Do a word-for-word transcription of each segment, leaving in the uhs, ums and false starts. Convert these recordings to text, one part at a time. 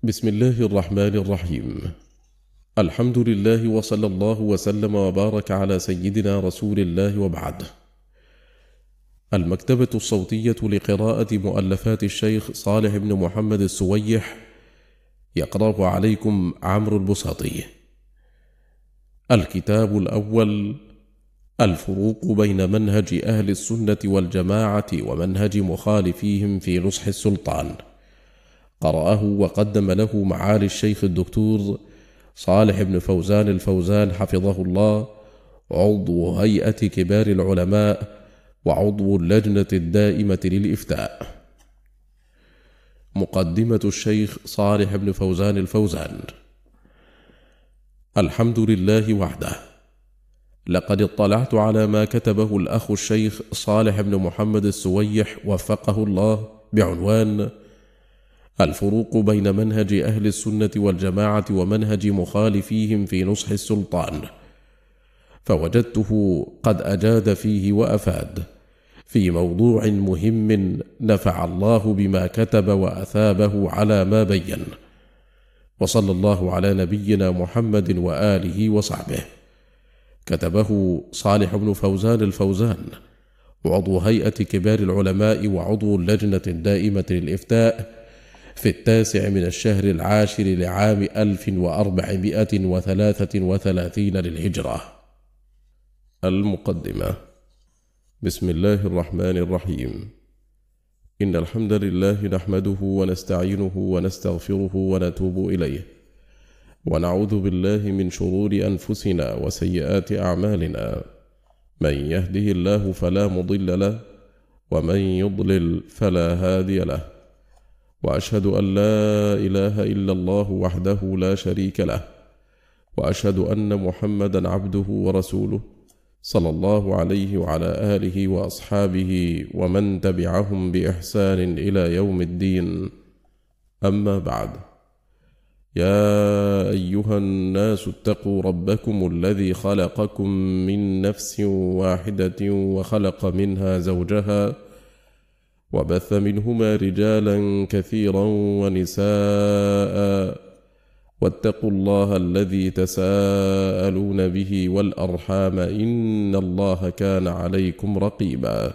بسم الله الرحمن الرحيم. الحمد لله وصلى الله وسلم وبارك على سيدنا رسول الله وبعد. المكتبة الصوتية لقراءة مؤلفات الشيخ صالح بن محمد السويح، يقرأ عليكم عمرو البساطي. الكتاب الأول: الفروق بين منهج أهل السنة والجماعة ومنهج مخالفيهم في نصح السلطان. قرأه وقدم له معالي الشيخ الدكتور صالح بن فوزان الفوزان حفظه الله، عضو هيئة كبار العلماء وعضو اللجنة الدائمة للإفتاء. مقدمة الشيخ صالح بن فوزان الفوزان. الحمد لله وحده. لقد اطلعت على ما كتبه الأخ الشيخ صالح بن محمد السويح وفقه الله بعنوان الفروق بين منهج أهل السنة والجماعة ومنهج مخالفيهم في نصح السلطان، فوجدته قد أجاد فيه وأفاد في موضوع مهم نفع الله بما كتب وأثابه على ما بين، وصلى الله على نبينا محمد وآله وصحبه. كتبه صالح بن فوزان الفوزان، عضو هيئة كبار العلماء وعضو اللجنة الدائمة للإفتاء، في التاسع من الشهر العاشر لعام ألف وأربعمائة وثلاثة وثلاثين للهجرة. المقدمة. بسم الله الرحمن الرحيم. إن الحمد لله نحمده ونستعينه ونستغفره ونتوب إليه، ونعوذ بالله من شرور أنفسنا وسيئات أعمالنا. من يهده الله فلا مضل له، ومن يضلل فلا هادي له، وأشهد أن لا إله إلا الله وحده لا شريك له، وأشهد أن محمدا عبده ورسوله صلى الله عليه وعلى آله وأصحابه ومن تبعهم بإحسان إلى يوم الدين. أما بعد، يا أيها الناس اتقوا ربكم الذي خلقكم من نفس واحدة وخلق منها زوجها، وبث منهما رجالا كثيرا ونساء، واتقوا الله الذي تساءلون به والأرحام إن الله كان عليكم رقيبا.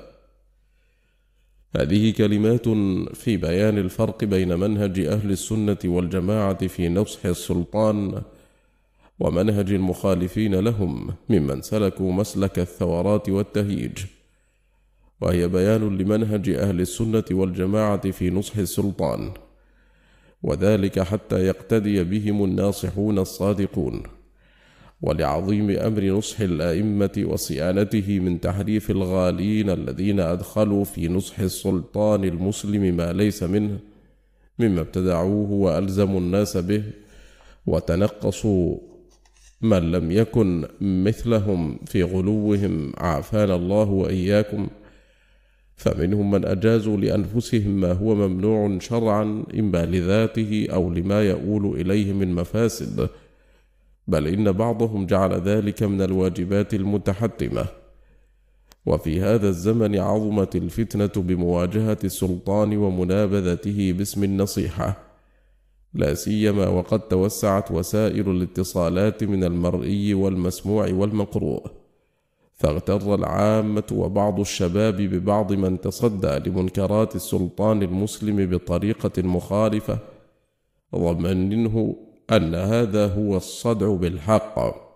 هذه كلمات في بيان الفرق بين منهج أهل السنة والجماعة في نصح السلطان ومنهج المخالفين لهم ممن سلكوا مسلك الثورات والتهييج، وهي بيان لمنهج أهل السنة والجماعة في نصح السلطان، وذلك حتى يقتدي بهم الناصحون الصادقون، ولعظيم أمر نصح الأئمة وصيانته من تحريف الغالين الذين أدخلوا في نصح السلطان المسلم ما ليس منه مما ابتدعوه وألزموا الناس به، وتنقصوا من لم يكن مثلهم في غلوهم، عافانا الله وإياكم. فمنهم من أجازوا لأنفسهم ما هو ممنوع شرعا، إما لذاته أو لما يؤول إليه من مفاسد، بل إن بعضهم جعل ذلك من الواجبات المتحتمة. وفي هذا الزمن عظمت الفتنة بمواجهة السلطان ومنابذته باسم النصيحة، لا سيما وقد توسعت وسائل الاتصالات من المرئي والمسموع والمقروء، فاغتر العامة وبعض الشباب ببعض من تصدى لمنكرات السلطان المسلم بطريقة مخالفة، ظننه أن هذا هو الصدع بالحق.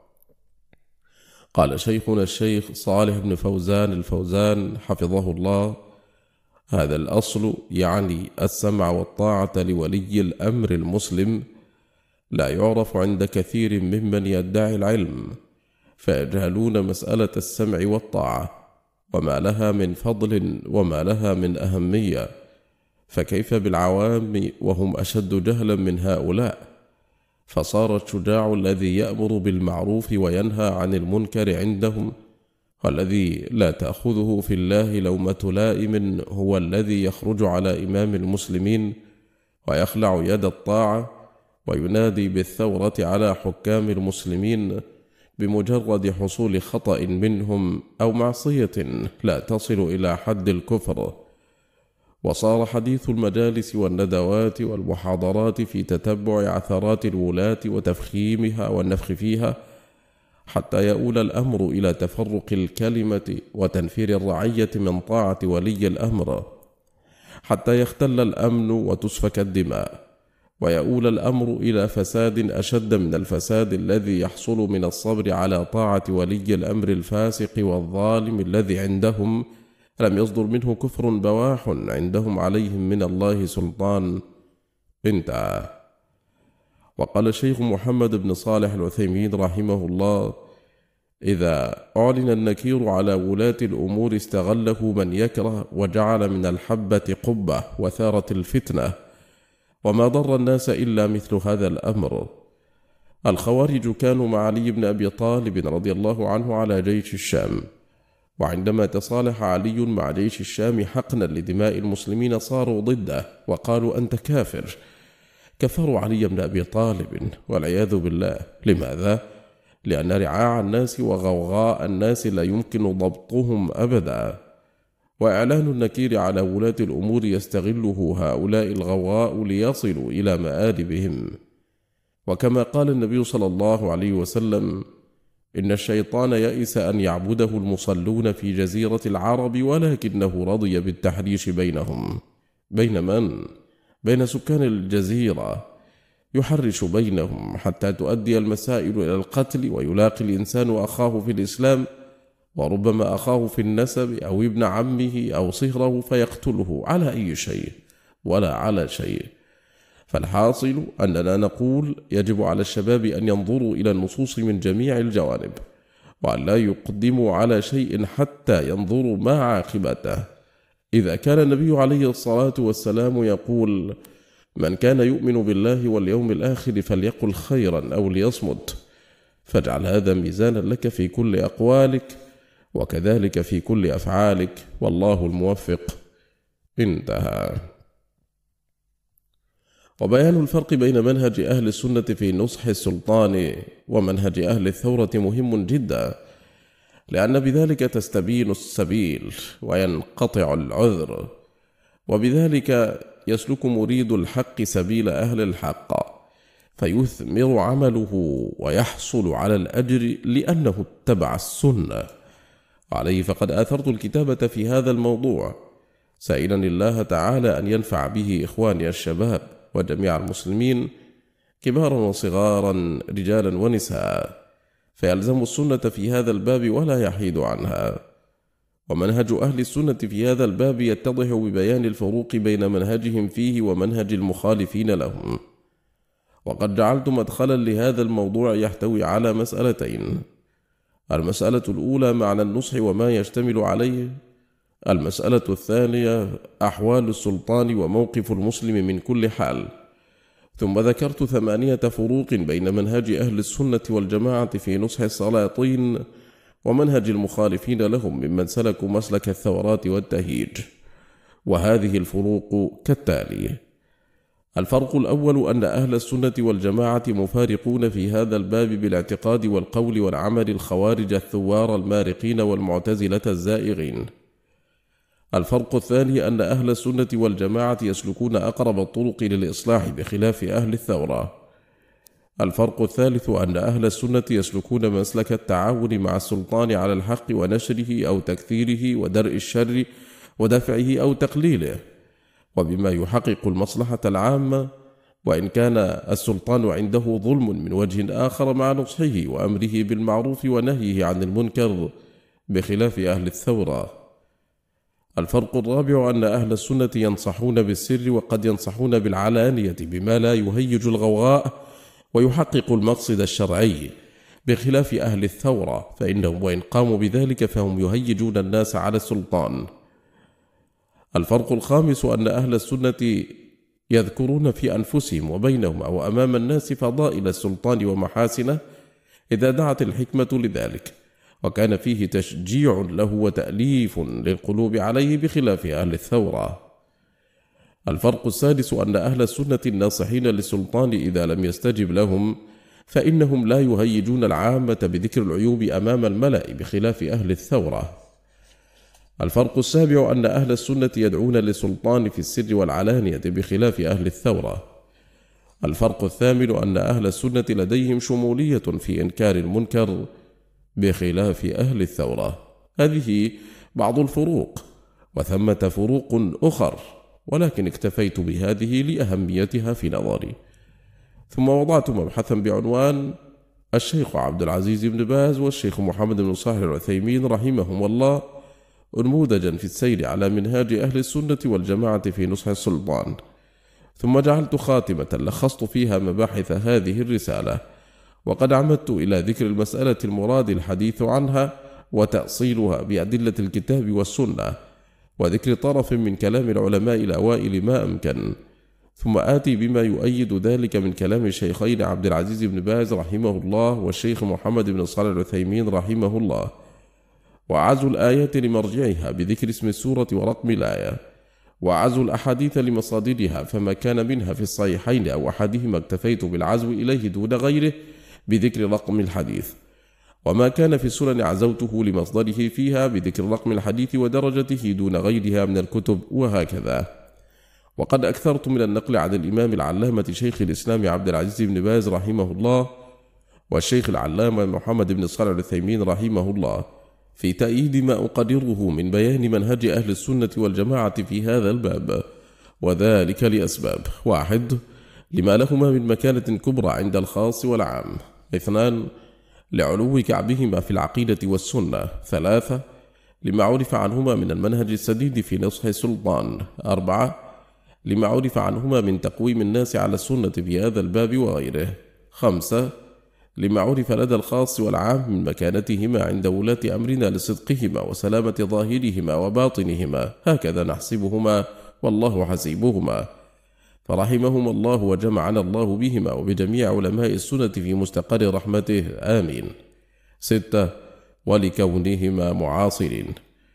قال شيخنا الشيخ صالح بن فوزان الفوزان حفظه الله: هذا الأصل، يعني السمع والطاعة لولي الأمر المسلم، لا يعرف عند كثير ممن يدعي العلم، فيجهلون مسألة السمع والطاعة وما لها من فضل وما لها من أهمية، فكيف بالعوام وهم أشد جهلا من هؤلاء؟ فصار الشجاع الذي يأمر بالمعروف وينهى عن المنكر عندهم، والذي لا تأخذه في الله لومة لائم، هو الذي يخرج على إمام المسلمين ويخلع يد الطاعة وينادي بالثورة على حكام المسلمين بمجرد حصول خطأ منهم أو معصية لا تصل إلى حد الكفر، وصار حديث المجالس والندوات والمحاضرات في تتبع عثرات الولاة وتفخيمها والنفخ فيها، حتى يؤول الأمر إلى تفرق الكلمة وتنفير الرعية من طاعة ولي الأمر، حتى يختل الأمن وتسفك الدماء، ويؤول الأمر إلى فساد أشد من الفساد الذي يحصل من الصبر على طاعة ولي الأمر الفاسق والظالم الذي عندهم لم يصدر منه كفر بواح عندهم عليهم من الله سلطان. انتهى. وقال الشيخ محمد بن صالح العثيمين رحمه الله: إذا أعلن النكير على ولاة الأمور استغله من يكره، وجعل من الحبة قبة وثارت الفتنة، وما ضر الناس إلا مثل هذا الأمر. الخوارج كانوا مع علي بن أبي طالب رضي الله عنه على جيش الشام، وعندما تصالح علي مع جيش الشام حقنا لدماء المسلمين صاروا ضده وقالوا: أنت كافر. كفروا علي بن أبي طالب والعياذ بالله. لماذا؟ لأن رعاع الناس وغوغاء الناس لا يمكن ضبطهم أبدا، وإعلان النكير على ولاة الأمور يستغله هؤلاء الغوغاء ليصلوا إلى مآربهم. وكما قال النبي صلى الله عليه وسلم: إن الشيطان يئس أن يعبده المصلون في جزيرة العرب، ولكنه رضي بالتحريش بينهم. بين من؟ بين سكان الجزيرة، يحرش بينهم حتى تؤدي المسائل إلى القتل، ويلاقي الإنسان أخاه في الإسلام، وربما أخاه في النسب أو ابن عمه أو صهره، فيقتله على أي شيء ولا على شيء. فالحاصل أننا نقول: يجب على الشباب أن ينظروا إلى النصوص من جميع الجوانب، وأن لا يقدموا على شيء حتى ينظروا ما عاقبته. إذا كان النبي عليه الصلاة والسلام يقول: من كان يؤمن بالله واليوم الآخر فليقل خيرا أو ليصمت، فاجعل هذا ميزانا لك في كل أقوالك، وكذلك في كل أفعالك، والله الموفق. انتهى. وبيان الفرق بين منهج أهل السنة في نصح السلطان ومنهج أهل الثورة مهم جدا، لأن بذلك تستبين السبيل وينقطع العذر، وبذلك يسلك مريد الحق سبيل أهل الحق، فيثمر عمله ويحصل على الأجر لأنه اتبع السنة. عليه فقد آثرت الكتابة في هذا الموضوع، سائلا الله تعالى أن ينفع به إخواني الشباب وجميع المسلمين كبارا وصغارا، رجالا ونساء، فيلزم السنة في هذا الباب ولا يحيد عنها. ومنهج أهل السنة في هذا الباب يتضح ببيان الفروق بين منهجهم فيه ومنهج المخالفين لهم. وقد جعلت مدخلا لهذا الموضوع يحتوي على مسألتين: المسألة الأولى معنى النصح وما يشتمل عليه، المسألة الثانية أحوال السلطان وموقف المسلم من كل حال. ثم ذكرت ثمانية فروق بين منهج أهل السنة والجماعة في نصح السلاطين ومنهج المخالفين لهم ممن سلكوا مسلك الثورات والتهييج، وهذه الفروق كالتالي: الفرق الأول أن أهل السنة والجماعة مفارقون في هذا الباب بالاعتقاد والقول والعمل الخوارج الثوار المارقين والمعتزلة الزائغين. الفرق الثاني أن أهل السنة والجماعة يسلكون أقرب الطرق للإصلاح بخلاف أهل الثورة. الفرق الثالث أن أهل السنة يسلكون مسلك التعاون مع السلطان على الحق ونشره أو تكثيره ودرء الشر ودفعه أو تقليله، وبما يحقق المصلحة العامة، وإن كان السلطان عنده ظلم من وجه آخر مع نصحه وأمره بالمعروف ونهيه عن المنكر بخلاف أهل الثورة. الفرق الرابع أن أهل السنة ينصحون بالسر وقد ينصحون بالعلانية بما لا يهيج الغوغاء ويحقق المقصد الشرعي بخلاف أهل الثورة، فإنهم وإن قاموا بذلك فهم يهيجون الناس على السلطان. الفرق الخامس أن أهل السنة يذكرون في أنفسهم وبينهم أو أمام الناس فضائل السلطان ومحاسنه إذا دعت الحكمة لذلك، وكان فيه تشجيع له وتأليف للقلوب عليه بخلاف أهل الثورة. الفرق السادس أن أهل السنة الناصحين للسلطان إذا لم يستجب لهم فإنهم لا يهيجون العامة بذكر العيوب أمام الملأ بخلاف أهل الثورة. الفرق السابع أن أهل السنة يدعون للسلطان في السر والعلانية بخلاف أهل الثورة. الفرق الثامن أن أهل السنة لديهم شمولية في إنكار المنكر بخلاف أهل الثورة. هذه بعض الفروق، وثمة فروق أخر، ولكن اكتفيت بهذه لأهميتها في نظري. ثم وضعت مبحثا بعنوان الشيخ عبد العزيز بن باز والشيخ محمد بن صالح العثيمين رحمهم الله أنموذجا في السير على منهاج أهل السنة والجماعة في نصح السلطان. ثم جعلت خاتمة لخصت فيها مباحث هذه الرسالة، وقد عمدت إلى ذكر المسألة المراد الحديث عنها وتأصيلها بأدلة الكتاب والسنة، وذكر طرف من كلام العلماء الأوائل ما أمكن، ثم آتي بما يؤيد ذلك من كلام الشيخين عبد العزيز بن باز رحمه الله والشيخ محمد بن صالح العثيمين رحمه الله، وعزو الآيات لمرجعها بذكر اسم السورة ورقم الآية، وعزو الأحاديث لمصادرها، فما كان منها في الصحيحين أو أحدهما اكتفيت بالعزو إليه دون غيره بذكر رقم الحديث، وما كان في السنن عزوته لمصدره فيها بذكر رقم الحديث ودرجته دون غيرها من الكتب، وهكذا. وقد أكثرت من النقل عن الإمام العلامة شيخ الإسلام عبد العزيز بن باز رحمه الله والشيخ العلامة محمد بن صالح العثيمين رحمه الله في تأييد ما أقدره من بيان منهج أهل السنة والجماعة في هذا الباب، وذلك لأسباب: واحد، لما لهما من مكانة كبرى عند الخاص والعام. اثنان، لعلو كعبهما في العقيدة والسنة. ثلاثة، لما عرف عنهما من المنهج السديد في نصح السلطان. أربعة، لما عرف عنهما من تقويم الناس على السنة في هذا الباب وغيره. خمسة، لما عرف لدى الخاص والعام من مكانتهما عند ولاة أمرنا لصدقهما وسلامة ظاهرهما وباطنهما، هكذا نحسبهما والله حسيبهما، فرحمهما الله وجمعنا الله بهما وبجميع علماء السنة في مستقر رحمته، آمين. ستة، ولكونهما معاصرين،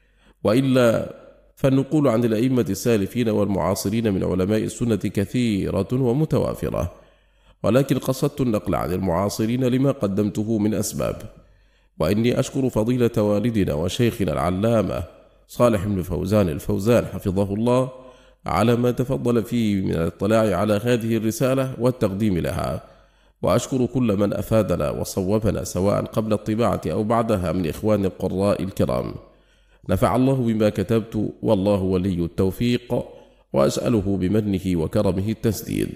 وإلا فالنقول عن الأئمة السالفين والمعاصرين من علماء السنة كثيرة ومتوافرة، ولكن قصدت النقل عن المعاصرين لما قدمته من أسباب. وإني أشكر فضيلة والدنا وشيخنا العلامة صالح بن فوزان الفوزان حفظه الله على ما تفضل فيه من الاطلاع على هذه الرسالة والتقديم لها، وأشكر كل من أفادنا وصوبنا سواء قبل الطباعة أو بعدها من إخوان القراء الكرام. نفع الله بما كتبت، والله ولي التوفيق، وأسأله بمنه وكرمه التسديد.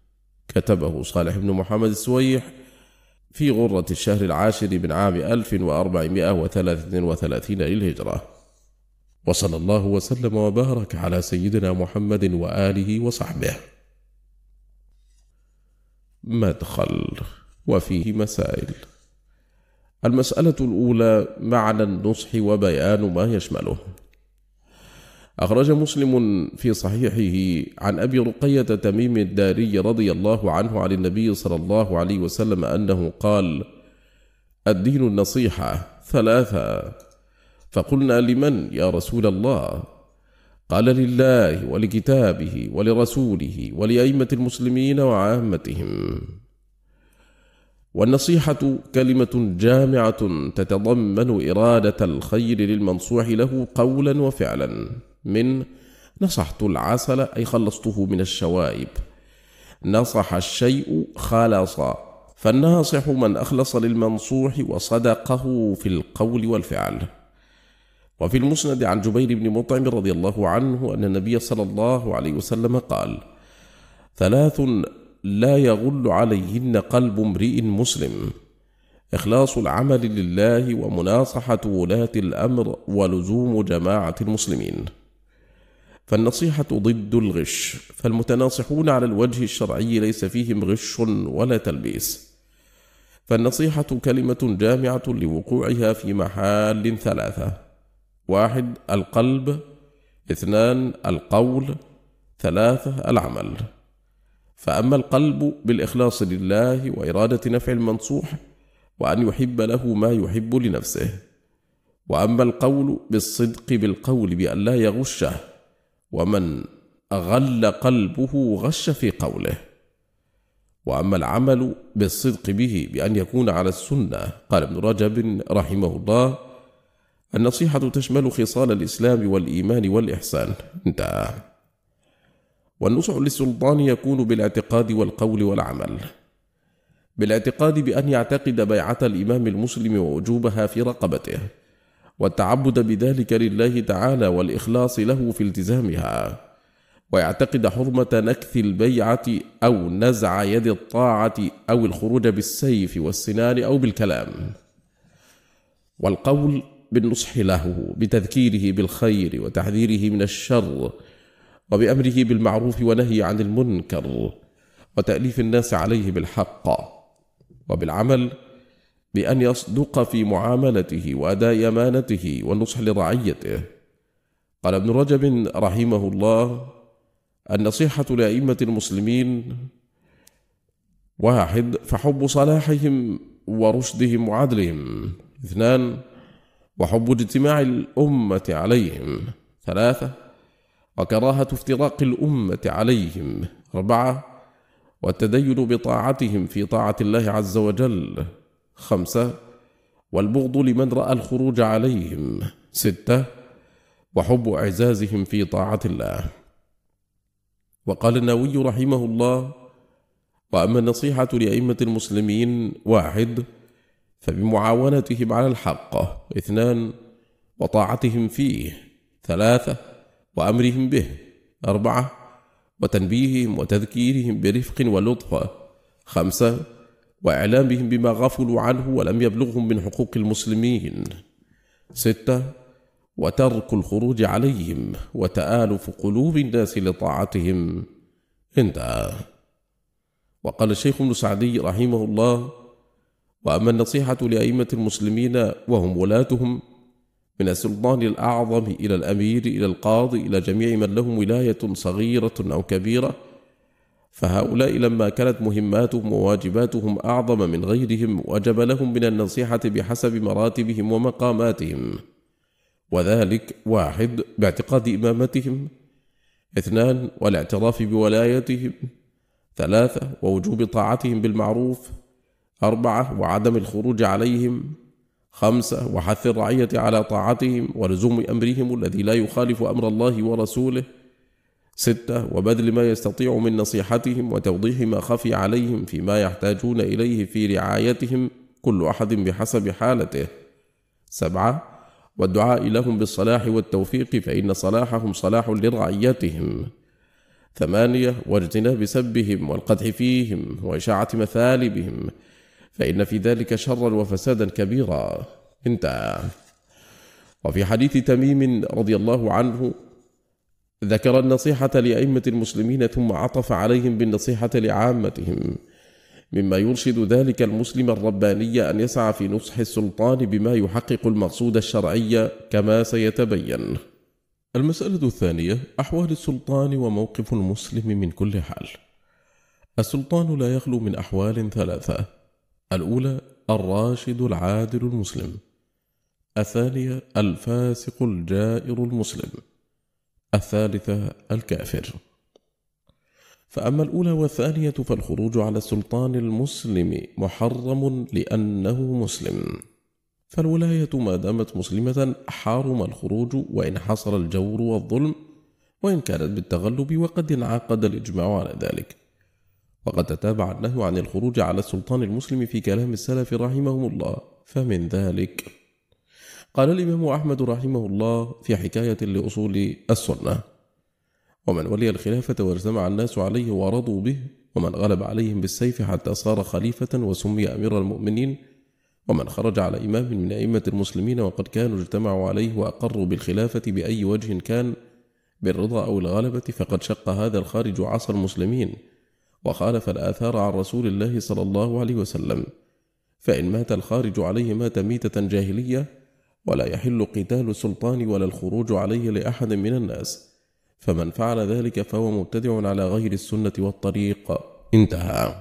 كتبه صالح بن محمد السويح في غرة الشهر العاشر من عام ألف وأربعمائة وثلاثة وثلاثين للهجرة. وصلى الله وسلم وبارك على سيدنا محمد وآله وصحبه. مدخل وفيه مسائل. المسألة الأولى: معنى النصح وبيان ما يشمله. أخرج مسلم في صحيحه عن أبي رقية تميم الداري رضي الله عنه عن النبي صلى الله عليه وسلم أنه قال: الدين النصيحة ثلاثة. فقلنا: لمن يا رسول الله؟ قال: لله ولكتابه ولرسوله ولأئمة المسلمين وعامتهم. والنصيحة كلمة جامعة تتضمن إرادة الخير للمنصوح له قولا وفعلا، من نصحت العسل أي خلصته من الشوائب، نصح الشيء خالص، فالناصح من أخلص للمنصوح وصدقه في القول والفعل. وفي المسند عن جبير بن مطعم رضي الله عنه أن النبي صلى الله عليه وسلم قال: ثلاث لا يغل عليهن قلب امرئ مسلم: إخلاص العمل لله، ومناصحة ولاة الأمر، ولزوم جماعة المسلمين. فالنصيحة ضد الغش، فالمتناصحون على الوجه الشرعي ليس فيهم غش ولا تلبيس. فالنصيحة كلمة جامعة لوقوعها في محال ثلاثة: واحد القلب، اثنان القول، ثلاثة العمل. فأما القلب بالإخلاص لله وإرادة نفع المنصوح وأن يحب له ما يحب لنفسه، وأما القول بالصدق بالقول بأن لا يغشه، ومن غل قلبه غش في قوله، وأما العمل بالصدق به بأن يكون على السنة. قال ابن رجب رحمه الله: النصيحة تشمل خصال الإسلام والإيمان والإحسان. انتهى. والنصح للسلطان يكون بالاعتقاد والقول والعمل. بالاعتقاد بأن يعتقد بيعة الإمام المسلم ووجوبها في رقبته، والتعبد بذلك لله تعالى والإخلاص له في التزامها، ويعتقد حرمة نكث البيعة أو نزع يد الطاعة أو الخروج بالسيف والسنان أو بالكلام. والقول بالنصح له بتذكيره بالخير وتحذيره من الشر وبأمره بالمعروف ونهي عن المنكر وتأليف الناس عليه بالحق. وبالعمل بأن يصدق في معاملته وأداء أمانته والنصح لرعيته. قال ابن رجب رحمه الله: النصيحة لأئمة المسلمين: واحد، فحب صلاحهم ورشدهم وعدلهم. اثنان، وحب اجتماع الأمة عليهم. ثلاثة، وكراهة افتراق الأمة عليهم. أربعة، والتدين بطاعتهم في طاعة الله عز وجل. خمسة، والبغض لمن رأى الخروج عليهم. ستة، وحب إعزازهم في طاعة الله. وقال النووي رحمه الله: وأما النصيحة لأئمة المسلمين: واحد، فبمعاونتهم على الحق. اثنان، وطاعتهم فيه. ثلاثة، وأمرهم به. أربعة، وتنبيههم وتذكيرهم برفق ولطف. خمسة، وإعلامهم بما غفلوا عنه ولم يبلغهم من حقوق المسلمين. ستة، وترك الخروج عليهم وتآلف قلوب الناس لطاعتهم. انتهى. وقال الشيخ ابن سعدي رحمه الله: وأما النصيحة لأئمة المسلمين وهم ولاتهم من السلطان الأعظم إلى الأمير إلى القاضي إلى جميع من لهم ولاية صغيرة أو كبيرة، فهؤلاء لما كانت مهماتهم وواجباتهم أعظم من غيرهم وجب لهم من النصيحة بحسب مراتبهم ومقاماتهم، وذلك: واحد، باعتقاد إمامتهم. اثنان، والاعتراف بولايتهم. ثلاثة، ووجوب طاعتهم بالمعروف. أربعة، وعدم الخروج عليهم. خمسة، وحث الرعية على طاعتهم ولزوم أمرهم الذي لا يخالف أمر الله ورسوله. ستة، وبذل ما يستطيع من نصيحتهم وتوضيح ما خفي عليهم فيما يحتاجون إليه في رعايتهم كل أحد بحسب حالته. سبعة، والدعاء لهم بالصلاح والتوفيق فإن صلاحهم صلاح لرعيتهم. ثمانية، واجتناب سبهم والقدح فيهم وإشاعة مثالبهم فإن في ذلك شرا وفسادا كبيرا. انتهى. وفي حديث تميم رضي الله عنه ذكر النصيحة لأئمة المسلمين ثم عطف عليهم بالنصيحة لعامتهم، مما يرشد ذلك المسلم الرباني أن يسعى في نصح السلطان بما يحقق المقصود الشرعي كما سيتبين. المسألة الثانية: أحوال السلطان وموقف المسلم من كل حال. السلطان لا يخلو من أحوال ثلاثة: الأولى الراشد العادل المسلم، الثانية الفاسق الجائر المسلم، الثالثة الكافر. فأما الأولى والثانية فالخروج على السلطان المسلم محرم لأنه مسلم، فالولاية ما دامت مسلمة حرم الخروج وإن حصل الجور والظلم وإن كانت بالتغلب، وقد انعقد الإجماع على ذلك. وقد تتابع النهي عن الخروج على السلطان المسلم في كلام السلف رحمهم الله، فمن ذلك قال الإمام أحمد رحمه الله في حكاية لأصول السنة: ومن ولي الخلافة واجتمع الناس عليه ورضوا به، ومن غلب عليهم بالسيف حتى صار خليفة وسمي أمير المؤمنين، ومن خرج على إمام من أئمة المسلمين وقد كانوا اجتمعوا عليه وأقروا بالخلافة بأي وجه كان بالرضا أو الغلبة، فقد شق هذا الخارج عصى المسلمين وخالف الآثار عن رسول الله صلى الله عليه وسلم، فإن مات الخارج عليه مات ميتة جاهلية، ولا يحل قتال السلطان ولا الخروج عليه لأحد من الناس، فمن فعل ذلك فهو مبتدع على غير السنة والطريق. انتهى.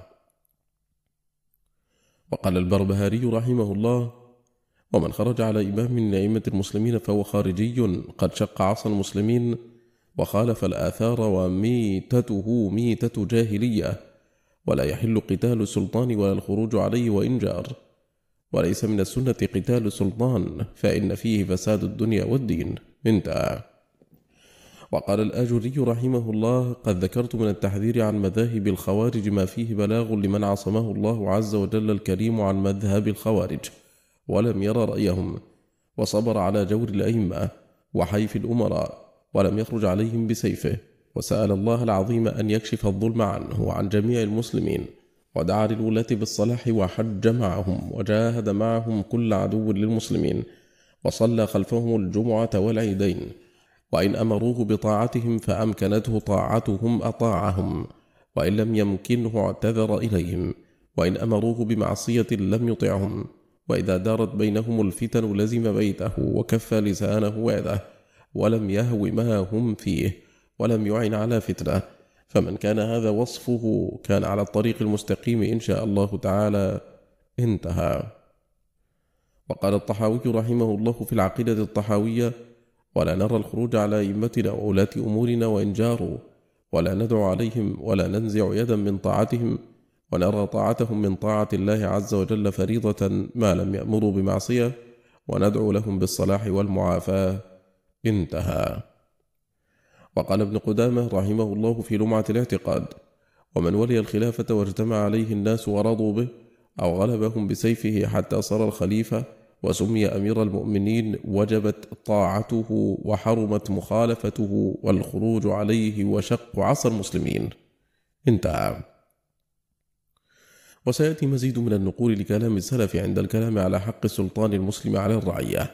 وقال البربهاري رحمه الله: ومن خرج على إمام من أئمة المسلمين فهو خارجي قد شق عصى المسلمين وخالف الآثار وميتته ميتة جاهلية، ولا يحل قتال السلطان ولا الخروج عليه وإن جار. وليس من السنة قتال السلطان، فإن فيه فساد الدنيا والدين. انتهى. وقال الآجري رحمه الله: قد ذكرت من التحذير عن مذاهب الخوارج ما فيه بلاغ لمن عصمه الله عز وجل الكريم عن مذهب الخوارج ولم يرى رأيهم، وصبر على جور الأئمة وحيف الأمراء ولم يخرج عليهم بسيفه، وسأل الله العظيم أن يكشف الظلم عنه وعن جميع المسلمين، ودعا للولاة بالصلاح وحج معهم وجاهد معهم كل عدو للمسلمين، وصلى خلفهم الجمعة والعيدين، وإن أمروه بطاعتهم فأمكنته طاعتهم أطاعهم، وإن لم يمكنه اعتذر إليهم، وإن أمروه بمعصية لم يطعهم، وإذا دارت بينهم الفتن لزم بيته وكف لسانه وعده، ولم يهو ما هم فيه ولم يعن على فتنة. فمن كان هذا وصفه كان على الطريق المستقيم إن شاء الله تعالى. انتهى. وقال الطحاوي رحمه الله في العقيدة الطحاوية: ولا نرى الخروج على أئمتنا وولاة أمورنا وإن جاروا، ولا ندعو عليهم ولا ننزع يدا من طاعتهم، ونرى طاعتهم من طاعة الله عز وجل فريضة ما لم يأمروا بمعصية، وندعو لهم بالصلاح والمعافاة. انتهى. وقال ابن قدامة رحمه الله في لمعة الاعتقاد: ومن ولي الخلافة واجتمع عليه الناس ورضوا به، أو غلبهم بسيفه حتى صار الخليفة وسمي أمير المؤمنين، وجبت طاعته وحرمت مخالفته والخروج عليه وشق عصا المسلمين. انتهى. وسيأتي مزيد من النقول لكلام السلف عند الكلام على حق السلطان المسلم على الرعية.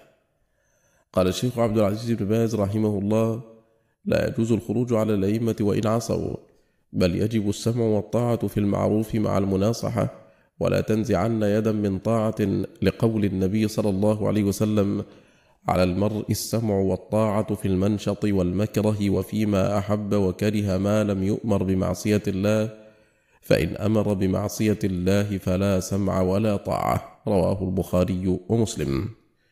قال الشيخ عبد العزيز بن باز رحمه الله: لا يجوز الخروج على الأئمة وإن عصوا، بل يجب السمع والطاعة في المعروف مع المناصحة، ولا تنزعن يدا من طاعة، لقول النبي صلى الله عليه وسلم: على المرء السمع والطاعة في المنشط والمكره وفيما أحب وكره ما لم يؤمر بمعصية الله، فإن أمر بمعصية الله فلا سمع ولا طاعة. رواه البخاري ومسلم.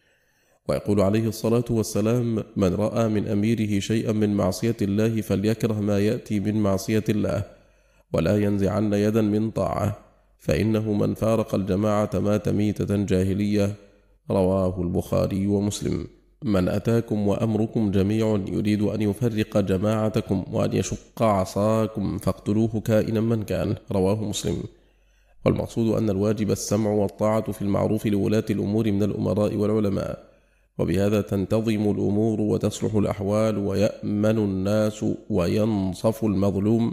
ويقول عليه الصلاة والسلام: من رأى من أميره شيئا من معصية الله فليكره ما يأتي من معصية الله، ولا ينزعن يدا من طاعة، فإنه من فارق الجماعة مات ميتة جاهلية. رواه البخاري ومسلم. من أتاكم وأمركم جميع يريد أن يفرق جماعتكم وأن يشق عصاكم فاقتلوه كائنا من كان. رواه مسلم. والمقصود أن الواجب السمع والطاعة في المعروف لولاة الأمور من الأمراء والعلماء، وبهذا تنتظم الأمور وتصلح الأحوال ويأمن الناس وينصف المظلوم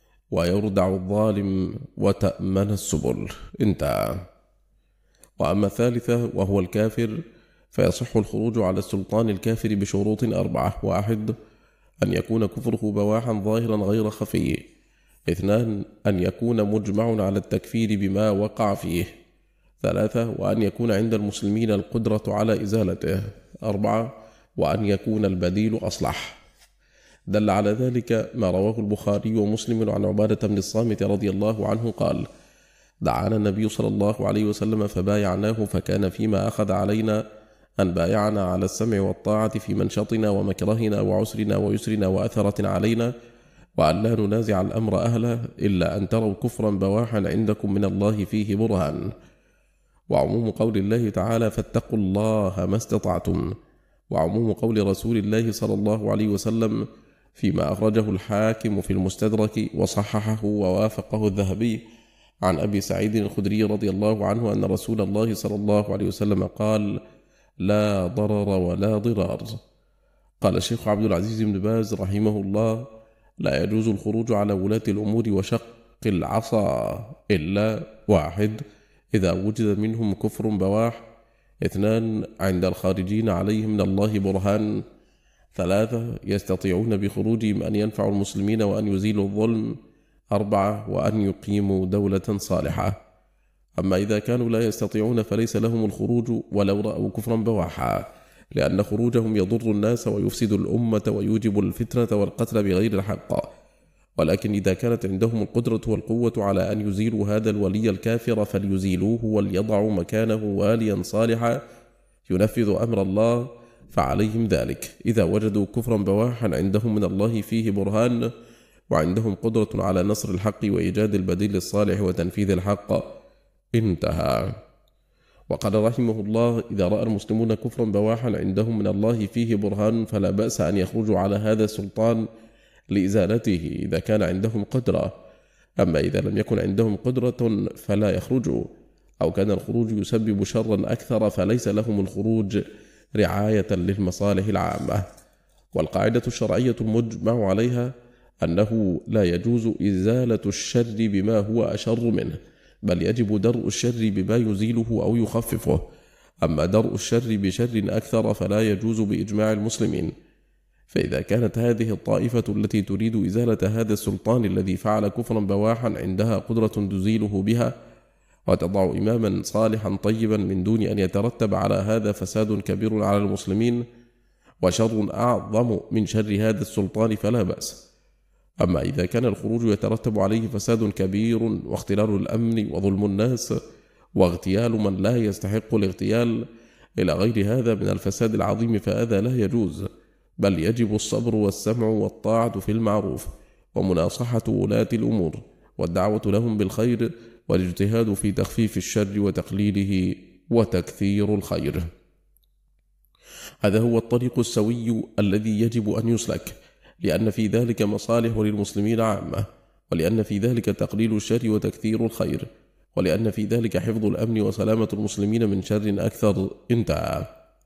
ويردع الظالم وتأمن السبل. انتهى. وأما الثالثة وهو الكافر، فيصح الخروج على السلطان الكافر بشروط أربعة: واحد، أن يكون كفره بواحا ظاهرا غير خفي. اثنان، أن يكون مجمع على التكفير بما وقع فيه. ثلاثة، وأن يكون عند المسلمين القدرة على إزالته. أربعة، وأن يكون البديل أصلح. دل على ذلك ما رواه البخاري ومسلم عن عبادة بن الصامت رضي الله عنه قال: دعانا النبي صلى الله عليه وسلم فبايعناه، فكان فيما أخذ علينا أن بايعنا على السمع والطاعة في منشطنا ومكرهنا وعسرنا ويسرنا وأثرة علينا، وأن لا ننازع الأمر أهله إلا أن تروا كفرا بواحا عندكم من الله فيه برهان. وعموم قول الله تعالى: فاتقوا الله ما استطعتم، وعموم قول رسول الله صلى الله عليه وسلم فيما أخرجه الحاكم في المستدرك وصححه ووافقه الذهبي عن أبي سعيد الخدري رضي الله عنه أن رسول الله صلى الله عليه وسلم قال: لا ضرر ولا ضرار. قال الشيخ عبد العزيز بن باز رحمه الله: لا يجوز الخروج على ولاة الأمور وشق العصا إلا: واحد، إذا وجد منهم كفر بواح. اثنان، عند الخارجين عليهم من الله برهان. ثلاثة، يستطيعون بخروجهم أن ينفعوا المسلمين وأن يزيلوا الظلم. أربعة، وأن يقيموا دولة صالحة. أما إذا كانوا لا يستطيعون فليس لهم الخروج ولو رأوا كفرا بواحا، لأن خروجهم يضر الناس ويفسد الأمة ويوجب الفتنة والقتل بغير الحق. ولكن إذا كانت عندهم القدرة والقوة على أن يزيلوا هذا الولي الكافر فليزيلوه وليضعوا مكانه واليا صالحا ينفذ أمر الله، فعليهم ذلك إذا وجدوا كفرا بواحا عندهم من الله فيه برهان، وعندهم قدرة على نصر الحق وإيجاد البديل الصالح وتنفيذ الحق. انتهى. وقال رحمه الله: إذا رأى المسلمون كفرا بواحا عندهم من الله فيه برهان فلا بأس أن يخرجوا على هذا السلطان لإزالته إذا كان عندهم قدرة، أما إذا لم يكن عندهم قدرة فلا يخرجوا، أو كان الخروج يسبب شرا أكثر فليس لهم الخروج رعاية للمصالح العامة. والقاعدة الشرعية المجمع عليها أنه لا يجوز إزالة الشر بما هو أشر منه، بل يجب درء الشر بما يزيله أو يخففه، أما درء الشر بشر أكثر فلا يجوز بإجماع المسلمين. فإذا كانت هذه الطائفة التي تريد إزالة هذا السلطان الذي فعل كفرا بواحا عندها قدرة تزيله بها وتضع إماما صالحا طيبا من دون أن يترتب على هذا فساد كبير على المسلمين وشر أعظم من شر هذا السلطان فلا بأس. أما إذا كان الخروج يترتب عليه فساد كبير واختلال الأمن وظلم الناس واغتيال من لا يستحق الاغتيال إلى غير هذا من الفساد العظيم فهذا لا يجوز، بل يجب الصبر والسمع والطاعة في المعروف ومناصحة ولاة الأمور والدعوة لهم بالخير والاجتهاد في تخفيف الشر وتقليله وتكثير الخير. هذا هو الطريق السوي الذي يجب أن يسلك، لأن في ذلك مصالح للمسلمين عامة، ولأن في ذلك تقليل الشر وتكثير الخير، ولأن في ذلك حفظ الأمن وسلامة المسلمين من شر أكثر. انتهى.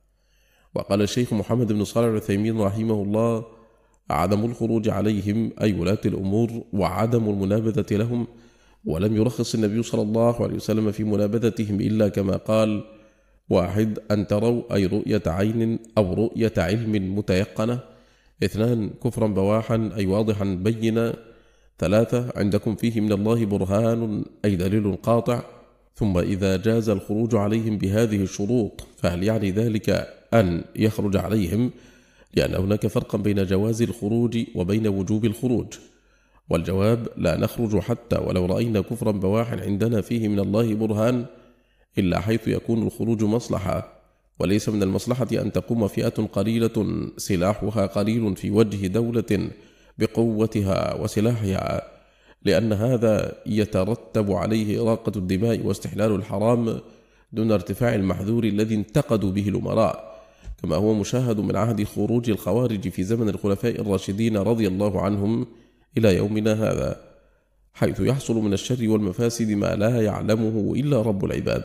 وقال الشيخ محمد بن صالح العثيمين رحمه الله: عدم الخروج عليهم أي ولاة الأمور وعدم المنابذة لهم، ولم يرخص النبي صلى الله عليه وسلم في منابذتهم إلا كما قال: واحد أن تروا أي رؤية عين أو رؤية علم متيقنة. اثنان كفرا بواحا أي واضحا بينا. ثلاثة عندكم فيه من الله برهان أي دليل قاطع. ثم إذا جاز الخروج عليهم بهذه الشروط فهل يعني ذلك أن يخرج عليهم؟ لأن هناك فرقا بين جواز الخروج وبين وجوب الخروج، والجواب: لا نخرج حتى ولو رأينا كفرا بواحا عندنا فيه من الله برهان، إلا حيث يكون الخروج مصلحة، وليس من المصلحة أن تقوم فئة قليلة سلاحها قليل في وجه دولة بقوتها وسلاحها، لأن هذا يترتب عليه إراقة الدماء واستحلال الحرام دون ارتفاع المحذور الذي انتقدوا به الأمراء، كما هو مشاهد من عهد خروج الخوارج في زمن الخلفاء الراشدين رضي الله عنهم إلى يومنا هذا، حيث يحصل من الشر والمفاسد ما لا يعلمه إلا رب العباد.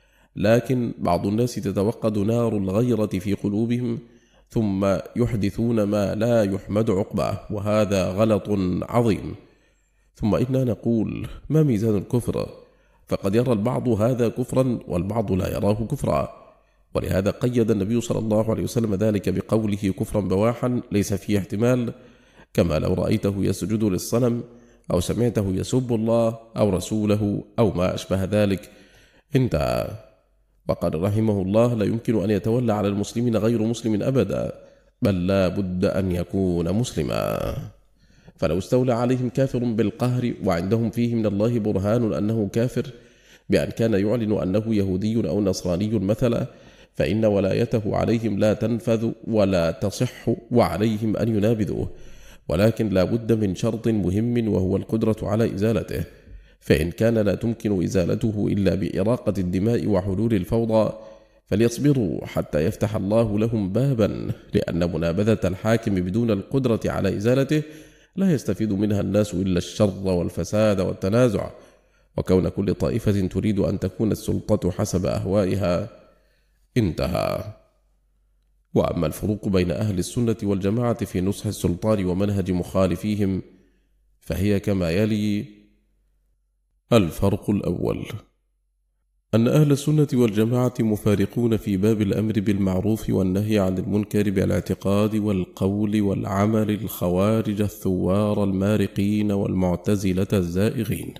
لكن بعض الناس تتوقد نار الغيرة في قلوبهم ثم يحدثون ما لا يحمد عقباه، وهذا غلط عظيم. ثم إنا نقول: ما ميزان الكفر؟ فقد يرى البعض هذا كفرا والبعض لا يراه كفرا، ولهذا قيد النبي صلى الله عليه وسلم ذلك بقوله كفرا بواحا ليس فيه احتمال، كما لو رأيته يسجد للصنم أو سمعته يسب الله أو رسوله أو ما أشبه ذلك. انتهى. وقال رحمه الله: لا يمكن أن يتولى على المسلمين غير مسلم أبدا، بل لا بد أن يكون مسلما. فلو استولى عليهم كافر بالقهر وعندهم فيه من الله برهان أنه كافر بأن كان يعلن أنه يهودي أو نصراني مثلا، فإن ولايته عليهم لا تنفذ ولا تصح، وعليهم أن ينابذوه، ولكن لا بد من شرط مهم وهو القدرة على إزالته، فإن كان لا تمكن إزالته إلا بإراقة الدماء وحلول الفوضى فليصبروا حتى يفتح الله لهم بابا، لأن منابذة الحاكم بدون القدرة على إزالته لا يستفيد منها الناس إلا الشر والفساد والتنازع، وكون كل طائفة تريد أن تكون السلطة حسب أهوائها. انتهى. وأما الفروق بين أهل السنة والجماعة في نصح السلطان ومنهج مخالفيهم فهي كما يلي: الفرق الأول أن أهل السنة والجماعة مفارقون في باب الأمر بالمعروف والنهي عن المنكر بالاعتقاد والقول والعمل الخوارج الثوار المارقين والمعتزلة الزائغين،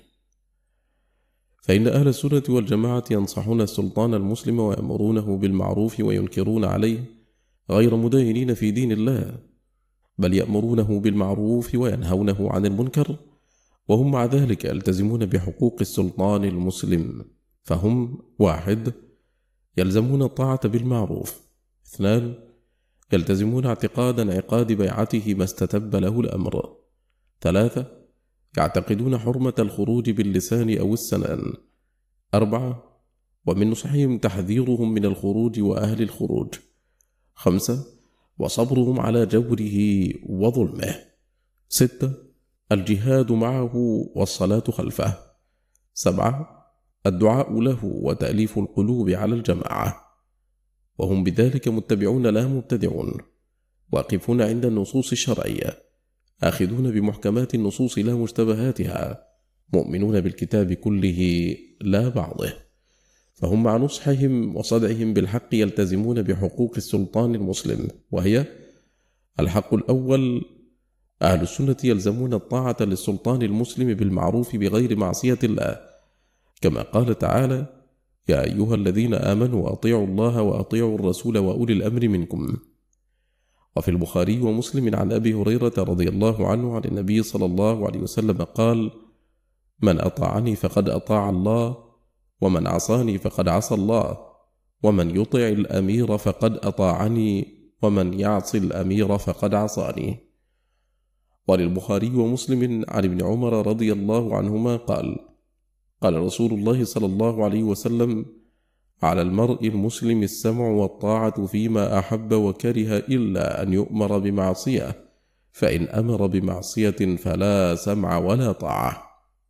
فإن أهل السنة والجماعة ينصحون السلطان المسلم ويأمرونه بالمعروف وينكرون عليه، غير مدينين في دين الله، بل يأمرونه بالمعروف وينهونه عن المنكر، وهم مع ذلك يلتزمون بحقوق السلطان المسلم، فهم: واحد يلزمون الطاعة بالمعروف. اثنان يلتزمون اعتقاد انعقاد بيعته ما استتب له الأمر. ثلاثة يعتقدون حرمة الخروج باللسان أو السنان. أربعة ومن نصحهم تحذيرهم من الخروج وأهل الخروج. خمسة وصبرهم على جوره وظلمه. ستة الجهاد معه والصلاة خلفه. سبعة الدعاء له وتأليف القلوب على الجماعة، وهم بذلك متبعون لا مبتدعون، واقفون عند النصوص الشرعية، آخذون بمحكمات النصوص لا مشتبهاتها، مؤمنون بالكتاب كله لا بعضه. فهم مع نصحهم وصدعهم بالحق يلتزمون بحقوق السلطان المسلم، وهي: الحق الأول أهل السنة يلزمون الطاعة للسلطان المسلم بالمعروف بغير معصية الله، كما قال تعالى: يا أيها الذين آمنوا أطيعوا الله وأطيعوا الرسول وأولي الأمر منكم. وفي البخاري ومسلم عن أبي هريرة رضي الله عنه عن النبي صلى الله عليه وسلم قال: من أطاعني فقد أطاع الله، ومن عصاني فقد عصى الله، ومن يطع الأمير فقد أطاعني، ومن يعص الأمير فقد عصاني. وللبخاري ومسلم عن ابن عمر رضي الله عنهما قال: قال رسول الله صلى الله عليه وسلم: على المرء المسلم السمع والطاعة فيما أحب وكره إلا أن يؤمر بمعصية، فإن أمر بمعصية فلا سمع ولا طاعة.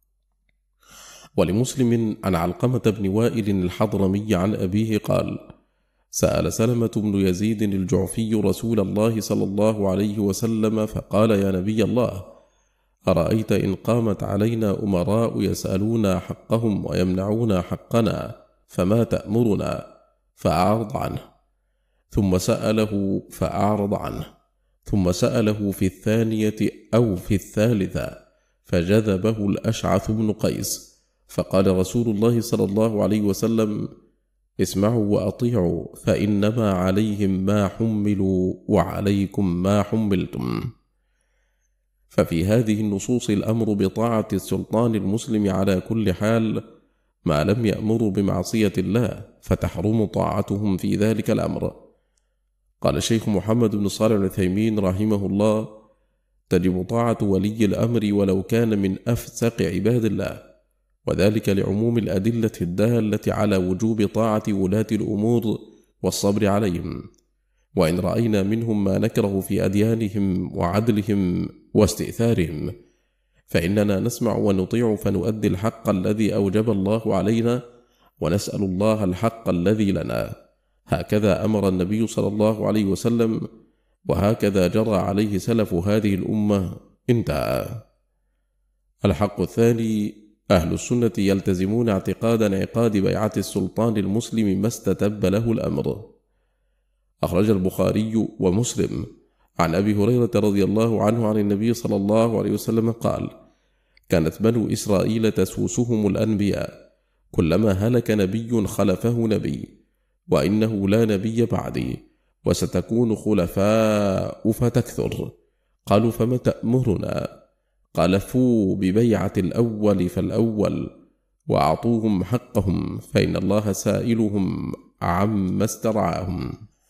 ولمسلم عن علقمة بن وائل الحضرمي عن أبيه قال: سأل سلمة بن يزيد الجعفي رسول الله صلى الله عليه وسلم فقال: يا نبي الله، أرأيت إن قامت علينا أمراء يسألون حقهم ويمنعون حقنا فما تأمرنا؟ فأعرض عنه. ثم سأله فأعرض عنه، ثم سأله في الثانية أو في الثالثة فجذبه الأشعث بن قيس، فقال رسول الله صلى الله عليه وسلم: اسمعوا وأطيعوا، فإنما عليهم ما حملوا وعليكم ما حملتم. ففي هذه النصوص الأمر بطاعة السلطان المسلم على كل حال، ما لم يأمروا بمعصية الله فتحرم طاعتهم في ذلك الأمر. قال الشيخ محمد بن صالح العثيمين رحمه الله: تجب طاعة ولي الأمر ولو كان من أفسق عباد الله، وذلك لعموم الأدلة الدالة على وجوب طاعة ولاة الأمور والصبر عليهم، وإن رأينا منهم ما نكره في أديانهم وعدلهم واستئثارهم، فإننا نسمع ونطيع فنؤدي الحق الذي أوجب الله علينا، ونسأل الله الحق الذي لنا. هكذا أمر النبي صلى الله عليه وسلم، وهكذا جرى عليه سلف هذه الأمة. انتهى. الحق الثاني: أهل السنة يلتزمون اعتقاد انعقاد بيعة السلطان المسلم ما استتب له الأمر. أخرج البخاري ومسلم عن أبي هريرة رضي الله عنه عن النبي صلى الله عليه وسلم قال: كانت بنو إسرائيل تسوسهم الأنبياء، كلما هلك نبي خلفه نبي، وإنه لا نبي بعدي، وستكون خلفاء فتكثر. قالوا: فما تأمرنا؟ قال: فوا ببيعة الأول فالأول، وأعطوهم حقهم، فإن الله سائلهم عما استرعاهم.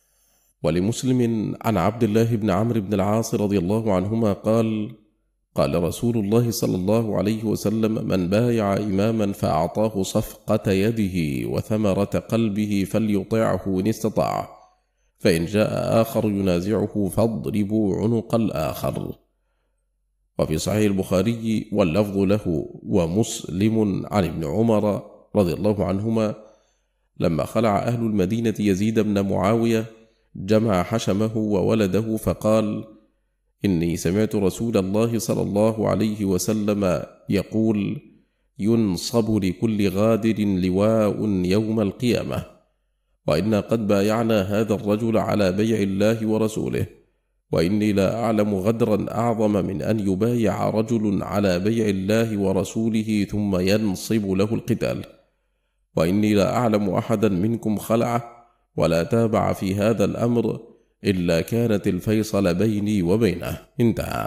ولمسلم عن عبد الله بن عمرو بن العاص رضي الله عنهما قال: قال رسول الله صلى الله عليه وسلم: من بايع إماما فأعطاه صفقة يده وثمرة قلبه فليطعه إن استطاع، فإن جاء آخر ينازعه فاضربوا عنق الآخر. وفي صحيح البخاري واللفظ له ومسلم عن ابن عمر رضي الله عنهما: لما خلع أهل المدينة يزيد بن معاوية جمع حشمه وولده فقال: إني سمعت رسول الله صلى الله عليه وسلم يقول: ينصب لكل غادر لواء يوم القيامة، وإنا قد بايعنا هذا الرجل على بيع الله ورسوله، وإني لا أعلم غدرا أعظم من أن يبايع رجل على بيع الله ورسوله ثم ينصب له القتال، وإني لا أعلم أحدا منكم خلعه ولا تابع في هذا الأمر إلا كانت الفيصل بيني وبينه. انتهى.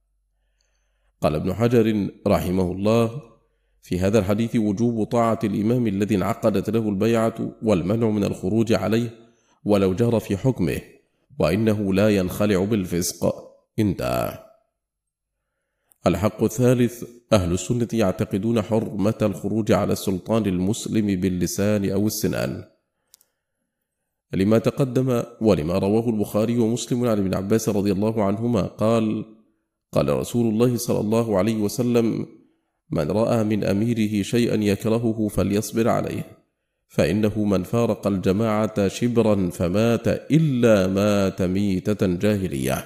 قال ابن حجر رحمه الله: في هذا الحديث وجوب طاعة الإمام الذي انعقدت له البيعة، والمنع من الخروج عليه ولو جار في حكمه، وإنه لا ينخلع بالفسق. انتهى. الحق الثالث: أهل السنة يعتقدون حرمة الخروج على السلطان المسلم باللسان أو السنان، لما تقدم ولما رواه البخاري ومسلم عن ابن عباس رضي الله عنهما قال: قال رسول الله صلى الله عليه وسلم: من رأى من أميره شيئا يكرهه فليصبر عليه، فإنه من فارق الجماعة شبرا فمات إلا مات ميتة جاهلية.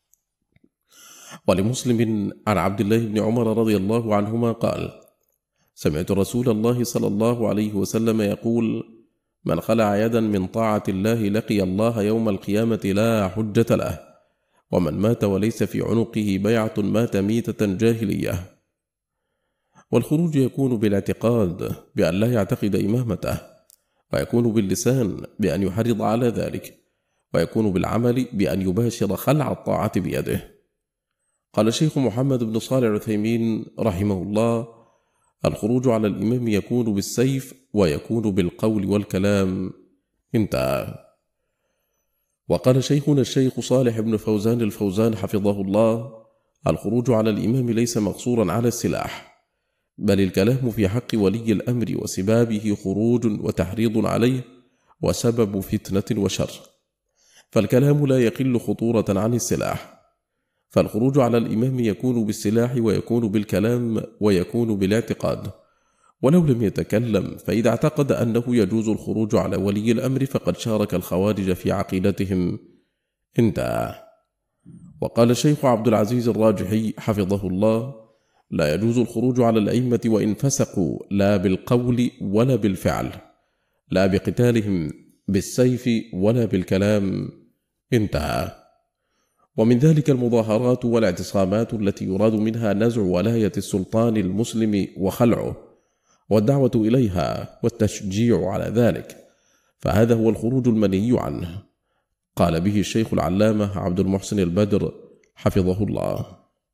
ولمسلم عن عبد الله بن عمر رضي الله عنهما قال: سمعت رسول الله صلى الله عليه وسلم يقول: من خلع يدا من طاعة الله لقي الله يوم القيامة لا حجة له، ومن مات وليس في عنقه بيعة مات ميتة جاهلية. والخروج يكون بالاعتقاد بأن لا يعتقد إمامته، ويكون باللسان بأن يحرض على ذلك، ويكون بالعمل بأن يباشر خلع الطاعة بيده. قال الشيخ محمد بن صالح العثيمين رحمه الله: الخروج على الإمام يكون بالسيف ويكون بالقول والكلام. انتهى. وقال شيخنا الشيخ صالح بن فوزان الفوزان حفظه الله: الخروج على الإمام ليس مقصورا على السلاح، بل الكلام في حق ولي الأمر وسبابه خروج وتحريض عليه وسبب فتنة وشر، فالكلام لا يقل خطورة عن السلاح. فالخروج على الإمام يكون بالسلاح ويكون بالكلام ويكون بالاعتقاد، ولو لم يتكلم، فإذا اعتقد أنه يجوز الخروج على ولي الأمر فقد شارك الخوارج في عقيدتهم. انتهى. وقال الشيخ عبد العزيز الراجحي حفظه الله: لا يجوز الخروج على الأئمة وإن فسقوا، لا بالقول ولا بالفعل، لا بقتالهم بالسيف ولا بالكلام. انتهى. ومن ذلك المظاهرات والاعتصامات التي يراد منها نزع ولاية السلطان المسلم وخلعه، والدعوة إليها والتشجيع على ذلك، فهذا هو الخروج المنهي عنه. قال به الشيخ العلامة عبد المحسن البدر حفظه الله.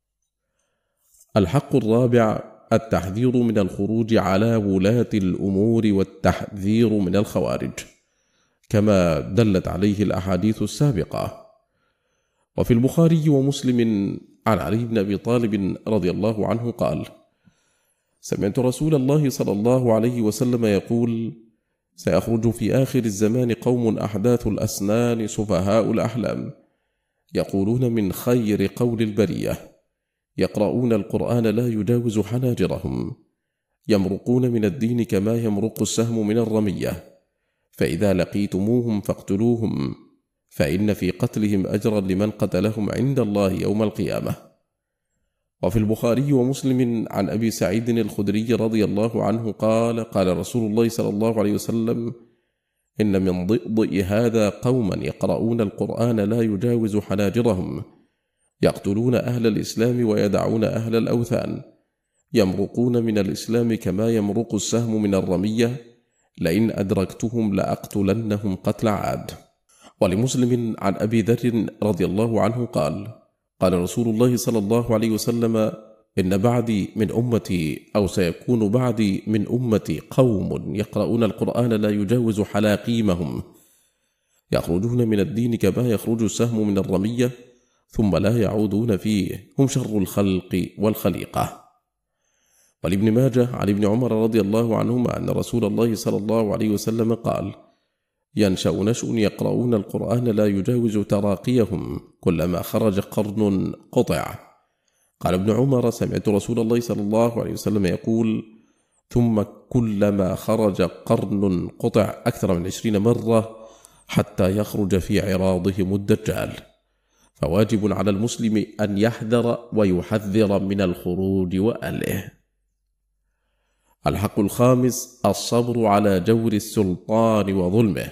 الحق الرابع: التحذير من الخروج على ولاة الأمور والتحذير من الخوارج، كما دلت عليه الأحاديث السابقة. وفي البخاري ومسلم عن علي بن أبي طالب رضي الله عنه قال: سمعت رسول الله صلى الله عليه وسلم يقول: سيخرج في آخر الزمان قوم أحداث الأسنان سفهاء الأحلام، يقولون من خير قول البرية، يقرؤون القرآن لا يجاوز حناجرهم، يمرقون من الدين كما يمرق السهم من الرمية، فإذا لقيتموهم فاقتلوهم، فإن في قتلهم أجرا لمن قتلهم عند الله يوم القيامة. وفي البخاري ومسلم عن أبي سعيد الخدري رضي الله عنه قال: قال رسول الله صلى الله عليه وسلم: إن من ضئضئ هذا قوما يقرؤون القرآن لا يجاوز حناجرهم، يقتلون أهل الإسلام ويدعون أهل الأوثان، يمرقون من الإسلام كما يمرق السهم من الرمية، لئن أدركتهم لأقتلنهم قتل عاد. ولمسلم عن أبي ذر رضي الله عنه قال: قال رسول الله صلى الله عليه وسلم: إن بعدي من أمتي أو سيكون بعدي من أمتي قوم يقرؤون القرآن لا يجاوز حلاقيمهم، يخرجون من الدين كما يخرج السهم من الرمية، ثم لا يعودون فيه، هم شر الخلق والخليقة. ولابن ماجه عن ابن عمر رضي الله عنهما أن رسول الله صلى الله عليه وسلم قال: ينشأ نشأ يقرؤون القرآن لا يجاوز تراقيهم، كلما خرج قرن قطع. قال ابن عمر: سمعت رسول الله صلى الله عليه وسلم يقول: ثم كلما خرج قرن قطع أكثر من عشرين مرة حتى يخرج في عراضهم الدجال. فواجب على المسلم أن يحذر ويحذر من الخروج وأهله. الحق الخامس: الصبر على جور السلطان وظلمه.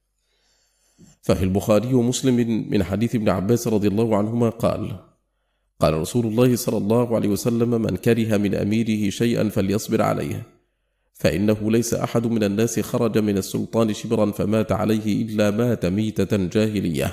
ففي البخاري ومسلم من حديث ابن عباس رضي الله عنهما قال: قال رسول الله صلى الله عليه وسلم: من كره من أميره شيئا فليصبر عليه، فإنه ليس أحد من الناس خرج من السلطان شبرا فمات عليه إلا مات ميتة جاهلية.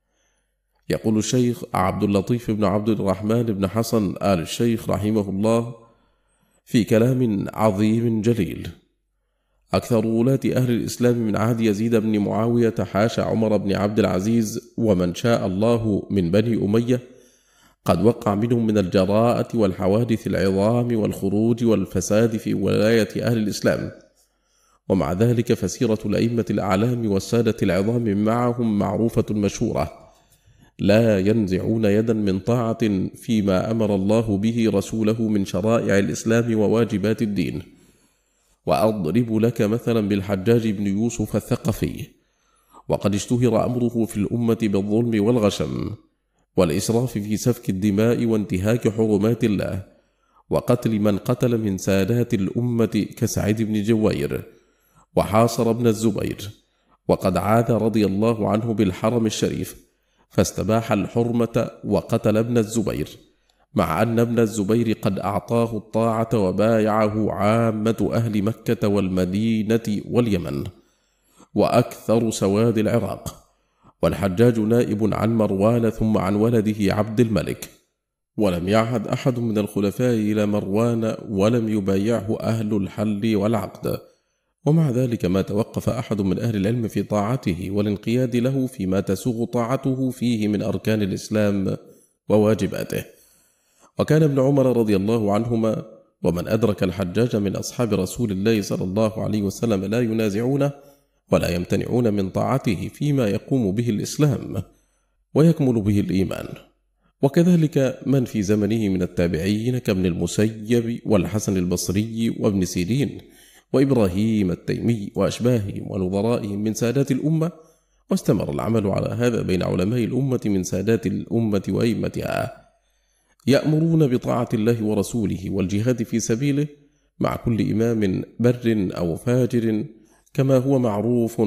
يقول الشيخ عبد اللطيف بن عبد الرحمن بن حسن آل الشيخ رحمه الله في كلام عظيم جليل: أكثر ولاة أهل الإسلام من عهد يزيد بن معاوية حاشا عمر بن عبد العزيز ومن شاء الله من بني أمية قد وقع منهم من الجراءة والحوادث العظام والخروج والفساد في ولاية أهل الإسلام، ومع ذلك فسيرة الأئمة الأعلام والسادة العظام معهم معروفة مشهورة، لا ينزعون يدا من طاعة فيما أمر الله به رسوله من شرائع الإسلام وواجبات الدين. وأضرب لك مثلا بالحجاج بن يوسف الثقفي، وقد اشتهر أمره في الأمة بالظلم والغشم والإسراف في سفك الدماء وانتهاك حرمات الله وقتل من قتل من سادات الأمة كسعيد بن جوير، وحاصر ابن الزبير، وقد عاذ رضي الله عنه بالحرم الشريف فاستباح الحرمة وقتل ابن الزبير، مع أن ابن الزبير قد أعطاه الطاعة وبايعه عامة أهل مكة والمدينة واليمن وأكثر سواد العراق. والحجاج نائب عن مروان ثم عن ولده عبد الملك، ولم يعهد أحد من الخلفاء إلى مروان ولم يبايعه أهل الحل والعقد، ومع ذلك ما توقف أحد من أهل العلم في طاعته والانقياد له فيما تسوغ طاعته فيه من أركان الإسلام وواجباته. وكان ابن عمر رضي الله عنهما ومن أدرك الحجاج من أصحاب رسول الله صلى الله عليه وسلم لا ينازعونه ولا يمتنعون من طاعته فيما يقوم به الإسلام ويكمل به الإيمان، وكذلك من في زمنه من التابعين كابن المسيب والحسن البصري وابن سيرين وإبراهيم التيمي وأشباههم ونظرائهم من سادات الأمة. واستمر العمل على هذا بين علماء الأمة من سادات الأمة وأئمتها، يأمرون بطاعة الله ورسوله والجهاد في سبيله مع كل إمام بر أو فاجر، كما هو معروف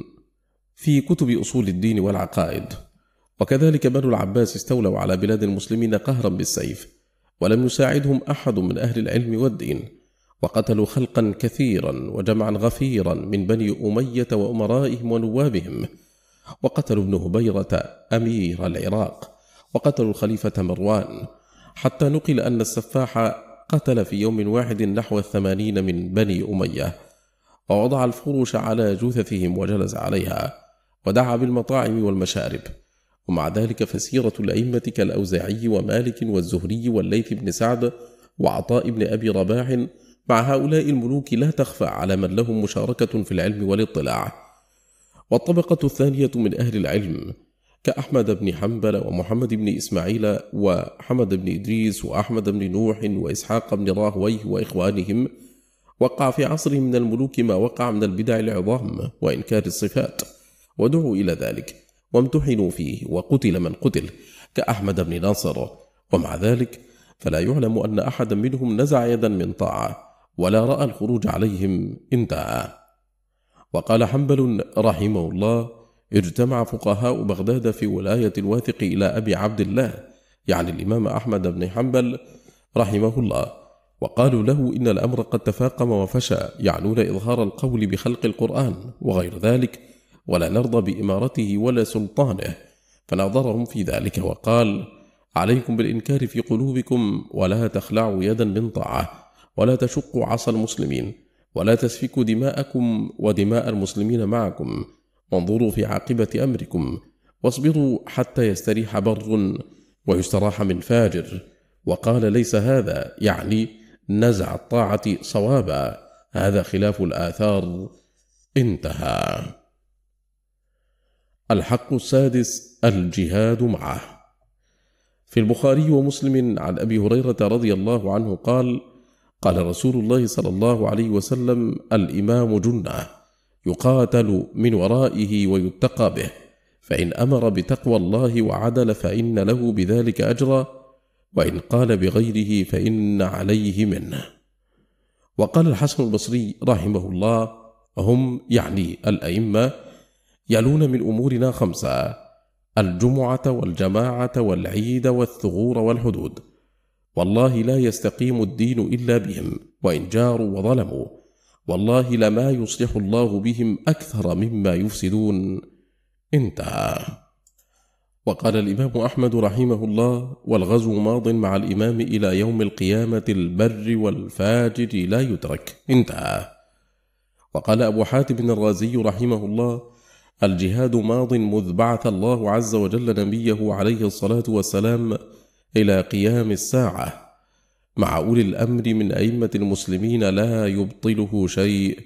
في كتب أصول الدين والعقائد. وكذلك بنو العباس استولوا على بلاد المسلمين قهرا بالسيف، ولم يساعدهم أحد من أهل العلم والدين، وقتلوا خلقا كثيرا وجمعا غفيرا من بني أمية وأمرائهم ونوابهم، وقتلوا ابن هبيرة أمير العراق، وقتلوا الخليفة مروان، حتى نقل أن السفاح قتل في يوم واحد نحو الثمانين من بني أمية، ووضع الفروش على جثثهم وجلس عليها، ودعا بالمطاعم والمشارب. ومع ذلك فسيرة الأئمة كالأوزاعي ومالك والزهري والليث بن سعد وعطاء بن أبي رباح مع هؤلاء الملوك لا تخفى على من لهم مشاركة في العلم والاطلاع. والطبقة الثانية من أهل العلم كأحمد بن حنبل ومحمد بن إسماعيل وحمد بن إدريس وأحمد بن نوح وإسحاق بن راهويه وإخوانهم، وقع في عصرهم من الملوك ما وقع من البدع العظام وإنكار الصفات، ودعوا إلى ذلك وامتحنوا فيه، وقتل من قتل كأحمد بن ناصر. ومع ذلك فلا يعلم أن أحدا منهم نزع يدا من طاعة ولا رأى الخروج عليهم انتهى. وقال حنبل رحمه الله: اجتمع فقهاء بغداد في ولاية الواثق إلى أبي عبد الله، يعني الإمام أحمد بن حنبل رحمه الله، وقالوا له إن الأمر قد تفاقم وفشى، يعنون إظهار القول بخلق القرآن وغير ذلك، ولا نرضى بإمارته ولا سلطانه. فناظرهم في ذلك وقال: عليكم بالإنكار في قلوبكم، ولا تخلعوا يدا من طاعة، ولا تشقوا عصا المسلمين، ولا تسفكوا دماءكم ودماء المسلمين معكم، وانظروا في عاقبة أمركم، واصبروا حتى يستريح بر ويستراح من فاجر. وقال: ليس هذا يعني نزع الطاعة صوابا، هذا خلاف الآثار. انتهى. الحق السادس: الجهاد معه. في البخاري ومسلم عن أبي هريرة رضي الله عنه قال: قال رسول الله صلى الله عليه وسلم: الإمام جنة يقاتل من ورائه ويتقى به، فإن أمر بتقوى الله وعدل فإن له بذلك أجرا، وإن قال بغيره فإن عليه منه. وقال الحسن البصري رحمه الله: هم يعني الأئمة يلون من أمورنا خمسة: الجمعة والجماعة والعيد والثغور والحدود، والله لا يستقيم الدين إلا بهم، وإن جاروا وظلموا، والله لما يصلح الله بهم أكثر مما يفسدون. انتهى. وقال الإمام أحمد رحمه الله: والغزو ماض مع الإمام إلى يوم القيامة، البر والفاجر لا يترك. انتهى. وقال أبو حاتم الرازي رحمه الله: الجهاد ماض مذ بعث الله عز وجل نبيه عليه الصلاة والسلام إلى قيام الساعة مع أولي الأمر من أئمة المسلمين لا يبطله شيء.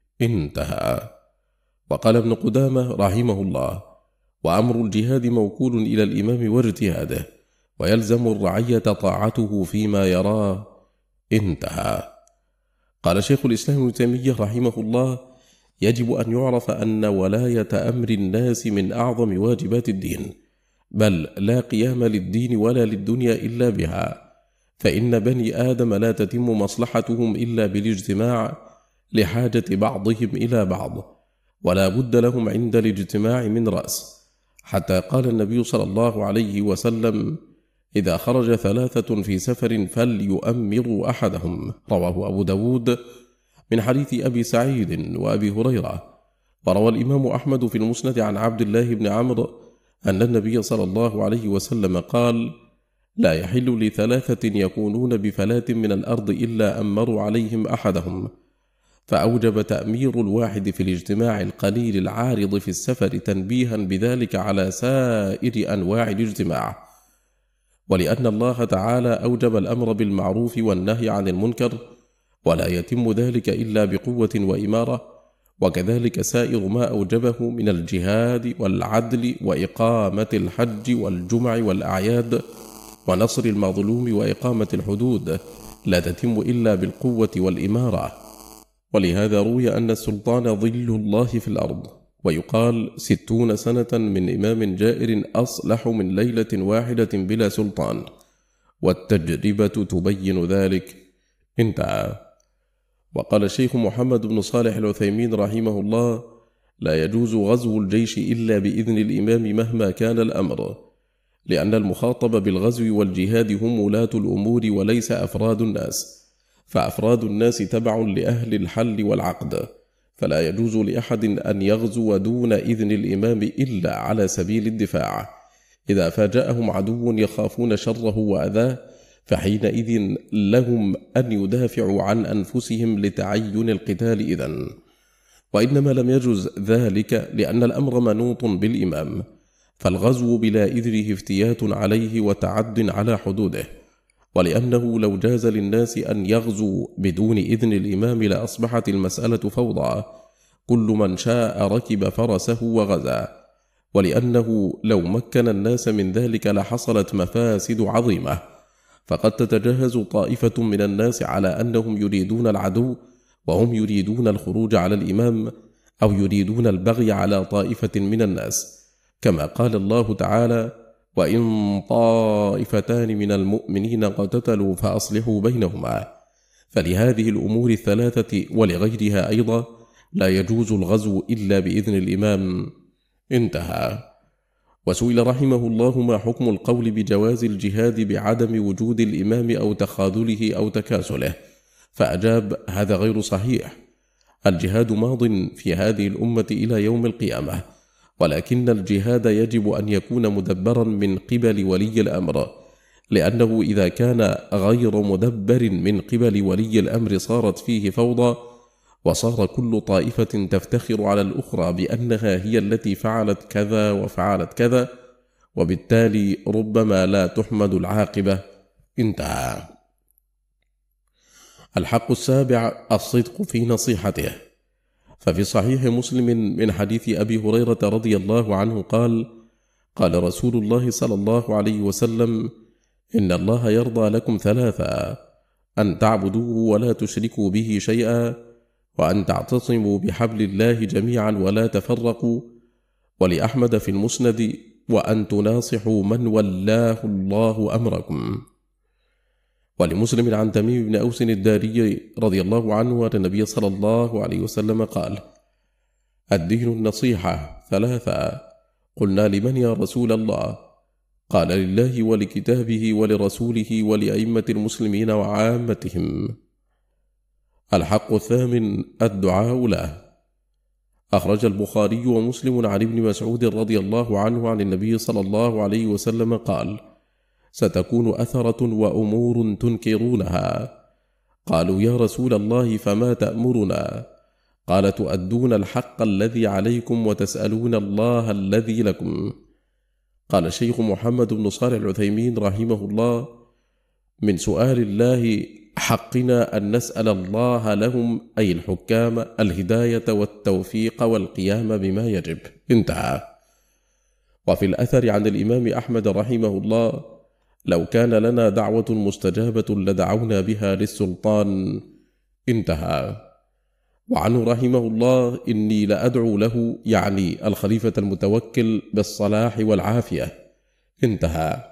انتهى. وقال ابن قدامة رحمه الله: وأمر الجهاد موكول إلى الإمام واجتهاده، ويلزم الرعية طاعته فيما يراه. انتهى. قال شيخ الإسلام ابن تيمية رحمه الله: يجب أن يعرف أن ولاية أمر الناس من أعظم واجبات الدين، بل لا قيام للدين ولا للدنيا إلا بها، فإن بني آدم لا تتم مصلحتهم إلا بالاجتماع لحاجة بعضهم إلى بعض، ولا بد لهم عند الاجتماع من رأس، حتى قال النبي صلى الله عليه وسلم: إذا خرج ثلاثة في سفر فليؤمروا أحدهم. رواه أبو داود من حديث أبي سعيد وأبي هريرة. وروى الإمام أحمد في المسند عن عبد الله بن عمرو أن النبي صلى الله عليه وسلم قال: لا يحل لثلاثة يكونون بفلاة من الأرض إلا أمروا عليهم أحدهم، فأوجب تأمير الواحد في الاجتماع القليل العارض في السفر تنبيها بذلك على سائر أنواع الاجتماع. ولأن الله تعالى أوجب الأمر بالمعروف والنهي عن المنكر، ولا يتم ذلك إلا بقوة وإمارة، وكذلك سائر ما أوجبه من الجهاد والعدل وإقامة الحج والجمع والأعياد ونصر المظلوم وإقامة الحدود، لا تتم إلا بالقوة والإمارة. ولهذا روي أن السلطان ظل الله في الأرض، ويقال: ستون سنة من إمام جائر أصلح من ليلة واحدة بلا سلطان، والتجربة تبين ذلك. انتهى. وقال الشيخ محمد بن صالح العثيمين رحمه الله: لا يجوز غزو الجيش إلا بإذن الإمام مهما كان الأمر، لأن المخاطب بالغزو والجهاد هم ولاة الأمور وليس أفراد الناس، فأفراد الناس تبع لأهل الحل والعقد، فلا يجوز لأحد أن يغزو دون إذن الإمام إلا على سبيل الدفاع، إذا فاجأهم عدو يخافون شره وأذاه، فحينئذ لهم أن يدافعوا عن أنفسهم لتعين القتال إذن. وإنما لم يجوز ذلك لأن الأمر منوط بالإمام، فالغزو بلا إذنه افتيات عليه وتعد على حدوده، ولأنه لو جاز للناس أن يغزوا بدون إذن الإمام لأصبحت المسألة فوضى، كل من شاء ركب فرسه وغزا، ولأنه لو مكن الناس من ذلك لحصلت مفاسد عظيمة، فقد تتجهز طائفة من الناس على أنهم يريدون العدو وهم يريدون الخروج على الإمام، أو يريدون البغي على طائفة من الناس، كما قال الله تعالى: وإن طائفتان من المؤمنين اقتتلوا فأصلحوا بينهما. فلهذه الأمور الثلاثة ولغيرها أيضا لا يجوز الغزو إلا بإذن الإمام. انتهى. وسئل رحمه الله: ما حكم القول بجواز الجهاد بعدم وجود الإمام أو تخاذله أو تكاسله؟ فأجاب: هذا غير صحيح. الجهاد ماض في هذه الأمة إلى يوم القيامة، ولكن الجهاد يجب أن يكون مدبرا من قبل ولي الأمر، لأنه إذا كان غير مدبر من قبل ولي الأمر صارت فيه فوضى، وصار كل طائفة تفتخر على الأخرى بأنها هي التي فعلت كذا وفعلت كذا، وبالتالي ربما لا تحمد العاقبة. انتهى. الحق السابع: الصدق في نصيحته. ففي صحيح مسلم من حديث أبي هريرة رضي الله عنه قال: قال رسول الله صلى الله عليه وسلم: إن الله يرضى لكم ثلاثا: أن تعبدوه ولا تشركوا به شيئا، وأن تعتصموا بحبل الله جميعا ولا تفرقوا، ولأحمد في المسند: وأن تناصحوا من ولاه الله أمركم. ولمسلم عن تميم بن أوس الداري رضي الله عنه أن النبي صلى الله عليه وسلم قال: الدين النصيحة ثلاثة. قلنا: لمن يا رسول الله؟ قال: لله ولكتابه ولرسوله ولأئمة المسلمين وعامتهم. الحق الثامن: الدعاء له. أخرج البخاري ومسلم عن ابن مسعود رضي الله عنه عن النبي صلى الله عليه وسلم قال: ستكون أثرة وأمور تنكرونها. قالوا: يا رسول الله فما تأمرنا؟ قال: تؤدون الحق الذي عليكم وتسألون الله الذي لكم. قال الشيخ محمد بن صالح العثيمين رحمه الله: من سؤال الله حقنا أن نسأل الله لهم، أي الحكام، الهداية والتوفيق والقيام بما يجب. انتهى. وفي الأثر عن الإمام أحمد رحمه الله: لو كان لنا دعوة مستجابة لدعونا بها للسلطان. انتهى. وعنه رحمه الله: إني لأدعو له، يعني الخليفة المتوكل، بالصلاح والعافية. انتهى.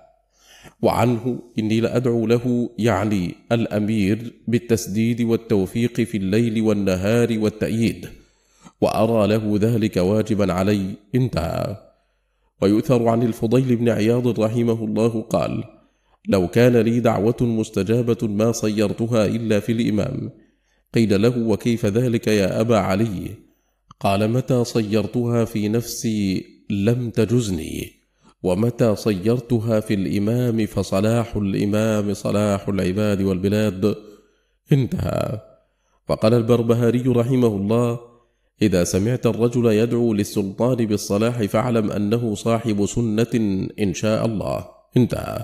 وعنه: إني لأدعو له، يعني الأمير، بالتسديد والتوفيق في الليل والنهار والتأييد، وأرى له ذلك واجبا علي. انتهى. ويؤثر عن الفضيل بن عياض رحمه الله قال: لو كان لي دعوة مستجابة ما صيرتها إلا في الإمام. قيل له: وكيف ذلك يا أبا علي؟ قال: متى صيرتها في نفسي لم تجزني، ومتى صيرتها في الإمام فصلاح الإمام صلاح العباد والبلاد. انتهى. وقال البربهاري رحمه الله: إذا سمعت الرجل يدعو للسلطان بالصلاح فاعلم أنه صاحب سنة إن شاء الله. انتهى.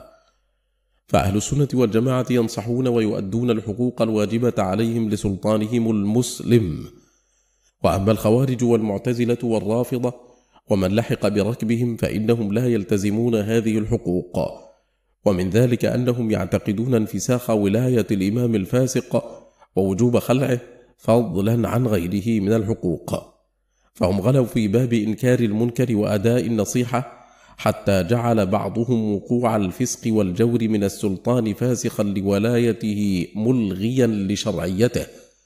فأهل السنة والجماعة ينصحون ويؤدون الحقوق الواجبة عليهم لسلطانهم المسلم. وأما الخوارج والمعتزلة والرافضة ومن لحق بركبهم فإنهم لا يلتزمون هذه الحقوق، ومن ذلك أنهم يعتقدون انفساخ ولاية الإمام الفاسق ووجوب خلعه فضلا عن غيره من الحقوق، فهم غلوا في باب إنكار المنكر وأداء النصيحة، حتى جعل بعضهم وقوع الفسق والجور من السلطان فاسخا لولايته ملغيا لشرعيته،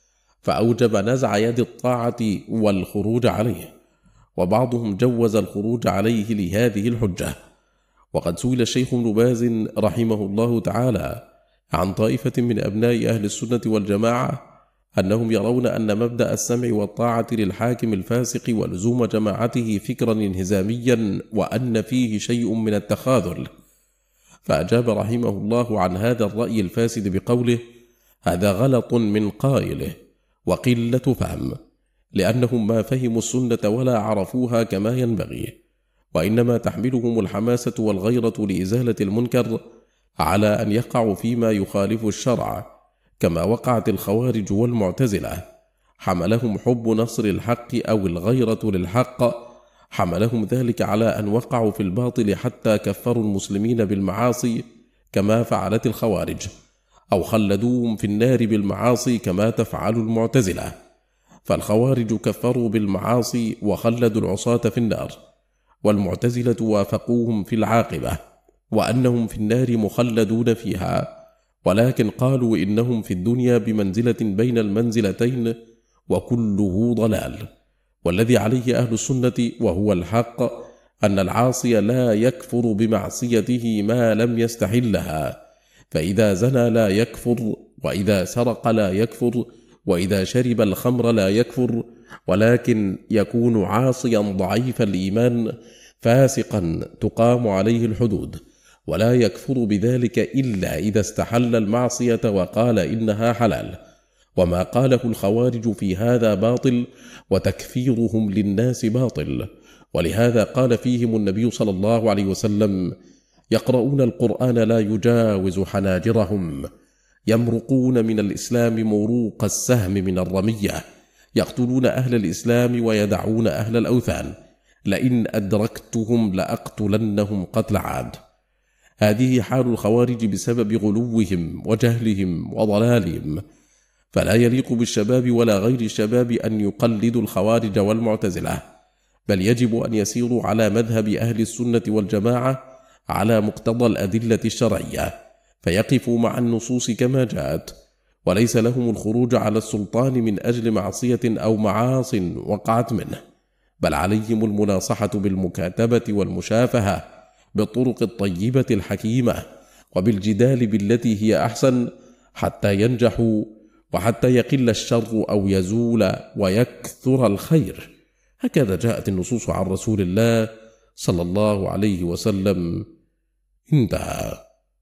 فأوجب نزع يد الطاعة والخروج عليه، وبعضهم جوز الخروج عليه لهذه الحجة. وقد سئل الشيخ ابن باز رحمه الله تعالى عن طائفة من أبناء أهل السنة والجماعة أنهم يرون أن مبدأ السمع والطاعة للحاكم الفاسق ولزوم جماعته فكرا انهزاميا، وأن فيه شيء من التخاذل، فأجاب رحمه الله عن هذا الرأي الفاسد بقوله: هذا غلط من قائله وقلة فهم، لأنهم ما فهموا السنة ولا عرفوها كما ينبغي، وإنما تحملهم الحماسة والغيرة لإزالة المنكر على أن يقعوا فيما يخالف الشرع، كما وقعت الخوارج والمعتزلة. حملهم حب نصر الحق أو الغيرة للحق، حملهم ذلك على أن وقعوا في الباطل حتى كفروا المسلمين بالمعاصي كما فعلت الخوارج، أو خلدوهم في النار بالمعاصي كما تفعل المعتزلة. فالخوارج كفروا بالمعاصي وخلدوا العصاة في النار، والمعتزلة وافقوهم في العاقبة وأنهم في النار مخلدون فيها، ولكن قالوا إنهم في الدنيا بمنزلة بين المنزلتين، وكله ضلال. والذي عليه أهل السنة وهو الحق أن العاصي لا يكفر بمعصيته ما لم يستحلها، فإذا زنى لا يكفر، وإذا سرق لا يكفر، وإذا شرب الخمر لا يكفر، ولكن يكون عاصيا ضعيف الإيمان فاسقا تقام عليه الحدود، ولا يكفر بذلك إلا إذا استحل المعصية وقال إنها حلال. وما قاله الخوارج في هذا باطل، وتكفيرهم للناس باطل، ولهذا قال فيهم النبي صلى الله عليه وسلم: يقرؤون القرآن لا يجاوز حناجرهم، يمرقون من الإسلام مروق السهم من الرمية، يقتلون أهل الإسلام ويدعون أهل الأوثان، لئن أدركتهم لأقتلنهم قتل عاد. هذه حال الخوارج بسبب غلوهم وجهلهم وضلالهم، فلا يليق بالشباب ولا غير الشباب أن يقلدوا الخوارج والمعتزلة، بل يجب أن يسيروا على مذهب أهل السنة والجماعة على مقتضى الأدلة الشرعية، فيقفوا مع النصوص كما جاءت، وليس لهم الخروج على السلطان من أجل معصية أو معاص وقعت منه، بل عليهم المناصحة بالمكاتبة والمشافهة بالطرق الطيبة الحكيمة، وبالجدال بالتي هي أحسن، حتى ينجحوا وحتى يقل الشر أو يزول ويكثر الخير. هكذا جاءت النصوص عن رسول الله صلى الله عليه وسلم. انتهى.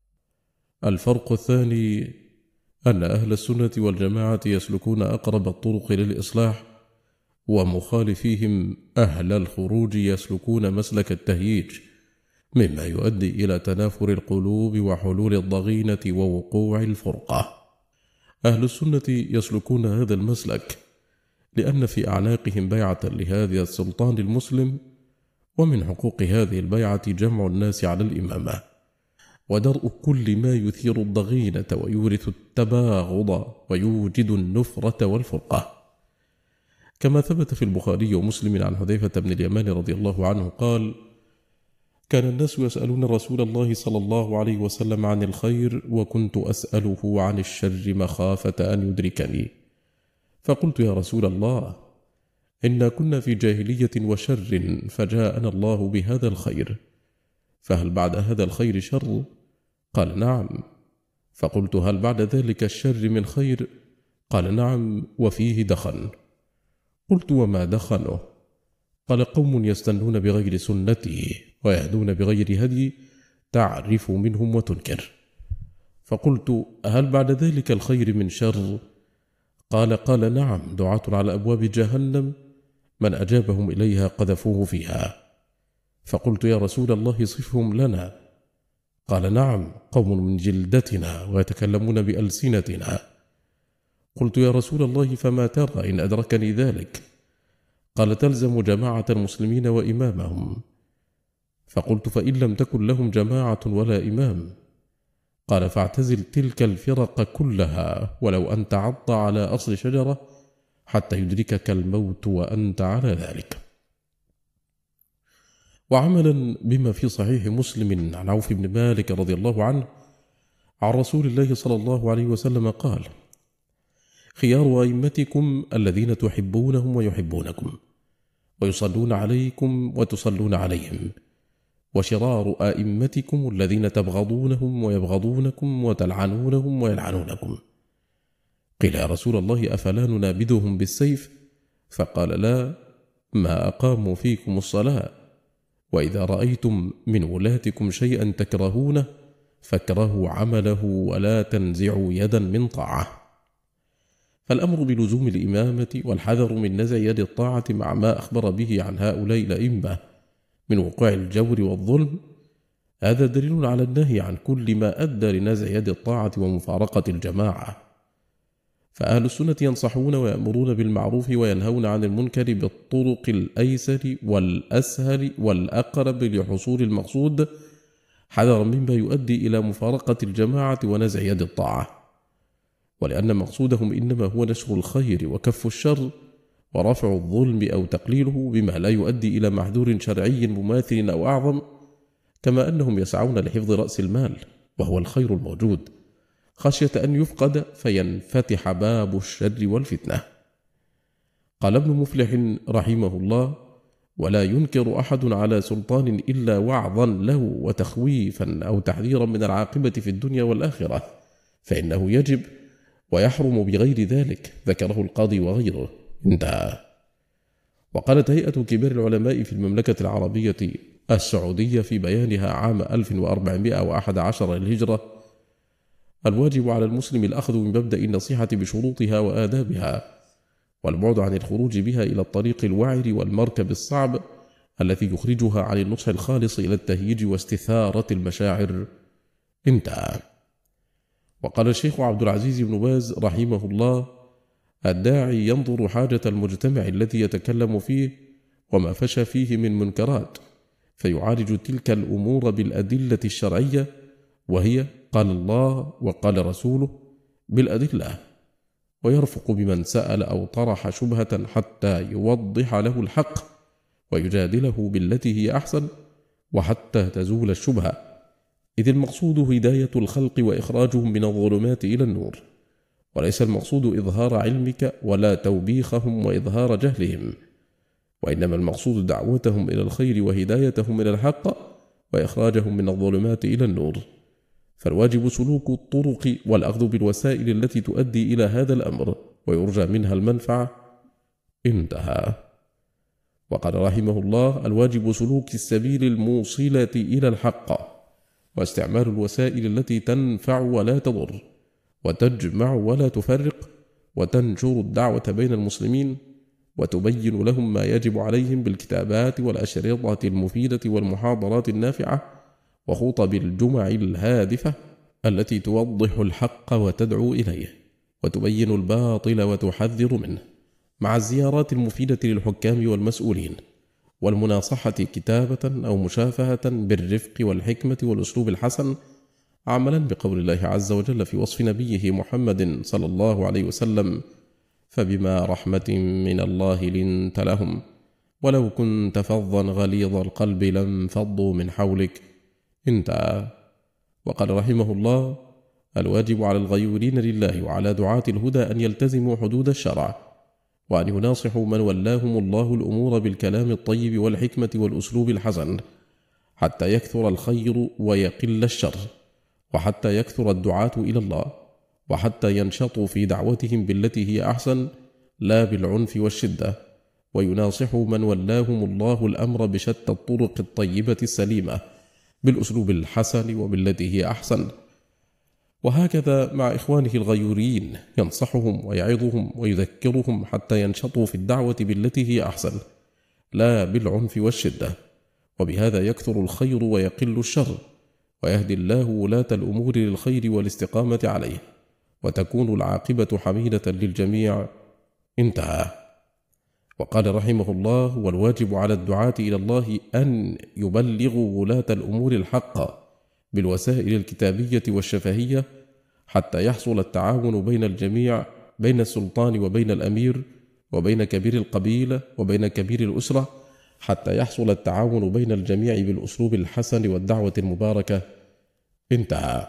الفرق الثاني أن أهل السنة والجماعة يسلكون أقرب الطرق للإصلاح، ومخالفيهم أهل الخروج يسلكون مسلك التهييج، مما يؤدي إلى تنافر القلوب وحلول الضغينة ووقوع الفرقة. أهل السنة يسلكون هذا المسلك لأن في أعناقهم بيعة لهذا السلطان المسلم، ومن حقوق هذه البيعة جمع الناس على الإمامة، ودرء كل ما يثير الضغينة ويورث التباغض ويوجد النفرة والفرقة. كما ثبت في البخاري ومسلم عن حذيفة بن اليمان رضي الله عنه قال: كان الناس يسألون رسول الله صلى الله عليه وسلم عن الخير، وكنت أسأله عن الشر مخافة أن يدركني، فقلت: يا رسول الله، إنا كنا في جاهلية وشر، فجاءنا الله بهذا الخير، فهل بعد هذا الخير شر؟ قال: نعم. فقلت: هل بعد ذلك الشر من خير؟ قال: نعم، وفيه دخن. قلت: وما دخنه؟ قال: قوم يستنون بغير سنته ويهدون بغير هدي، تعرف منهم وتنكر. فقلت: هل بعد ذلك الخير من شر؟ قال: قال: نعم، دعاة على أبواب جهنم، من أجابهم إليها قذفوه فيها. فقلت: يا رسول الله، صفهم لنا. قال: نعم، قوم من جلدتنا ويتكلمون بألسنتنا. قلت: يا رسول الله، فما ترى إن أدركني ذلك؟ قال: تلزم جماعة المسلمين وإمامهم. فقلت: فإن لم تكن لهم جماعة ولا إمام؟ قال: فاعتزل تلك الفرق كلها، ولو أن تعض على أصل شجرة حتى يدركك الموت وأنت على ذلك. وعملا بما في صحيح مسلم عن عوف بن مالك رضي الله عنه عن رسول الله صلى الله عليه وسلم قال: خيار أئمتكم الذين تحبونهم ويحبونكم، ويصلون عليكم وتصلون عليهم، وشرار أئمتكم الذين تبغضونهم ويبغضونكم وتلعنونهم ويلعنونكم. قيل: يا رسول الله، أفلا ننابذهم بالسيف؟ فقال: لا، ما أقاموا فيكم الصلاة. وإذا رأيتم من ولاتكم شيئا تكرهونه فاكرهوا عمله ولا تنزعوا يدا من طاعة. فالأمر بلزوم الإمامة والحذر من نزع يد الطاعة مع ما أخبر به عن هؤلاء الأئمة من وقوع الجور والظلم، هذا دليل على النهي عن كل ما أدى لنزع يد الطاعة ومفارقة الجماعة. فأهل السنة ينصحون ويأمرون بالمعروف وينهون عن المنكر بالطرق الأيسر والأسهل والأقرب لحصول المقصود، حذرا مما يؤدي إلى مفارقة الجماعة ونزع يد الطاعة، ولأن مقصودهم إنما هو نشر الخير وكف الشر ورفع الظلم أو تقليله بما لا يؤدي إلى محذور شرعي مماثل أو أعظم، كما أنهم يسعون لحفظ رأس المال وهو الخير الموجود، خشية أن يفقد فينفتح باب الشر والفتنة. قال ابن مفلح رحمه الله: ولا ينكر أحد على سلطان إلا وعظا له وتخويفا أو تحذيرا من العاقبة في الدنيا والآخرة، فإنه يجب ويحرم بغير ذلك، ذكره القاضي وغيره. انتهى. وقالت هيئة كبار العلماء في المملكة العربية السعودية في بيانها عام ألف وأربعمائة وأحد عشر للهجرة: الواجب على المسلم الأخذ من مبدأ النصيحة بشروطها وآدابها، والبعد عن الخروج بها إلى الطريق الوعر والمركب الصعب التي يخرجها عن النصح الخالص إلى التهييج واستثارة المشاعر. انتهى. وقال الشيخ عبد العزيز بن باز رحمه الله: الداعي ينظر حاجة المجتمع الذي يتكلم فيه وما فشى فيه من منكرات، فيعالج تلك الأمور بالأدلة الشرعية، وهي قال الله وقال رسوله بالأدلة، ويرفق بمن سأل أو طرح شبهة حتى يوضح له الحق ويجادله بالتي هي أحسن وحتى تزول الشبهة، إذ المقصود هداية الخلق وإخراجهم من الظلمات إلى النور، وليس المقصود إظهار علمك ولا توبيخهم وإظهار جهلهم، وإنما المقصود دعوتهم إلى الخير وهدايتهم إلى الحق وإخراجهم من الظلمات إلى النور. فالواجب سلوك الطرق والأخذ بالوسائل التي تؤدي إلى هذا الأمر ويرجى منها المنفعة. انتهى. وقال رحمه الله: الواجب سلوك السبيل الموصلة إلى الحق، واستعمال الوسائل التي تنفع ولا تضر، وتجمع ولا تفرق، وتنشر الدعوة بين المسلمين، وتبين لهم ما يجب عليهم بالكتابات والأشرطة المفيدة والمحاضرات النافعة، وخطب الجمع الهادفة التي توضح الحق وتدعو إليه وتبين الباطل وتحذر منه، مع الزيارات المفيدة للحكام والمسؤولين، والمناصحة كتابة أو مشافهة بالرفق والحكمة والأسلوب الحسن، عملا بقول الله عز وجل في وصف نبيه محمد صلى الله عليه وسلم: فبما رحمة من الله لنت لهم ولو كنت فظا غليظ القلب لانفضوا من حولك. انتهى. وقال رحمه الله: الواجب على الغيورين لله وعلى دعاة الهدى أن يلتزموا حدود الشرع، وأن يناصحوا من ولاهم الله الأمور بالكلام الطيب والحكمة والأسلوب الحسن، حتى يكثر الخير ويقل الشر، وحتى يكثر الدعاة إلى الله، وحتى ينشطوا في دعوتهم بالتي هي أحسن لا بالعنف والشدة، ويناصحوا من ولاهم الله الأمر بشتى الطرق الطيبة السليمة بالأسلوب الحسن وبالتي هي أحسن. وهكذا مع إخوانه الغيورين ينصحهم ويعظهم ويذكرهم حتى ينشطوا في الدعوة بالتي هي أحسن لا بالعنف والشدة، وبهذا يكثر الخير ويقل الشر، ويهدي الله ولاة الأمور للخير والاستقامة عليه، وتكون العاقبة حميدة للجميع. انتهى. وقال رحمه الله: والواجب على الدعاة إلى الله أن يبلغوا ولاة الأمور الحق بالوسائل الكتابية والشفهية، حتى يحصل التعاون بين الجميع، بين السلطان وبين الأمير، وبين كبير القبيلة وبين كبير الأسرة، حتى يحصل التعاون بين الجميع بالأسلوب الحسن والدعوة المباركة. انتهى.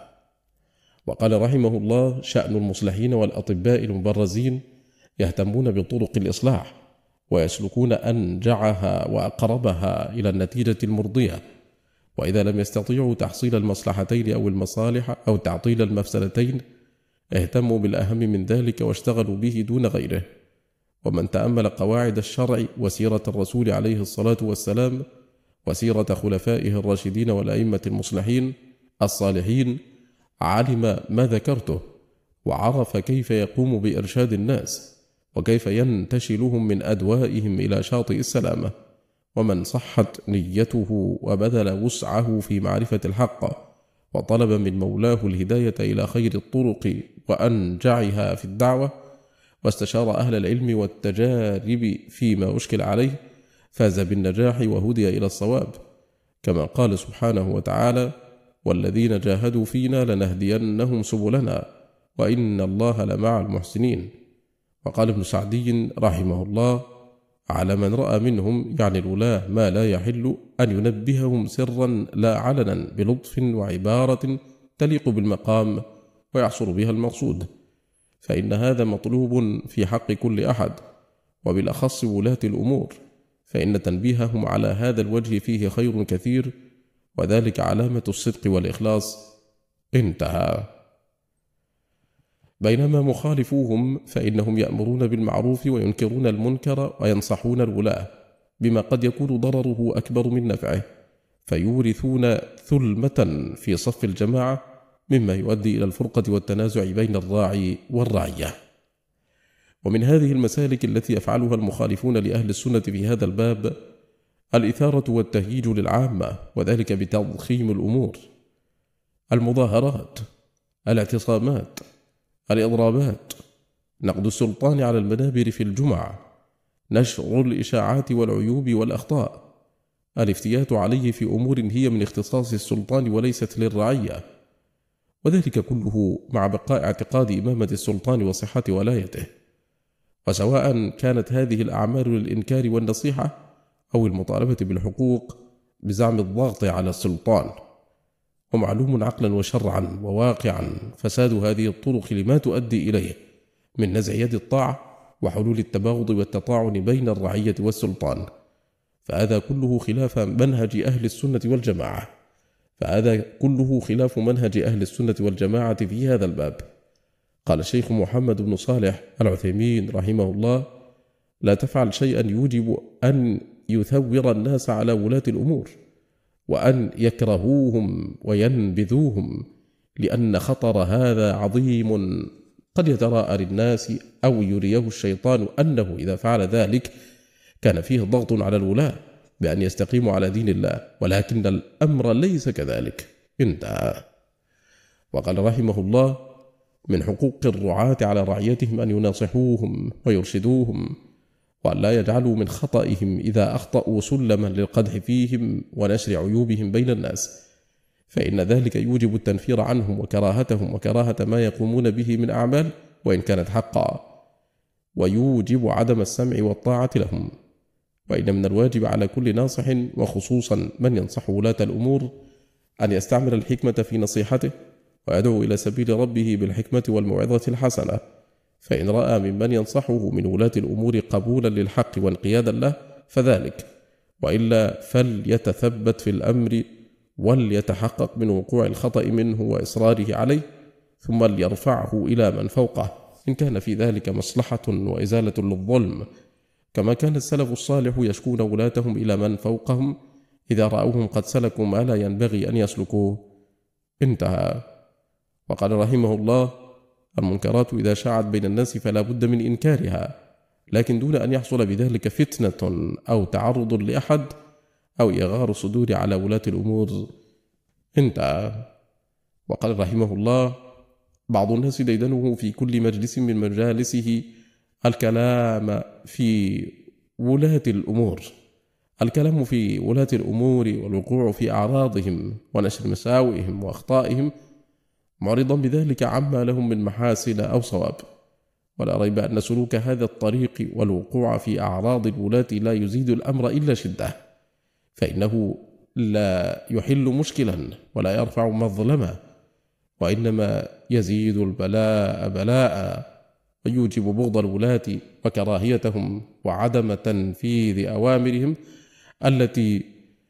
وقال رحمه الله: شأن المصلحين والأطباء المبرزين يهتمون بطرق الإصلاح، ويسلكون أنجعها وأقربها إلى النتيجة المرضية، وإذا لم يستطيعوا تحصيل المصلحتين أو المصالح أو تعطيل المفسدتين اهتموا بالأهم من ذلك واشتغلوا به دون غيره. ومن تأمل قواعد الشرع وسيرة الرسول عليه الصلاة والسلام وسيرة خلفائه الراشدين والأئمة المصلحين الصالحين علم ما ذكرته، وعرف كيف يقوم بإرشاد الناس، وكيف ينتشلهم من أدوائهم إلى شاطئ السلامة. ومن صحت نيته وبذل وسعه في معرفة الحق وطلب من مولاه الهداية إلى خير الطرق وأنجعها في الدعوة، واستشار أهل العلم والتجارب فيما أشكل عليه، فاز بالنجاح وهدي إلى الصواب، كما قال سبحانه وتعالى: والذين جاهدوا فينا لنهدينهم سبلنا وإن الله لمع المحسنين. وقال ابن سعدي رحمه الله: على من رأى منهم يعني الولاة ما لا يحل أن ينبههم سرا لا علنا بلطف وعبارة تليق بالمقام ويحصل بها المقصود، فإن هذا مطلوب في حق كل أحد، وبالأخص ولاة الأمور، فإن تنبيههم على هذا الوجه فيه خير كثير، وذلك علامة الصدق والإخلاص. انتهى. بينما مخالفوهم فإنهم يأمرون بالمعروف وينكرون المنكر وينصحون الولاة بما قد يكون ضرره أكبر من نفعه، فيورثون ثلمة في صف الجماعة مما يؤدي إلى الفرقة والتنازع بين الراعي والرعية. ومن هذه المسالك التي يفعلها المخالفون لأهل السنة في هذا الباب الإثارة والتهييج للعامة، وذلك بتضخيم الأمور، المظاهرات، الاعتصامات، الإضرابات، نقد السلطان على المنابر في الجمعة، نشر الإشاعات والعيوب والأخطاء، الافتيات عليه في أمور هي من اختصاص السلطان وليست للرعية، وذلك كله مع بقاء اعتقاد إمامة السلطان وصحة ولايته. وسواء كانت هذه الأعمال للإنكار والنصيحة أو المطالبة بالحقوق بزعم الضغط على السلطان. ومعلوم عقلا وشرعا وواقعا فساد هذه الطرق لما تؤدي إليه من نزع يد الطاعة وحلول التباغض والتطاعن بين الرعية والسلطان، فهذا كله خلاف منهج أهل السنة والجماعة فهذا كله خلاف منهج أهل السنة والجماعة في هذا الباب. قال الشيخ محمد بن صالح العثيمين رحمه الله: لا تفعل شيئا يوجب أن يثور الناس على ولاة الأمور وأن يكرهوهم وينبذوهم، لأن خطر هذا عظيم، قد يتراءى للناس أو يريه الشيطان أنه إذا فعل ذلك كان فيه ضغط على الولاة بأن يستقيموا على دين الله، ولكن الأمر ليس كذلك. انتهى. وقال رحمه الله: من حقوق الرعاة على رعيتهم أن يناصحوهم ويرشدوهم، وأن لا يجعلوا من خطئهم إذا أخطأوا سلما للقدح فيهم ونشر عيوبهم بين الناس، فإن ذلك يوجب التنفير عنهم وكراهتهم وكراهة ما يقومون به من أعمال وإن كانت حقا، ويوجب عدم السمع والطاعة لهم. وإن من الواجب على كل ناصح، وخصوصا من ينصح ولاة الأمور، أن يستعمل الحكمة في نصيحته، ويدعو إلى سبيل ربه بالحكمة والموعظة الحسنة، فإن رأى ممن ينصحه من ولاة الأمور قبولا للحق وانقيادا له فذلك، وإلا فليتثبت في الأمر وليتحقق من وقوع الخطأ منه وإصراره عليه، ثم ليرفعه إلى من فوقه إن كان في ذلك مصلحة وإزالة للظلم، كما كان السلف الصالح يشكون ولاتهم إلى من فوقهم إذا رأوهم قد سلكوا ما لا ينبغي أن يسلكوه. انتهى. وقال رحمه الله: المنكرات إذا شاعت بين الناس فلا بد من إنكارها، لكن دون أن يحصل بذلك فتنة أو تعرض لأحد أو إغار الصدور على ولاة الأمور. انتهى. وقال رحمه الله: بعض الناس ديدنه في كل مجلس من مجالسه الكلام في ولاة الأمور الكلام في ولاة الأمور والوقوع في أعراضهم ونشر مساوئهم وأخطائهم، معرضا بذلك عما لهم من محاسن أو صواب. ولا ريب أن سلوك هذا الطريق والوقوع في أعراض الولاة لا يزيد الأمر إلا شدة، فإنه لا يحل مشكلا ولا يرفع مظلمة، وإنما يزيد البلاء بلاء، ويوجب بغض الولاة وكراهيتهم وعدم تنفيذ أوامرهم التي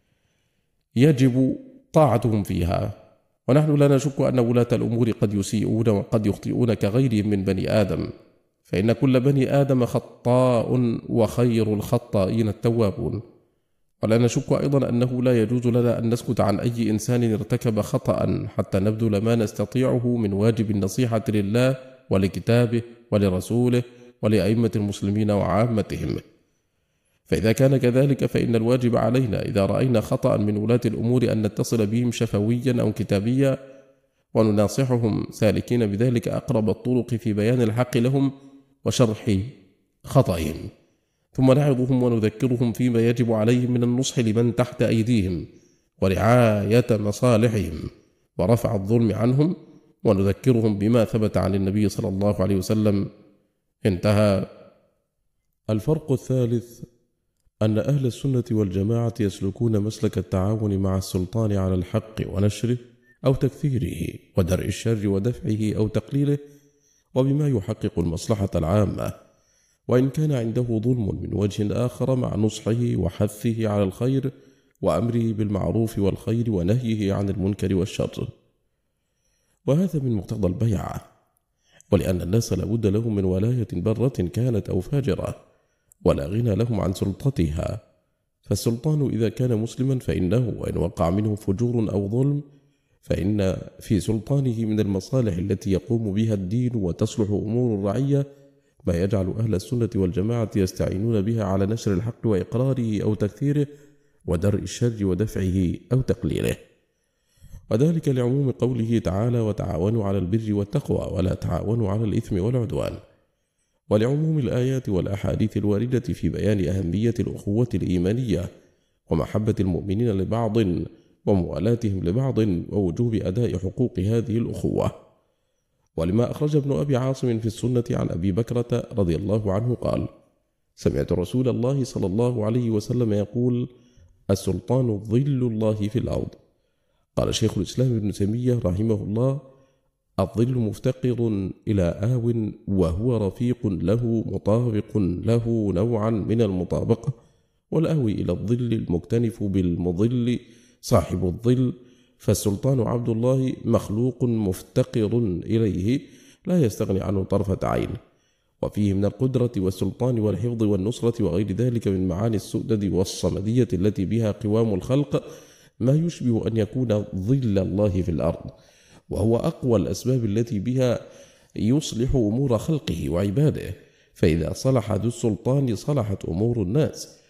يجب طاعتهم فيها. ونحن لا نشك أن ولاة الأمور قد يسيئون وقد يخطئون كغيرهم من بني آدم، فإن كل بني آدم خطاء وخير الخطائين التوابون. ولا نشك أيضا أنه لا يجوز لنا أن نسكت عن أي إنسان ارتكب خطأ حتى نبذل ما نستطيعه من واجب النصيحة لله ولكتابه ولرسوله ولأئمة المسلمين وعامتهم. فإذا كان كذلك فإن الواجب علينا إذا رأينا خطأ من ولاة الأمور أن نتصل بهم شفويا أو كتابيا ونناصحهم سالكين بذلك أقرب الطرق في بيان الحق لهم وشرح خطئهم، ثم نعظهم ونذكرهم فيما يجب عليهم من النصح لمن تحت أيديهم ورعاية مصالحهم ورفع الظلم عنهم، ونذكرهم بما ثبت عن النبي صلى الله عليه وسلم. انتهى. الفرق الثالث أن أهل السنة والجماعة يسلكون مسلك التعاون مع السلطان على الحق ونشره أو تكثيره ودرء الشر ودفعه أو تقليله، وبما يحقق المصلحة العامة، وإن كان عنده ظلم من وجه آخر مع نصحه وحثه على الخير وأمره بالمعروف والخير ونهيه عن المنكر والشر. وهذا من مقتضى البيعة، ولأن الناس لابد لهم من ولاية برة كانت أو فاجرة، ولا غنى لهم عن سلطتها. فالسلطان إذا كان مسلما فإنه وإن وقع منه فجور أو ظلم فإن في سلطانه من المصالح التي يقوم بها الدين وتصلح أمور الرعية ما يجعل أهل السنة والجماعة يستعينون بها على نشر الحق وإقراره أو تكثيره ودرء الشر ودفعه أو تقليله، وذلك لعموم قوله تعالى: وتعاونوا على البر والتقوى ولا تعاونوا على الإثم والعدوان، ولعموم الآيات والأحاديث الواردة في بيان أهمية الأخوة الإيمانية ومحبة المؤمنين لبعض وموالاتهم لبعض ووجوب أداء حقوق هذه الأخوة. ولما أخرج ابن أبي عاصم في السنة عن أبي بكرة رضي الله عنه قال: سمعت رسول الله صلى الله عليه وسلم يقول: السلطان ظل الله في الأرض. قال شيخ الإسلام ابن تيمية رحمه الله: الظل مفتقر إلى آو وهو رفيق له مطابق له نوعا من المطابقة، والآوي إلى الظل المكتنف بالمظل صاحب الظل، فالسلطان عبد الله مخلوق مفتقر إليه لا يستغني عنه طرفة عين، وفيه من القدرة والسلطان والحفظ والنصرة وغير ذلك من معاني السؤدد والصمدية التي بها قوام الخلق ما يشبه أن يكون ظل الله في الأرض، وهو أقوى الأسباب التي بها يصلح أمور خلقه وعباده، فإذا صلح ذو السلطان صلحت أمور الناس،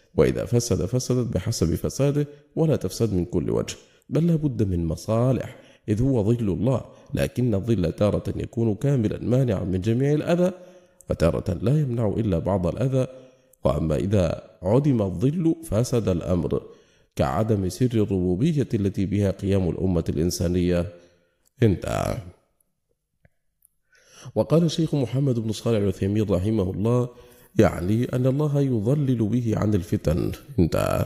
وإذا فسد فسدت بحسب فساده ولا تفسد من كل وجه، بل لا بد من مصالح، إذ هو ظل الله، لكن الظل تارة يكون كاملا مانعا من جميع الأذى، وتارة لا يمنع إلا بعض الأذى. وأما إذا عدم الظل فسد الأمر، كعدم سر الربوبية التي بها قيام الأمة الإنسانية. انتهى. وقال الشيخ محمد بن صالح العثيمين رحمه الله: يعني أن الله يظلل به عن الفتن. انتهى.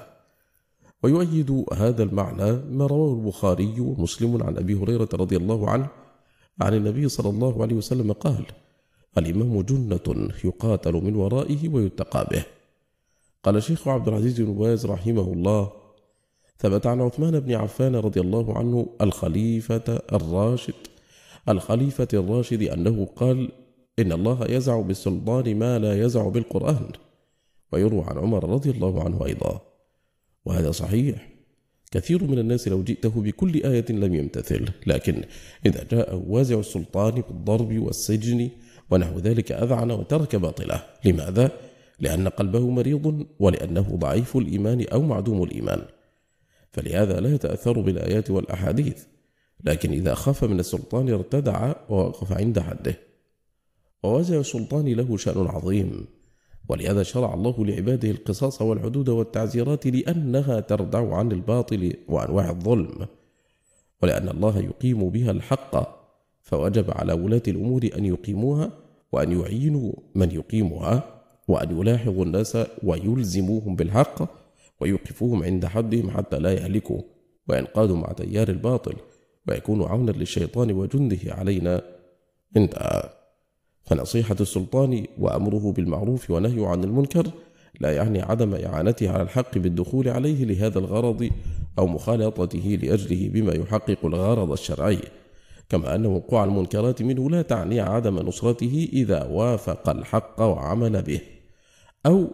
ويؤيد هذا المعنى ما رواه البخاري ومسلم عن أبي هريرة رضي الله عنه عن النبي صلى الله عليه وسلم قال: الإمام جنة يقاتل من ورائه ويتقى به. قال الشيخ عبد العزيز بن باز رحمه الله: ثبت عن عثمان بن عفان رضي الله عنه الخليفة الراشد الخليفة الراشد أنه قال: إن الله يزع بالسلطان ما لا يزع بالقرآن. ويروى عن عمر رضي الله عنه أيضا، وهذا صحيح. كثير من الناس لو جئته بكل آية لم يمتثل، لكن إذا جاء وازع السلطان بالضرب والسجن ونحو ذلك أذعن وترك باطله. لماذا؟ لأن قلبه مريض، ولأنه ضعيف الإيمان أو معدوم الإيمان، فلهذا لا يتأثر بالآيات والأحاديث. لكن إذا خاف من السلطان ارتدع ووقف عند حده. ووازع السلطان له شأن عظيم، ولهذا شرع الله لعباده القصاص والحدود والتعزيرات، لأنها تردع عن الباطل وأنواع الظلم، ولأن الله يقيم بها الحق، فوجب على ولاة الأمور أن يقيموها، وأن يعينوا من يقيمها، وأن يلاحظوا الناس ويلزموهم بالحق، ويوقفوهم عند حدهم حتى لا يهلكوا وينقادوا مع تيار الباطل ويكونوا عونا للشيطان وجنده علينا. انتهى. فنصيحة السلطان وأمره بالمعروف ونهيه عن المنكر لا يعني عدم إعانته على الحق بالدخول عليه لهذا الغرض أو مخالطته لأجله بما يحقق الغرض الشرعي، كما أن وقوع المنكرات منه لا تعني عدم نصرته إذا وافق الحق وعمل به، أو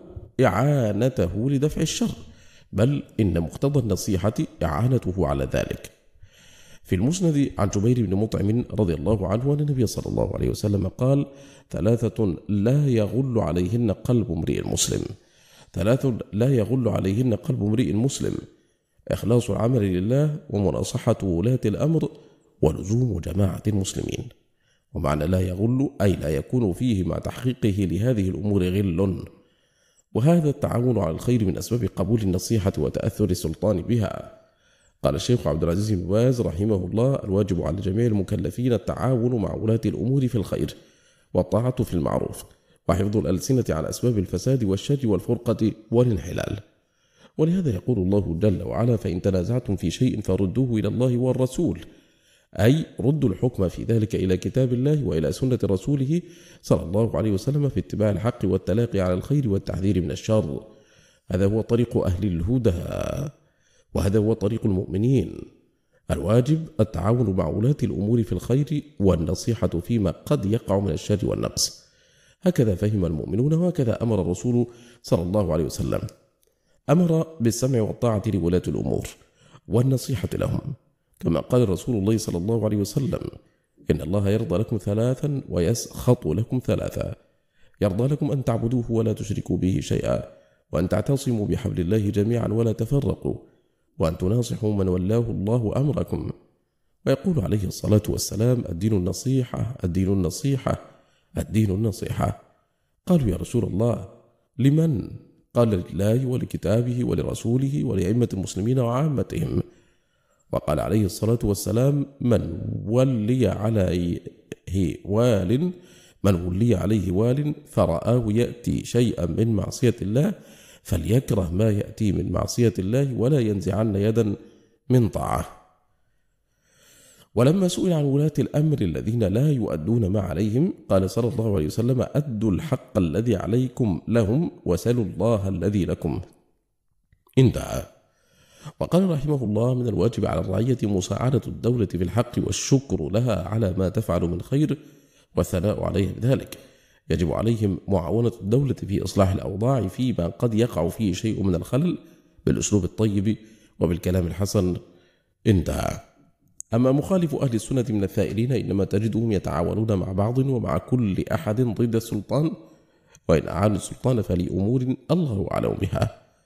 إعانته لدفع الشر، بل إن مقتضى النصيحة إعانته على ذلك. في المسند عن جبير بن مطعم رضي الله عنه أن النبي صلى الله عليه وسلم قال: ثلاثة لا يغل عليهن قلب امرئ مسلم ثلاث لا يغل عليهن قلب امرئ مسلم إخلاص العمل لله، ومناصحة ولاة الأمر، ولزوم جماعة المسلمين. ومعنى لا يغل أي لا يكون فيه مع تحقيقه لهذه الأمور غل، وهذا التعاون على الخير من أسباب قبول النصيحة وتأثر السلطان بها. قال الشيخ عبد العزيز بن باز رحمه الله: الواجب على جميع المكلفين التعاون مع ولاة الأمور في الخير، والطاعة في المعروف، وحفظ الألسنة عن أسباب الفساد والشر والفرقة والانحلال. ولهذا يقول الله جل وعلا: فإن تنازعتم في شيء فردوه إلى الله والرسول، أي ردوا الحكم في ذلك إلى كتاب الله وإلى سنة رسوله صلى الله عليه وسلم في اتباع الحق والتلاقي على الخير والتحذير من الشر. هذا هو طريق أهل الهدى، وهذا هو طريق المؤمنين. الواجب التعاون مع ولاة الأمور في الخير والنصيحة فيما قد يقع من الشر والنقص. هكذا فهم المؤمنون، وهكذا أمر الرسول صلى الله عليه وسلم. أمر بالسمع والطاعة لولاة الأمور والنصيحة لهم، كما قال رسول الله صلى الله عليه وسلم: إن الله يرضى لكم ثلاثا ويسخط لكم ثلاثا. يرضى لكم أن تعبدوه ولا تشركوا به شيئا، وأن تعتصموا بحبل الله جميعا ولا تفرقوا، وأن تناصحوا من ولاه الله أمركم. ويقول عليه الصلاة والسلام: الدين النصيحة، الدين النصيحة، الدين النصيحة. قالوا: يا رسول الله لمن؟ قال: لله ولكتابه ولرسوله ولأئمة المسلمين وعامتهم. وقال عليه الصلاة والسلام: من ولي عليه وال من ولي عليه وال فرآه يأتي شيئا من معصية الله فليكره ما يأتي من معصية الله ولا ينزعن يدا من طاعة. ولما سئل عن ولاة الأمر الذين لا يؤدون ما عليهم قال صلى الله عليه وسلم: أدوا الحق الذي عليكم لهم وسلوا الله الذي لكم. انتهى. وقال رحمه الله: من الواجب على الرعية مساعدة الدولة في الحق والشكر لها على ما تفعل من خير والثناء عليها بذلك. يجب عليهم معاونة الدولة في إصلاح الأوضاع فيما قد يقع فيه شيء من الخلل بالأسلوب الطيب وبالكلام الحسن. انتهى. أما مخالف أهل السنة من الثائرين إنما تجدهم يتعاونون مع بعض ومع كل أحد ضد السلطان، وإن أعانوا السلطان فلأمور الله أعلم بها.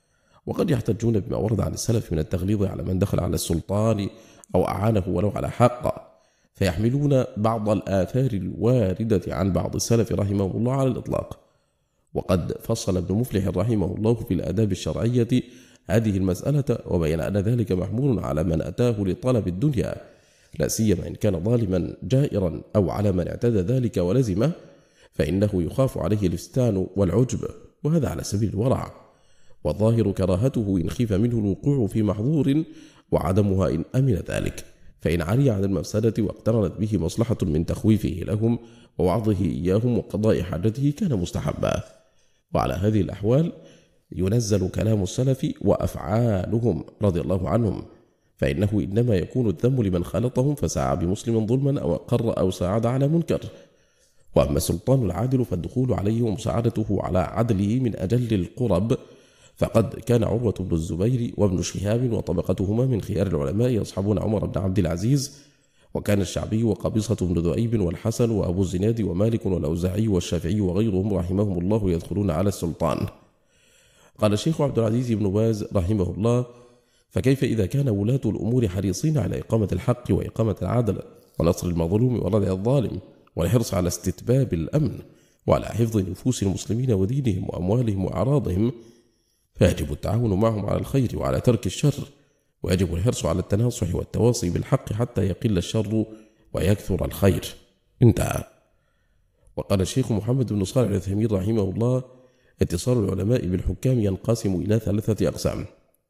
وقد يحتجون بما ورد عن السلف من التغليظ على من دخل على السلطان أو أعانه ولو على حق، فيحملون بعض الآثار الواردة عن بعض السلف رحمه الله على الإطلاق. وقد فصل ابن مفلح رحمه الله في الآداب الشرعية هذه المسألة، وبين أن ذلك محمول على من أتاه لطلب الدنيا، لا سيما إن كان ظالما جائرا، أو على من اعتدى ذلك ولزمه، فإنه يخاف عليه الافتان والعجب، وهذا على سبيل الورع. والظاهر كراهته إن خيف منه الوقوع في محظور، وعدمها إن أمن ذلك، فإن عري عن المفسدة واقترنت به مصلحة من تخويفه لهم ووعظه إياهم وقضاء حاجته كان مستحبا. وعلى هذه الأحوال ينزل كلام السلف وأفعالهم رضي الله عنهم، فإنه إنما يكون الذم لمن خالطهم فسعى بمسلم ظلما أو أقر أو ساعد على منكر. وأما السلطان العادل فالدخول عليه ومساعدته على عدله من أجل القرب، فقد كان عروة بن الزبير وابن شهاب وطبقتهما من خيار العلماء يصحبون عمر بن عبد العزيز، وكان الشعبي وقبيصة بن ذؤيب والحسن وأبو الزناد ومالك والأوزاعي والشافعي وغيرهم رحمهم الله يدخلون على السلطان. قال الشيخ عبد العزيز بن باز رحمه الله: فكيف إذا كان ولاة الأمور حريصين على إقامة الحق وإقامة العدل ونصر المظلوم وردع الظالم والحرص على استتباب الأمن وعلى حفظ نفوس المسلمين ودينهم وأموالهم وأعراضهم، فيجب التعاون معهم على الخير وعلى ترك الشر، ويجب الحرص على التناصح والتواصي بالحق حتى يقل الشر ويكثر الخير. انتهى. وقال الشيخ محمد بن صالح العثيمين رحمه الله: اتصال العلماء بالحكام ينقسم إلى ثلاثة أقسام.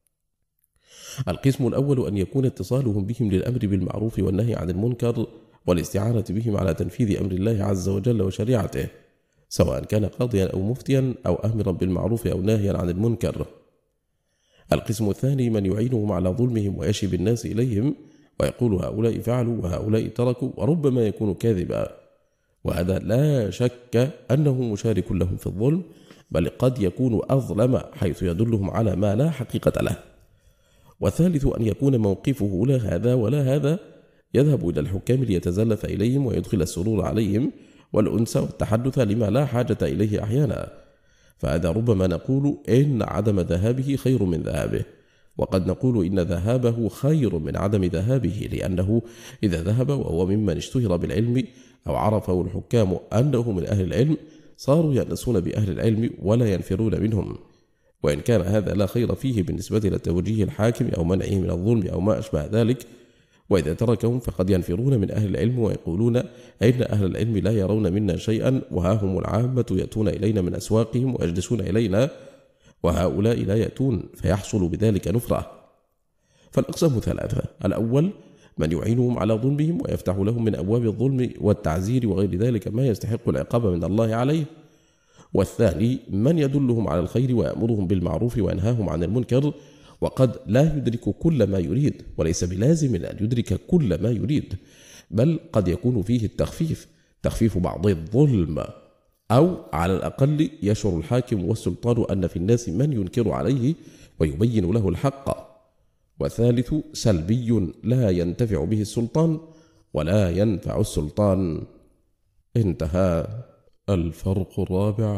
القسم الأول أن يكون اتصالهم بهم للأمر بالمعروف والنهي عن المنكر والاستعانة بهم على تنفيذ أمر الله عز وجل وشريعته، سواء كان قاضيا أو مفتيا أو أمرا بالمعروف أو ناهيا عن المنكر. القسم الثاني من يعينهم على ظلمهم ويشي بالناس إليهم ويقول هؤلاء فعلوا وهؤلاء تركوا، وربما يكون كاذبا، وهذا لا شك أنه مشارك لهم في الظلم، بل قد يكون أظلم حيث يدلهم على ما لا حقيقة له. والثالث أن يكون موقفه لا هذا ولا هذا، يذهب إلى الحكام ليتزلف إليهم ويدخل السرور عليهم والأنس والتحدث لما لا حاجة إليه أحيانا، فهذا ربما نقول إن عدم ذهابه خير من ذهابه، وقد نقول إن ذهابه خير من عدم ذهابه، لأنه إذا ذهب وهو ممن اشتهر بالعلم أو عرفه الحكام أنه من أهل العلم صاروا يأنسون بأهل العلم ولا ينفرون منهم، وإن كان هذا لا خير فيه بالنسبة لتوجيه الحاكم أو منعه من الظلم أو ما أشبه ذلك. وإذا تركهم فقد ينفرون من أهل العلم ويقولون أين أهل العلم لا يرون منا شيئا، وها هم العامة يأتون إلينا من أسواقهم ويجلسون إلينا، وهؤلاء لا يأتون، فيحصل بذلك نفرة. فالأقسام ثلاثة: الأول من يعينهم على ظلمهم ويفتح لهم من أبواب الظلم والتعزير وغير ذلك ما يستحق العقاب من الله عليه. والثاني من يدلهم على الخير ويأمرهم بالمعروف وينهاهم عن المنكر، وقد لا يدرك كل ما يريد، وليس بلازم أن يدرك كل ما يريد، بل قد يكون فيه التخفيف، تخفيف بعض الظلم، أو على الأقل يشعر الحاكم والسلطان أن في الناس من ينكر عليه ويبين له الحق. والثالث سلبي لا ينتفع به السلطان ولا ينفع السلطان. انتهى. الفرق الرابع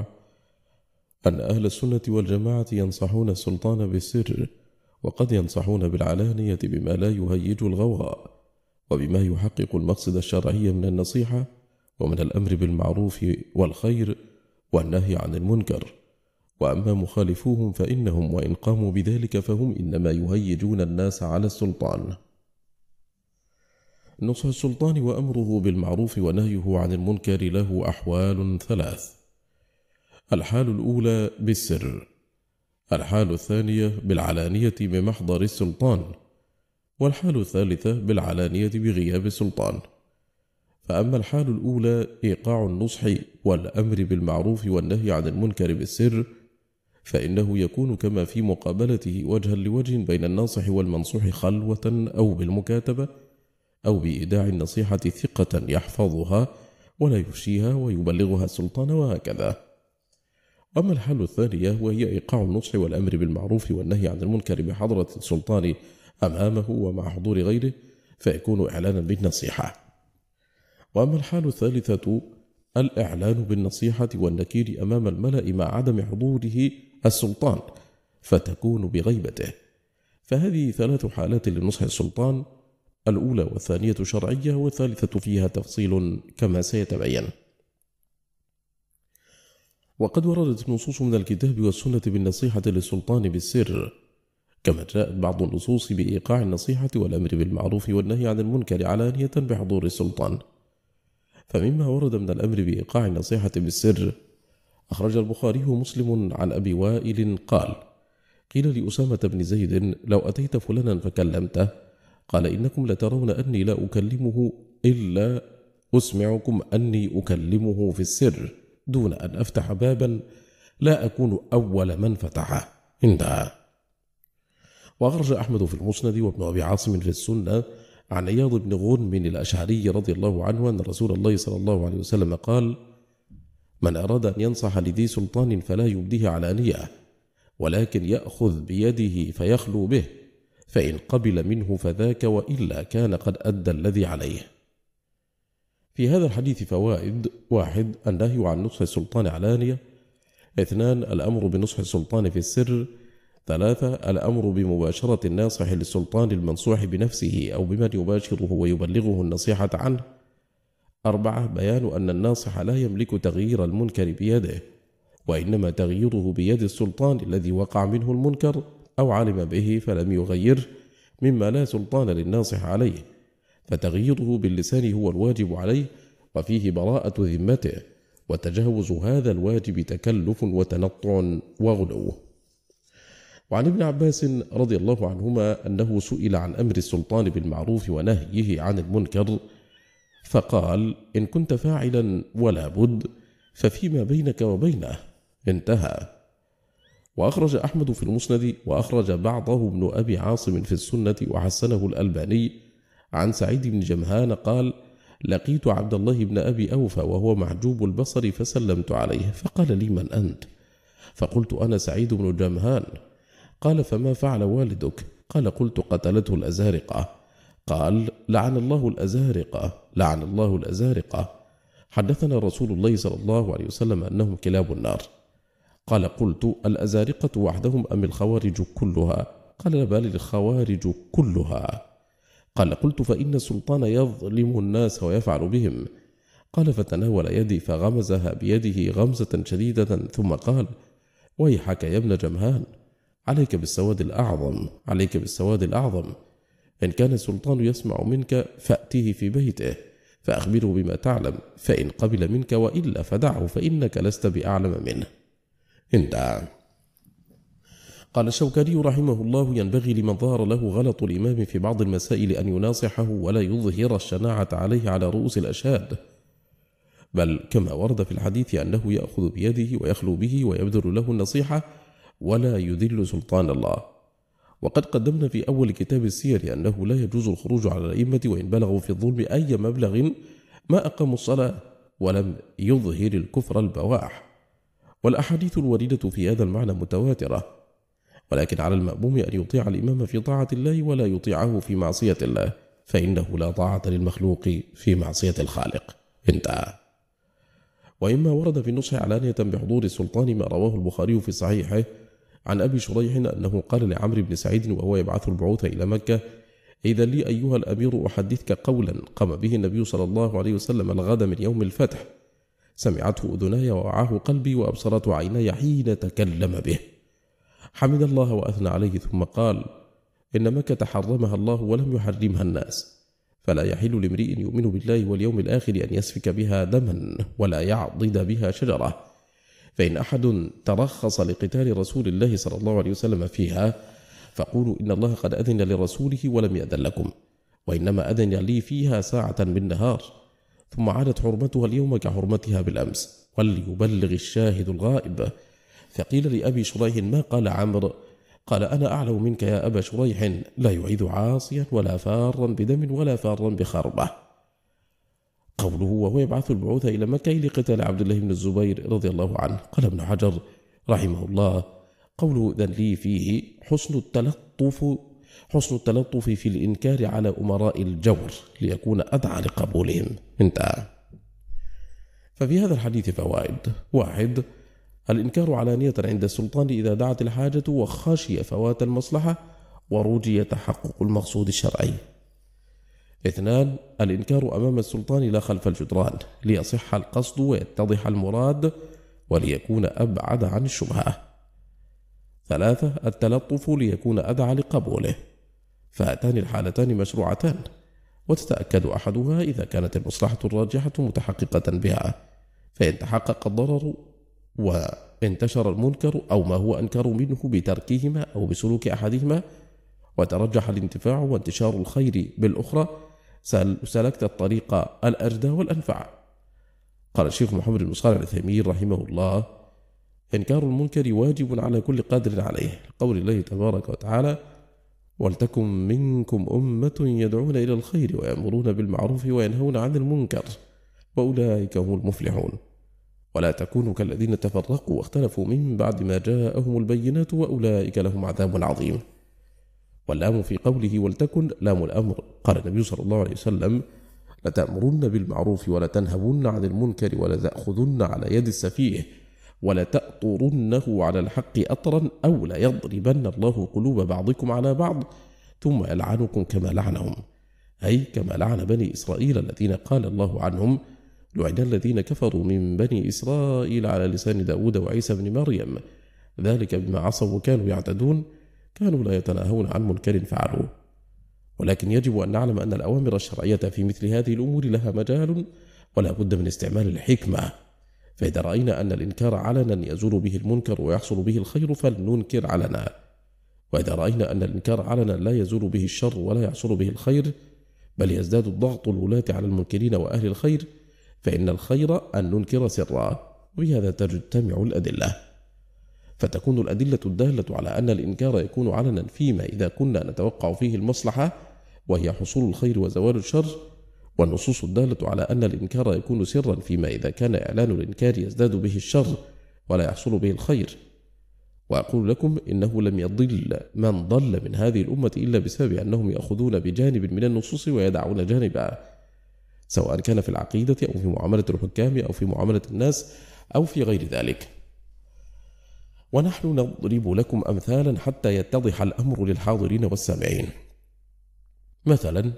أن أهل السنة والجماعة ينصحون السلطان بالسر، وقد ينصحون بالعلانية بما لا يهيج الغوغاء، وبما يحقق المقصد الشرعي من النصيحة ومن الأمر بالمعروف والخير والنهي عن المنكر. وأما مخالفوهم فإنهم وإن قاموا بذلك فهم إنما يهيجون الناس على السلطان. نصح السلطان وأمره بالمعروف ونهيه عن المنكر له أحوال ثلاث: الحال الأولى بالسر، الحال الثانية بالعلانية بمحضر السلطان، والحال الثالثة بالعلانية بغياب السلطان. فأما الحال الأولى إيقاع النصح والأمر بالمعروف والنهي عن المنكر بالسر، فإنه يكون كما في مقابلته وجها لوجه بين الناصح والمنصوح خلوة أو بالمكاتبة أو بإيداع النصيحة ثقة يحفظها ولا يفشيها ويبلغها السلطان، وهكذا. أما الحال الثانية وهي إيقاع النصح والأمر بالمعروف والنهي عن المنكر بحضرة السلطان أمامه ومع حضور غيره، فيكون إعلانا بالنصيحة. وأما الحال الثالثة الإعلان بالنصيحة والنكير أمام الملأ مع عدم حضوره السلطان، فتكون بغيبته. فهذه ثلاث حالات لنصح السلطان: الأولى والثانية شرعية، والثالثة فيها تفصيل كما سيتبين. وقد وردت نصوص من الكتاب والسنة بالنصيحة للسلطان بالسر، كما جاءت بعض النصوص بإيقاع النصيحة والأمر بالمعروف والنهي عن المنكر علانية بحضور السلطان. فمما ورد من الأمر بإيقاع النصيحة بالسر، أخرج البخاري ومسلم عن أبي وائل قال: قيل لأسامة بن زيد: لو أتيت فلانا فكلمته، قال: إنكم لترون أني لا أكلمه إلا أسمعكم أني أكلمه في السر دون أن أفتح بابا لا أكون أول من فتحه. انتهى. وأخرج أحمد في المسند وابن أبي عاصم في السنة عن عياض بن غنم الأشعري رضي الله عنه أن رسول الله صلى الله عليه وسلم قال: من أراد أن ينصح لذي سلطان فلا يبديه علانية، ولكن يأخذ بيده فيخلو به، فإن قبل منه فذاك، وإلا كان قد أدى الذي عليه. في هذا الحديث فوائد: واحد، النهي عن نصح السلطان علانية. اثنان، الأمر بنصح السلطان في السر. ثلاثة، الأمر بمباشرة الناصح للسلطان المنصوح بنفسه أو بمن يباشره ويبلغه النصيحة عنه. أربعة، بيان أن الناصح لا يملك تغيير المنكر بيده، وإنما تغييره بيد السلطان الذي وقع منه المنكر أو علم به فلم يغيره، مما لا سلطان للناصح عليه، فتغييره باللسان هو الواجب عليه، وفيه براءة ذمته، وتجاوز هذا الواجب تكلف وتنطع وغلو. وعن ابن عباس رضي الله عنهما أنه سئل عن أمر السلطان بالمعروف ونهيه عن المنكر، فقال: إن كنت فاعلا ولا بد ففيما بينك وبينه. انتهى. وأخرج أحمد في المسند، وأخرج بعضه ابن أبي عاصم في السنة وحسنه الألباني عن سعيد بن جمهان قال: لقيت عبد الله بن أبي أوفى وهو محجوب البصر فسلمت عليه، فقال لي: من أنت؟ فقلت: أنا سعيد بن جمهان. قال: فما فعل والدك؟ قال: قلت: قتلته الأزارقة. قال: لعن الله الأزارقة، لعن الله الأزارقة. حدثنا رسول الله صلى الله عليه وسلم أنهم كلاب النار. قال: قلت: الأزارقة وحدهم أم الخوارج كلها؟ قال: بل الخوارج كلها. قال: قلت: فإن السلطان يظلم الناس ويفعل بهم. قال: فتناول يدي فغمزها بيده غمزة شديدة، ثم قال: ويحك يا ابن جمهان، عليك بالسواد الأعظم، عليك بالسواد الأعظم. إن كان السلطان يسمع منك فأتيه في بيته فأخبره بما تعلم، فإن قبل منك وإلا فدعه، فإنك لست بأعلم منه. انتهى. قال الشوكاني رحمه الله: ينبغي لمن ظهر له غلط الإمام في بعض المسائل أن يناصحه ولا يظهر الشناعة عليه على رؤوس الأشهاد، بل كما ورد في الحديث أنه يأخذ بيده ويخلو به ويبذل له النصيحة ولا يذل سلطان الله. وقد قدمنا في أول كتاب السير أنه لا يجوز الخروج على الأئمة وإن بلغوا في الظلم أي مبلغ ما أقاموا الصلاة ولم يظهر الكفر البواح، والأحاديث الواردة في هذا المعنى متواترة، ولكن على المأموم أن يطيع الإمام في طاعة الله ولا يطيعه في معصية الله، فإنه لا طاعة للمخلوق في معصية الخالق. انتهى. وإما ورد في النصح علانية بحضور السلطان ما رواه البخاري في صحيحه عن أبي شريح أنه قال لعمرو بن سعيد وهو يبعث البعوث إلى مكة: إذا لي أيها الأمير أحدثك قولا قام به النبي صلى الله عليه وسلم الغد من يوم الفتح، سمعته أذناي ووعاه قلبي وأبصرته عيناي حين تكلم به. حمد الله وأثنى عليه، ثم قال: إن مكة حرمها الله ولم يحرمها الناس، فلا يحل لامرئ يؤمن بالله واليوم الآخر أن يسفك بها دما ولا يعضد بها شجرة، فإن أحد ترخص لقتال رسول الله صلى الله عليه وسلم فيها فقولوا إن الله قد أذن لرسوله ولم يأذن لكم، وإنما أذن لي فيها ساعة من نهار، ثم عادت حرمتها اليوم كحرمتها بالأمس، وليبلغ الشاهد الغائب. فقيل لأبي شريح: ما قال عمرو؟ قال: أنا أعلم منك يا أبا شريح، لا يعيد عاصيا ولا فارا بدم ولا فارا بخربة. قوله وهو يبعث البعوث إلى مكة لقتال عبد الله بن الزبير رضي الله عنه. قال ابن حجر رحمه الله: قوله ذن لي فيه حسن التلطف حسن التلطف في الإنكار على أمراء الجور ليكون أدعى لقبولهم. انتهى. ففي هذا الحديث فوائد: واحد، الإنكار علانية عند السلطان إذا دعت الحاجة وخشي فوات المصلحة ورجي تحقق المقصود الشرعي. اثنان، الإنكار أمام السلطان لا خلف الجدران ليصح القصد ويتضح المراد وليكون أبعد عن الشبهة. ثلاثة، التلطف ليكون أدعى لقبوله، فهاتان الحالتان مشروعتان، وتتأكد أحدها إذا كانت المصلحة الراجحة متحققة بها، فإن تحقق الضرر وانتشر المنكر أو ما هو أنكر منه بتركهما أو بسلوك أحدهما وترجح الانتفاع وانتشار الخير بالأخرى سلكت الطريق الأجدى والأنفع. قال الشيخ محمد بن صالح العثيمين رحمه الله: إنكار المنكر واجب على كل قادر عليه، قول الله تبارك وتعالى: ولتكن منكم أمة يدعون إلى الخير ويأمرون بالمعروف وينهون عن المنكر وأولئك هم المفلحون، ولا تكونوا كالذين تفرقوا واختلفوا من بعد ما جاءهم البينات وأولئك لهم عذاب عظيم. واللام في قوله ولتكن لام الأمر. قال النبي صلى الله عليه وسلم: لتأمرن بالمعروف ولتنهون عن المنكر ولتأخذن على يد السفيه ولتأطرنه على الحق أطرا أو ليضربن الله قلوب بعضكم على بعض ثم يلعنكم كما لعنهم، أي كما لعن بني إسرائيل الذين قال الله عنهم: لعن الذين كفروا من بني إسرائيل على لسان داود وعيسى بن مريم، ذلك بما عصوا وكانوا يعتدون، كانوا لا يتناهون عن منكر فعلوه. ولكن يجب أن نعلم أن الأوامر الشرعية في مثل هذه الأمور لها مجال ولا بد من استعمال الحكمة، فإذا رأينا أن الإنكار علنا يزول به المنكر ويحصل به الخير فلننكر علنا، وإذا رأينا أن الإنكار علنا لا يزول به الشر ولا يحصل به الخير بل يزداد الضغط الولاة على المنكرين وأهل الخير فإن الخير أن ننكر سرا، وبهذا تجتمع الأدلة. فتكون الأدلة الدالة على أن الإنكار يكون علنا فيما إذا كنا نتوقع فيه المصلحة وهي حصول الخير وزوال الشر، والنصوص الدالة على أن الإنكار يكون سرا فيما إذا كان إعلان الإنكار يزداد به الشر ولا يحصل به الخير. وأقول لكم إنه لم يضل من ضل من هذه الأمة إلا بسبب أنهم يأخذون بجانب من النصوص ويدعون جانبا، سواء كان في العقيدة أو في معاملة الحكام أو في معاملة الناس أو في غير ذلك. ونحن نضرب لكم أمثالا حتى يتضح الأمر للحاضرين والسامعين. مثلا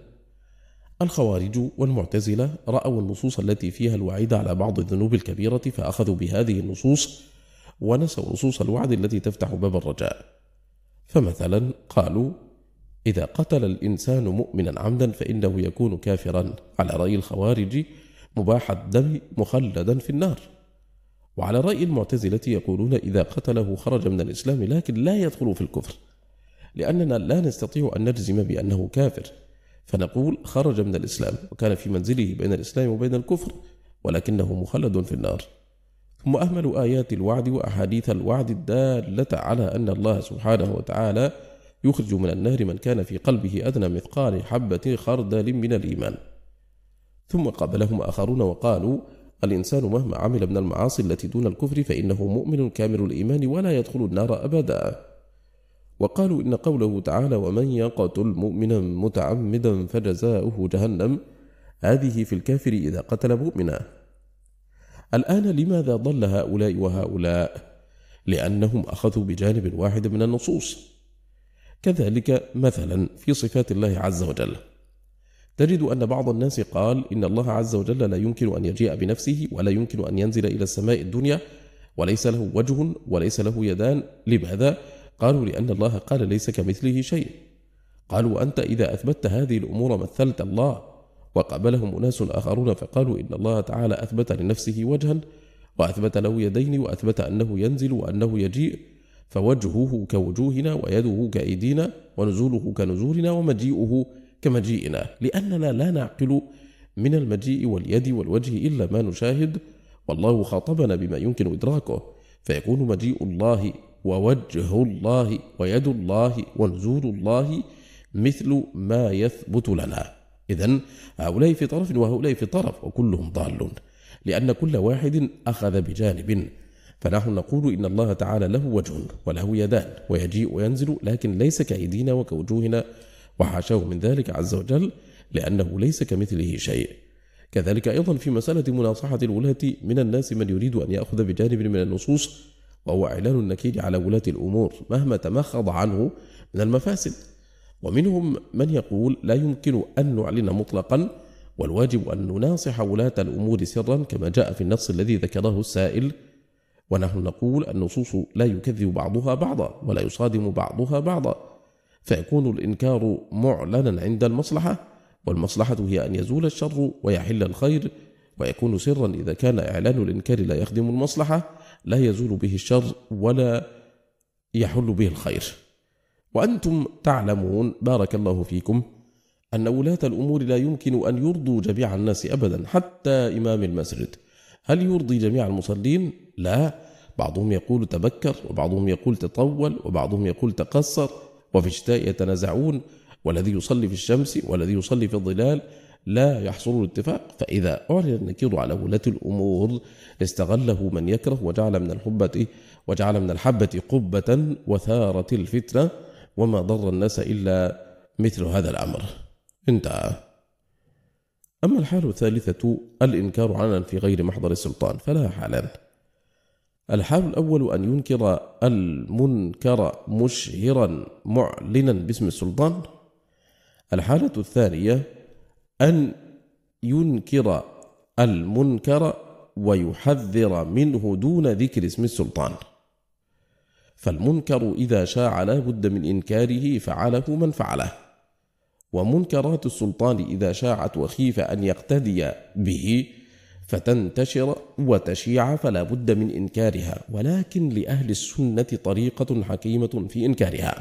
الخوارج والمعتزلة رأوا النصوص التي فيها الوعيد على بعض الذنوب الكبيرة فأخذوا بهذه النصوص ونسوا نصوص الوعد التي تفتح باب الرجاء. فمثلا قالوا: إذا قتل الإنسان مؤمنا عمدا فإنه يكون كافرا، على رأي الخوارج مباح الدم مخلدا في النار. وعلى رأي المعتزلة يقولون إذا قتله خرج من الإسلام لكن لا يدخل في الكفر، لأننا لا نستطيع أن نجزم بأنه كافر، فنقول خرج من الإسلام وكان في منزله بين الإسلام وبين الكفر ولكنه مخلد في النار. ثم أهملوا آيات الوعد وأحاديث الوعد الدالة على أن الله سبحانه وتعالى يخرج من النار من كان في قلبه أدنى مثقال حبة خردل من الإيمان. ثم قابلهم آخرون وقالوا: الإنسان مهما عمل من المعاصي التي دون الكفر فإنه مؤمن كامل الإيمان ولا يدخل النار أبدا. وقالوا إن قوله تعالى: ومن يقتل مؤمنا متعمدا فجزاؤه جهنم، هذه في الكافر إذا قتل مؤمنا. الآن لماذا ضل هؤلاء وهؤلاء؟ لأنهم أخذوا بجانب واحد من النصوص. كذلك مثلا في صفات الله عز وجل تجد أن بعض الناس قال إن الله عز وجل لا يمكن أن يجيء بنفسه ولا يمكن أن ينزل إلى السماء الدنيا وليس له وجه وليس له يدان. لماذا؟ قالوا لأن الله قال ليس كمثله شيء. قالوا أنت إذا أثبتت هذه الأمور مثلت الله. وقابلهم أناس آخرون فقالوا إن الله تعالى أثبت لنفسه وجها وأثبت له يدين وأثبت أنه ينزل وأنه يجيء، فوجهه كوجوهنا ويده كأيدينا ونزوله كنزولنا ومجيئه كمجيئنا، لأننا لا نعقل من المجيء واليد والوجه إلا ما نشاهد، والله خاطبنا بما يمكن إدراكه، فيكون مجيء الله ووجه الله ويد الله ونزول الله مثل ما يثبت لنا. إذن هؤلاء في طرف وهؤلاء في طرف وكلهم ضالون، لأن كل واحد أخذ بجانب. فنحن نقول إن الله تعالى له وجه وله يدان ويجيء وينزل، لكن ليس كأيدينا وكوجوهنا وحاشاه من ذلك عز وجل، لأنه ليس كمثله شيء. كذلك أيضا في مسألة مناصحة الولاة من الناس من يريد أن يأخذ بجانب من النصوص وهو إعلان النكير على ولاة الأمور مهما تمخض عنه من المفاسد. ومنهم من يقول لا يمكن أن نعلن مطلقا، والواجب أن نناصح ولاة الأمور سرا كما جاء في النص الذي ذكره السائل. ونحن نقول النصوص لا يكذب بعضها بعضا ولا يصادم بعضها بعضا، فيكون الإنكار معلنا عند المصلحة، والمصلحة هي أن يزول الشر ويحل الخير، ويكون سرا إذا كان إعلان الإنكار لا يخدم المصلحة لا يزول به الشر ولا يحل به الخير. وأنتم تعلمون بارك الله فيكم أن ولاة الأمور لا يمكن أن يرضوا جميع الناس أبدا، حتى إمام المسجد هل يرضي جميع المصلين؟ لا، بعضهم يقول تبكر، وبعضهم يقول تطول، وبعضهم يقول تقصر، وفي الشتاء يتنازعون، والذي يصلي في الشمس والذي يصلي في الظلال لا يحصل الاتفاق. فإذا أعلن النكير على ولاة الأمور استغله من يكره وجعل من الحبة وجعل من الحبة قبة وثارت الفتنة، وما ضر الناس إلا مثل هذا الأمر. انتهى. أما الحالة الثالثة الإنكار علنا في غير محضر السلطان فلا حالان. الحال الأول أن ينكر المنكر مشهرا معلنا باسم السلطان. الحالة الثانية أن ينكر المنكر ويحذر منه دون ذكر اسم السلطان. فالمنكر إذا شاع لا بد من إنكاره فعله من فعله، ومنكرات السلطان إذا شاعت وخيف أن يقتدي به فتنتشر وتشيع فلا بد من إنكارها، ولكن لأهل السنة طريقة حكيمة في إنكارها.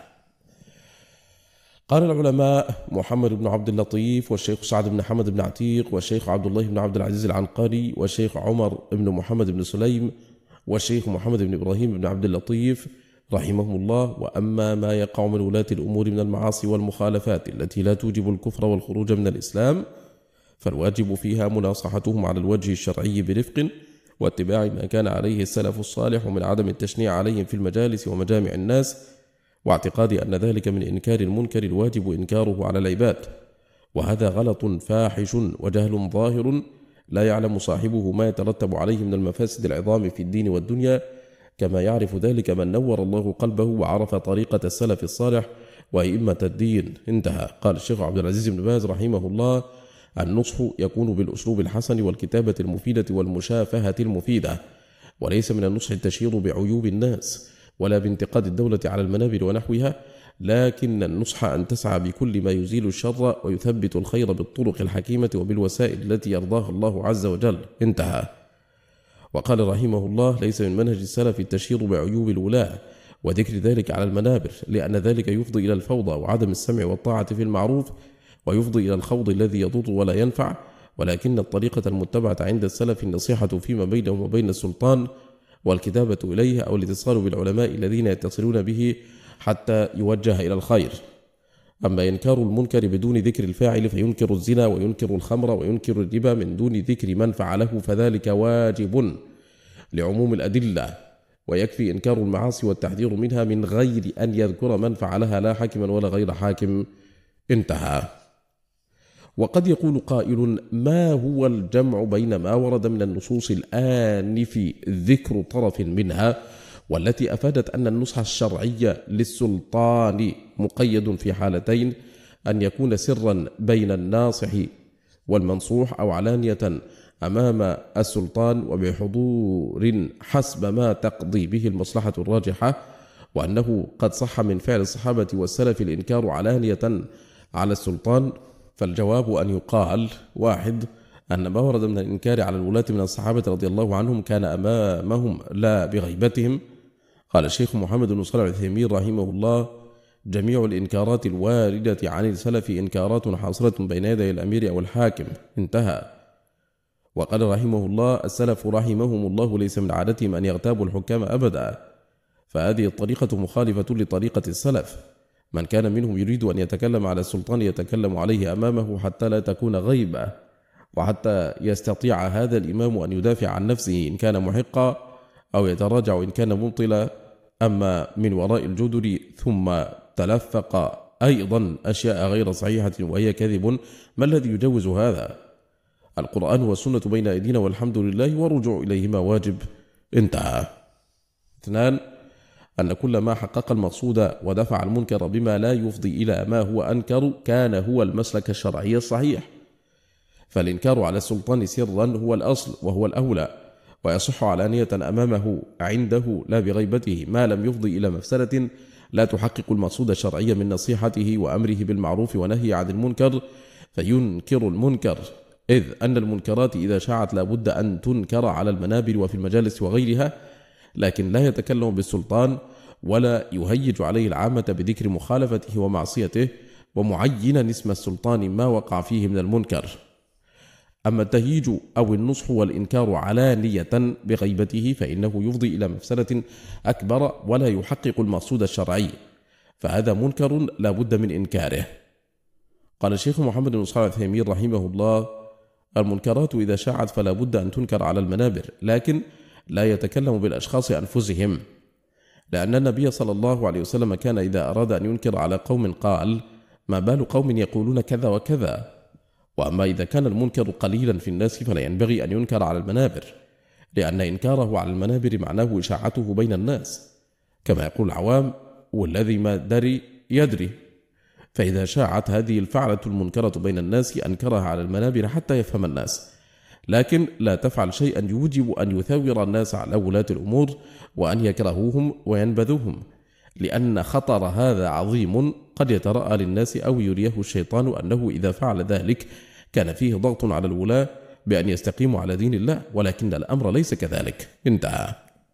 قال العلماء محمد بن عبد اللطيف والشيخ سعد بن حمد بن عتيق والشيخ عبد الله بن عبد العزيز العنقري والشيخ عمر بن محمد بن سليم والشيخ محمد بن إبراهيم بن عبد اللطيف رحمهم الله: وأما ما يقع من ولاة الأمور من المعاصي والمخالفات التي لا توجب الكفر والخروج من الإسلام، فالواجب فيها مناصحتهم على الوجه الشرعي برفق واتباع ما كان عليه السلف الصالح ومن عدم التشنيع عليهم في المجالس ومجامع الناس، واعتقاد أن ذلك من إنكار المنكر الواجب إنكاره على العباد. وهذا غلط فاحش وجهل ظاهر لا يعلم صاحبه ما يترتب عليه من المفاسد العظام في الدين والدنيا، كما يعرف ذلك من نور الله قلبه وعرف طريقة السلف الصالح وأئمة الدين. انتهى. قال الشيخ عبد العزيز بن باز رحمه الله: النصح يكون بالأسلوب الحسن والكتابة المفيدة والمشافهة المفيدة، وليس من النصح التشهير بعيوب الناس ولا بانتقاد الدولة على المنابر ونحوها، لكن النصح أن تسعى بكل ما يزيل الشر ويثبت الخير بالطرق الحكيمة وبالوسائل التي يرضاها الله عز وجل. انتهى. وقال رحمه الله: ليس من منهج السلف التشهير بعيوب الولاة وذكر ذلك على المنابر، لأن ذلك يفضي إلى الفوضى وعدم السمع والطاعة في المعروف، ويفضي إلى الخوض الذي يضر ولا ينفع، ولكن الطريقة المتبعة عند السلف النصيحة فيما بينهم وبين السلطان والكتابة إليه أو الاتصال بالعلماء الذين يتصلون به حتى يوجه إلى الخير. أما إنكار المنكر بدون ذكر الفاعل فينكر الزنا وينكر الخمر وينكر الربا من دون ذكر من فعله، فذلك واجب لعموم الأدلة، ويكفي إنكار المعاصي والتحذير منها من غير أن يذكر من فعلها لا حاكما ولا غير حاكم. انتهى. وقد يقول قائل: ما هو الجمع بين ما ورد من النصوص الآنف ذكر طرف منها والتي أفادت أن النصح الشرعي للسلطان مقيد في حالتين: أن يكون سرا بين الناصح والمنصوح، أو علانية أمام السلطان وبحضور حسب ما تقضي به المصلحة الراجحة، وأنه قد صح من فعل الصحابة والسلف الإنكار علانية على السلطان. فالجواب أن يقال: واحد، أن ما ورد من الإنكار على الولاة من الصحابة رضي الله عنهم كان أمامهم لا بغيبتهم. قال الشيخ محمد بن صالح العثيمين رحمه الله: جميع الإنكارات الواردة عن السلف إنكارات حاصلة بين يدي الأمير أو الحاكم. انتهى. وقال رحمه الله: السلف رحمهم الله ليس من عادتهم أن يغتابوا الحكام أبدا، فهذه الطريقة مخالفة لطريقة السلف. من كان منهم يريد أن يتكلم على السلطان يتكلم عليه أمامه حتى لا تكون غيبة، وحتى يستطيع هذا الإمام أن يدافع عن نفسه إن كان محقا أو يتراجع إن كان مبطلا. أما من وراء الجدر ثم تلفق أيضا أشياء غير صحيحة وهي كذب، ما الذي يجوز هذا؟ القرآن والسنة بين أيدينا والحمد لله، والرجوع إليهما واجب. انتهى. اثنان، أن كل ما حقق المقصود ودفع المنكر بما لا يفضي إلى ما هو أنكر كان هو المسلك الشرعي الصحيح، فالإنكار على السلطان سرا هو الأصل وهو الأولى، ويصح علانية أمامه عنده لا بغيبته ما لم يفضي إلى مفسدة لا تحقق المقصود الشرعي من نصيحته وأمره بالمعروف ونهي عن المنكر فينكر المنكر، إذ أن المنكرات إذا شاعت لا بد أن تنكر على المنابر وفي المجالس وغيرها، لكن لا يتكلم بالسلطان ولا يهيج عليه العامة بذكر مخالفته ومعصيته ومعين اسم السلطان ما وقع فيه من المنكر. أما التهييج أو النصح والإنكار علانية بغيبته فإنه يفضي إلى مفسدة أكبر ولا يحقق المقصود الشرعي، فهذا منكر لا بد من إنكاره. قال الشيخ محمد بن صالح العثيمين رحمه الله: المنكرات إذا شاعت فلا بد أن تنكر على المنابر، لكن لا يتكلم بالأشخاص أنفسهم، لأن النبي صلى الله عليه وسلم كان إذا أراد أن ينكر على قوم قال: ما بال قوم يقولون كذا وكذا. وأما إذا كان المنكر قليلا في الناس فلا ينبغي أن ينكر على المنابر، لأن إنكاره على المنابر معناه إشاعته بين الناس، كما يقول العوام: والذي ما دري يدري. فإذا شاعت هذه الفعلة المنكرة بين الناس أنكرها على المنابر حتى يفهم الناس، لكن لا تفعل شيئا يوجب أن يثور الناس على ولاة الأمور وأن يكرهوهم وينبذوهم، لأن خطر هذا عظيم قد يترأى للناس أو يريه الشيطان أنه إذا فعل ذلك كان فيه ضغط على الولاة بأن يستقيموا على دين الله، ولكن الأمر ليس كذلك. انتهى.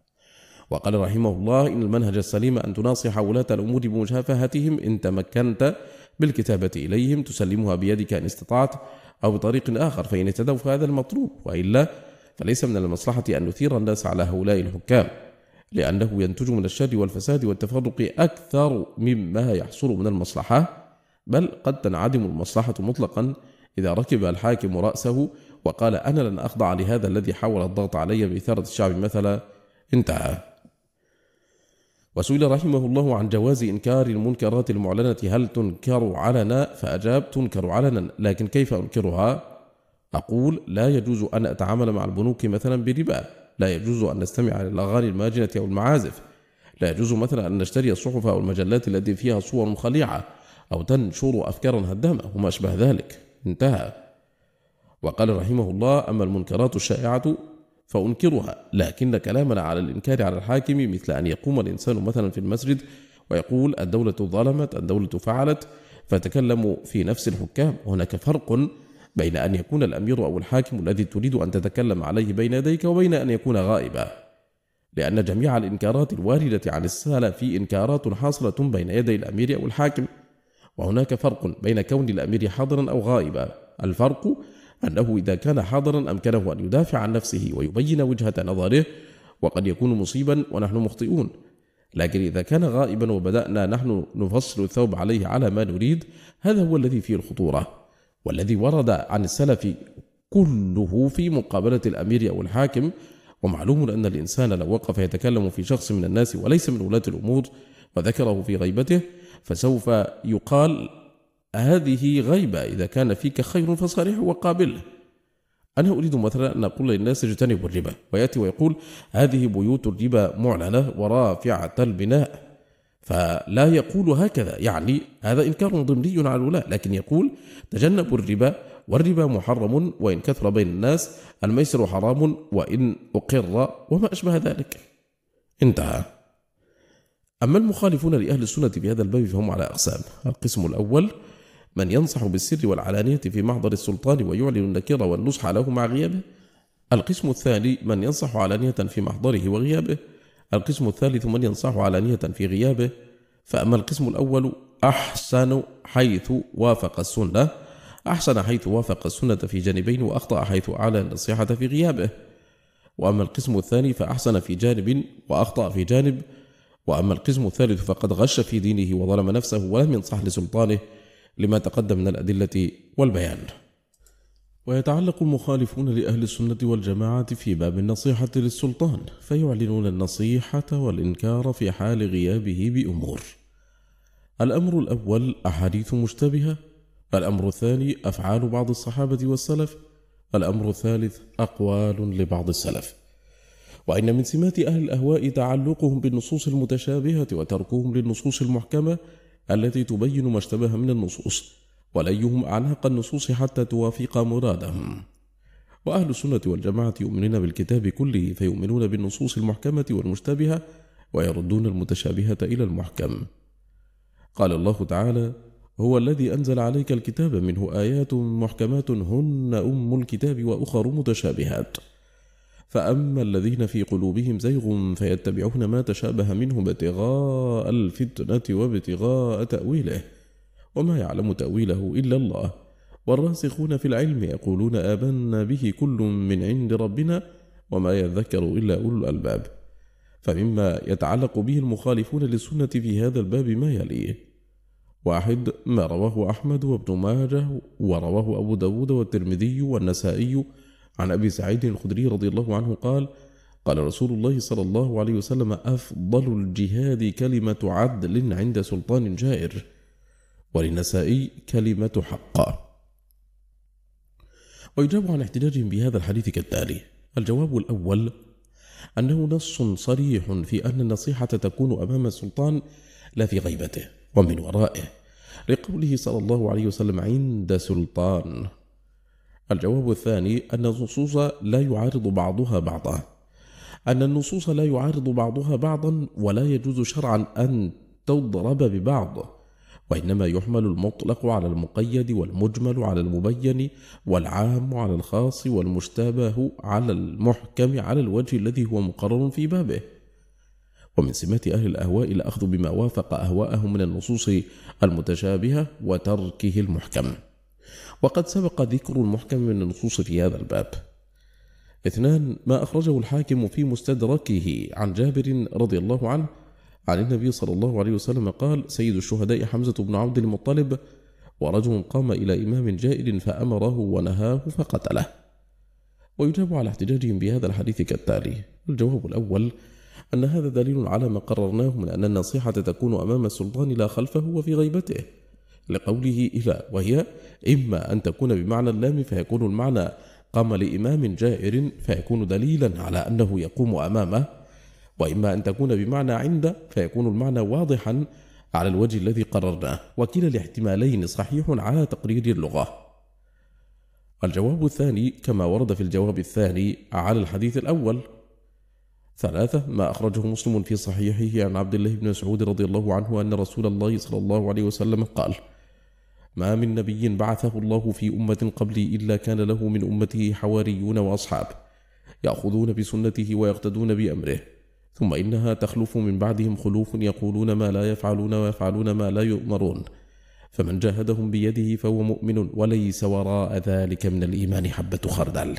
وقال رحمه الله: إن المنهج السليم أن تناصح ولاة الأمور بمشافهتهم إن تمكنت بالكتابة إليهم تسلمها بيدك إن استطعت، أو بطريق آخر فإن اهتدوا فهذا المطلوب، وإلا فليس من المصلحة أن نثير الناس على هؤلاء الحكام، لأنه ينتج من الشر والفساد والتفرق أكثر مما يحصل من المصلحة، بل قد تنعدم المصلحة مطلقا إذا ركب الحاكم رأسه وقال: أنا لن أخضع لهذا الذي حاول الضغط علي بإثارة الشعب مثلا. انتهى. وسئل رحمه الله عن جواز إنكار المنكرات المعلنة هل تنكر علنا؟ فأجاب: تنكر علنا، لكن كيف أنكرها؟ أقول: لا يجوز أن أتعامل مع البنوك مثلا بربا، لا يجوز أن نستمع للأغاني الماجنة أو المعازف، لا يجوز مثلا أن نشتري الصحف أو المجلات التي فيها صور مخلعة أو تنشر أفكارا هدامة وما أشبه ذلك. انتهى. وقال رحمه الله: أما المنكرات الشائعة فأنكرها، لكن كلامنا على الإنكار على الحاكم مثل أن يقوم الإنسان مثلا في المسجد ويقول: الدولة ظلمت، الدولة فعلت، فتكلموا في نفس الحكام. هناك فرق بين أن يكون الأمير أو الحاكم الذي تريد أن تتكلم عليه بين يديك وبين أن يكون غائبا، لأن جميع الإنكارات الواردة عن السلف إنكارات حاصلة بين يدي الأمير أو الحاكم، وهناك فرق بين كون الأمير حاضرا أو غائبا. الفرق أنه إذا كان حاضرا أمكنه أن يدافع عن نفسه ويبين وجهة نظره، وقد يكون مصيبا ونحن مخطئون، لكن إذا كان غائبا وبدأنا نحن نفصل الثوب عليه على ما نريد، هذا هو الذي فيه الخطورة، والذي ورد عن السلف كله في مقابلة الأمير أو الحاكم. ومعلوم أن الإنسان لو وقف يتكلم في شخص من الناس وليس من ولاة الأمور وذكره في غيبته فسوف يقال: هذه غيبة، إذا كان فيك خير فصارحه وقابله. أنا أريد مثلا أن أقول للناس اجتنبوا الربا، ويأتي ويقول: هذه بيوت الربا معلنة ورافعة البناء، فلا يقول هكذا، يعني هذا إنكار ضمني على الولاء، لكن يقول: تجنبوا الربا، والربا محرم وإن كثر بين الناس، الميسر حرام وإن أقر، وما أشبه ذلك. انتهى. أما المخالفون لأهل السنة في هذا الباب فهم على أقسام: القسم الأول من ينصح بالسر والعلانية في محضر السلطان ويعلن النكر والنصح له مع غيابه. القسم الثاني من ينصح علانية في محضره وغيابه. القسم الثالث من ينصح علانية في غيابه. فأما القسم الأول أحسن حيث وافق السنة أحسن حيث وافق السنة في جانبين، وأخطأ حيث أعلن النصيحة في غيابه. وأما القسم الثاني فأحسن في جانب وأخطأ في جانب. وأما القسم الثالث فقد غش في دينه وظلم نفسه ولم ينصح لسلطانه، لما تقدم من الأدلة والبيان. ويتعلق المخالفون لأهل السنة والجماعة في باب النصيحة للسلطان، فيعلنون النصيحة والإنكار في حال غيابه بأمور: الأمر الأول أحاديث مشتبهة، الأمر الثاني أفعال بعض الصحابة والسلف، الأمر الثالث أقوال لبعض السلف. وإن من سمات أهل الأهواء تعلقهم بالنصوص المتشابهة وتركهم للنصوص المحكمة التي تبين ما اشتبه من النصوص، وليهم أعناق النصوص حتى توافق مرادهم. وأهل السنة والجماعة يؤمنون بالكتاب كله، فيؤمنون بالنصوص المحكمة والمشتبهة ويردون المتشابهة إلى المحكم. قال الله تعالى: هو الذي أنزل عليك الكتاب منه آيات محكمات هن أم الكتاب وأخر متشابهات، فأما الذين في قلوبهم زيغ فيتبعون ما تشابه منه ابتغاء الفتنة وابتغاء تأويله وما يعلم تأويله إلا الله، والراسخون في العلم يقولون آمنا به كل من عند ربنا وما يذكر إلا أولو الألباب. فمما يتعلق به المخالفون للسنة في هذا الباب ما يليه: واحد، ما رواه أحمد وابن ماجه ورواه أبو داود والترمذي والنسائي عن أبي سعيد الخدري رضي الله عنه قال: قال رسول الله صلى الله عليه وسلم: أفضل الجهاد كلمة عدل عند سلطان جائر. وللنسائي: كلمة حق. ويجاب عن احتجاجهم بهذا الحديث كالتالي: الجواب الأول أنه نص صريح في أن النصيحة تكون أمام السلطان لا في غيبته ومن ورائه، لقوله صلى الله عليه وسلم: عند سلطان. الجواب الثاني أن النصوص لا يعارض بعضها بعضا، أن النصوص لا يعارض بعضها بعضا ولا يجوز شرعا أن تضرب ببعض، وإنما يحمل المطلق على المقيد والمجمل على المبين والعام على الخاص والمشتبه على المحكم على الوجه الذي هو مقرر في بابه. ومن سمات أهل الأهواء الأخذ بما وافق أهواءهم من النصوص المتشابهة وتركه المحكم، وقد سبق ذكر المحكم من النصوص في هذا الباب. اثنان، ما أخرجه الحاكم في مستدركه عن جابر رضي الله عنه عن النبي صلى الله عليه وسلم قال: سيد الشهداء حمزة بن عبد المطلب، ورجل قام إلى إمام جائر فأمره ونهاه فقتله. ويجاب على احتجاجهم بهذا الحديث كالتالي: الجواب الأول أن هذا دليل على ما قررناه من أن النصيحة تكون أمام السلطان لا خلفه وفي غيبته، لقوله إلى، وهي إما أن تكون بمعنى اللام فيكون المعنى قام لإمام جائر فيكون دليلا على أنه يقوم أمامه، وإما أن تكون بمعنى عند فيكون المعنى واضحا على الوجه الذي قررناه، وكلا الاحتمالين صحيح على تقرير اللغة. الجواب الثاني كما ورد في الجواب الثاني على الحديث الأول. ثلاثة، ما أخرجه مسلم في صحيحه عن عبد الله بن مسعود رضي الله عنه أن رسول الله صلى الله عليه وسلم قال: ما من نبي بعثه الله في أمة قبلي إلا كان له من أمته حواريون وأصحاب يأخذون بسنته ويقتدون بأمره، ثم إنها تخلف من بعدهم خلوف يقولون ما لا يفعلون ويفعلون ما لا يؤمرون، فمن جاهدهم بيده فهو مؤمن وليس وراء ذلك من الإيمان حبة خردل.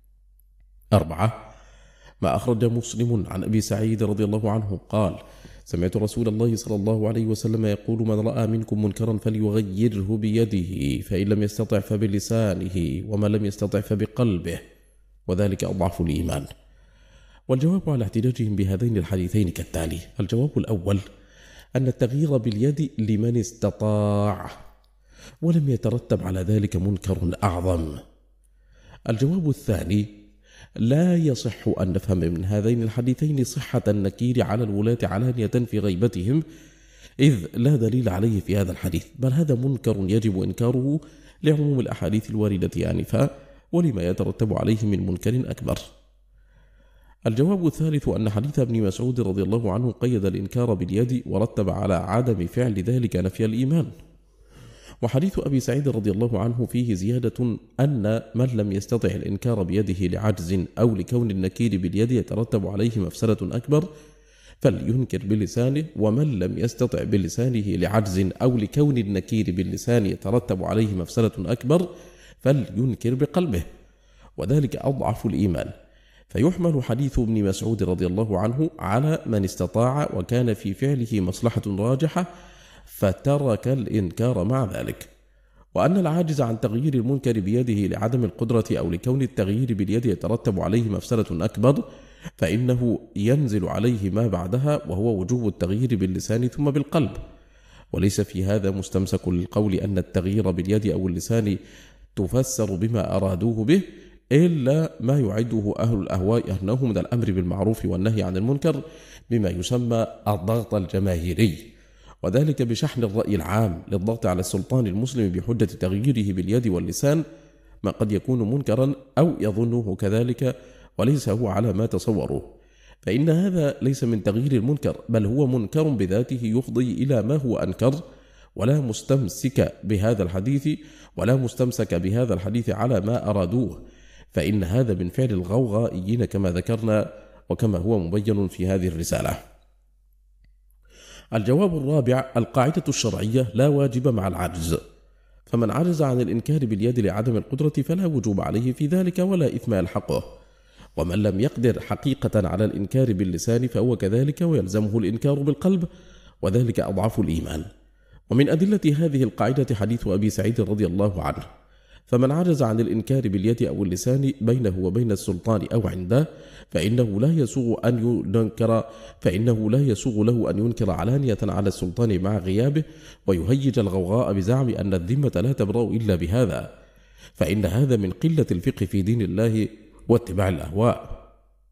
أربعة، ما أخرج مسلم عن أبي سعيد رضي الله عنه قال: سمعت رسول الله صلى الله عليه وسلم يقول: من رأى منكم منكرا فليغيره بيده، فإن لم يستطع فبلسانه، ومن لم يستطع فبقلبه، وذلك أضعف الإيمان. والجواب على احتجاجهم بهذين الحديثين كالتالي: الجواب الأول أن التغيير باليد لمن استطاع، ولم يترتب على ذلك منكر أعظم. الجواب الثاني لا يصح أن نفهم من هذين الحديثين صحة النكير على الولاة علانية في غيبتهم، إذ لا دليل عليه في هذا الحديث، بل هذا منكر يجب إنكاره لعموم الأحاديث الواردة آنفا ولما يترتب عليه من منكر أكبر. الجواب الثالث أن حديث ابن مسعود رضي الله عنه قيد الإنكار باليد ورتب على عدم فعل ذلك نفي الإيمان، وحديث أبي سعيد رضي الله عنه فيه زيادة أن من لم يستطع الإنكار بيده لعجز أو لكون النكير باليد يترتب عليه مفسدة أكبر فلينكر بلسانه، ومن لم يستطع بلسانه لعجز أو لكون النكير باللسان يترتب عليه مفسدة أكبر فلينكر بقلبه، وذلك أضعف الإيمان. فيحمل حديث ابن مسعود رضي الله عنه على من استطاع وكان في فعله مصلحة راجحة فترك الإنكار مع ذلك، وأن العاجز عن تغيير المنكر بيده لعدم القدرة أو لكون التغيير باليد يترتب عليه مفسدة أكبر فإنه ينزل عليه ما بعدها، وهو وجوب التغيير باللسان ثم بالقلب. وليس في هذا مستمسك للقول أن التغيير باليد أو اللسان تفسر بما أرادوه به، إلا ما يعده أهل الأهواء أنه من الأمر بالمعروف والنهي عن المنكر بما يسمى الضغط الجماهيري، وذلك بشحن الرأي العام للضغط على السلطان المسلم بحجة تغييره باليد واللسان ما قد يكون منكرا أو يظنه كذلك وليس هو على ما تصوروه، فإن هذا ليس من تغيير المنكر، بل هو منكر بذاته يفضي إلى ما هو أنكر، ولا مستمسك بهذا الحديث ولا مستمسك بهذا الحديث على ما أرادوه، فإن هذا من فعل الغوغائيين كما ذكرنا وكما هو مبين في هذه الرسالة. الجواب الرابع: القاعدة الشرعية لا واجب مع العجز، فمن عجز عن الإنكار باليد لعدم القدرة فلا وجوب عليه في ذلك ولا إثم يلحقه، ومن لم يقدر حقيقة على الإنكار باللسان فهو كذلك ويلزمه الإنكار بالقلب، وذلك أضعف الإيمان. ومن أدلة هذه القاعدة حديث أبي سعيد رضي الله عنه: فمن عجز عن الإنكار باليد أو اللسان بينه وبين السلطان أو عنده فإنه لا يسوغ أن ينكر فإنه لا يسوغ له أن ينكر علانية على السلطان مع غيابه ويهيج الغوغاء بزعم أن الذمة لا تبرأ إلا بهذا، فإن هذا من قلة الفقه في دين الله واتباع الأهواء.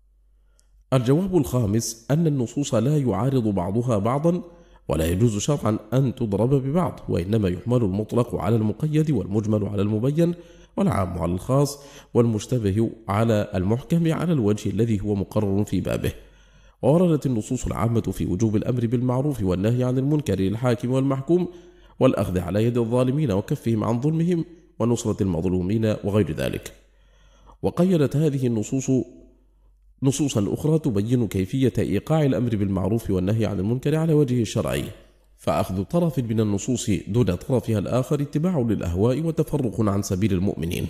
الجواب الخامس: أن النصوص لا يعارض بعضها بعضا، ولا يجوز شرعا أن تضرب ببعض، وإنما يحمل المطلق على المقيد والمجمل على المبين والعام على الخاص والمشتبه على المحكم على الوجه الذي هو مقرر في بابه. ووردت النصوص العامة في وجوب الأمر بالمعروف والنهي عن المنكر للحاكم والمحكوم، والأخذ على يد الظالمين وكفهم عن ظلمهم ونصرة المظلومين وغير ذلك. وقيدت هذه النصوص نصوصا أخرى تبين كيفية إيقاع الأمر بالمعروف والنهي عن المنكر على وجهه الشرعي، فأخذ طرف من النصوص دون طرفها الآخر اتباع للأهواء وتفرق عن سبيل المؤمنين.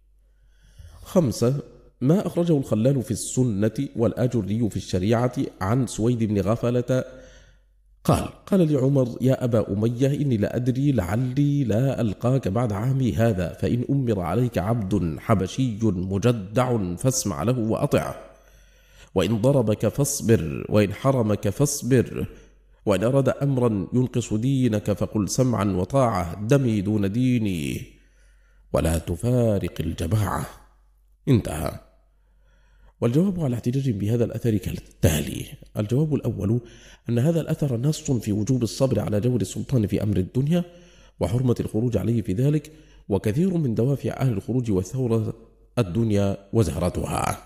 خمسة: ما أخرجه الخلال في السنة والآجري في الشريعة عن سويد بن غفلة قال: قال لعمر: يا أبا أمية إني لأدري لعلي لا ألقاك بعد عامي هذا، فإن أمر عليك عبد حبشي مجدع فاسمع له وأطعه، وإن ضربك فاصبر، وإن حرمك فاصبر، وإن أراد أمرا ينقص دينك فقل سمعا وطاعة، دمي دون ديني ولا تفارق الجماعة. انتهى. والجواب على احتجاج بهذا الأثر كالتالي: الجواب الأول: أن هذا الأثر نص في وجوب الصبر على جور السلطان في أمر الدنيا وحرمة الخروج عليه في ذلك، وكثير من دوافع أهل الخروج والثورة الدنيا وزهرتها.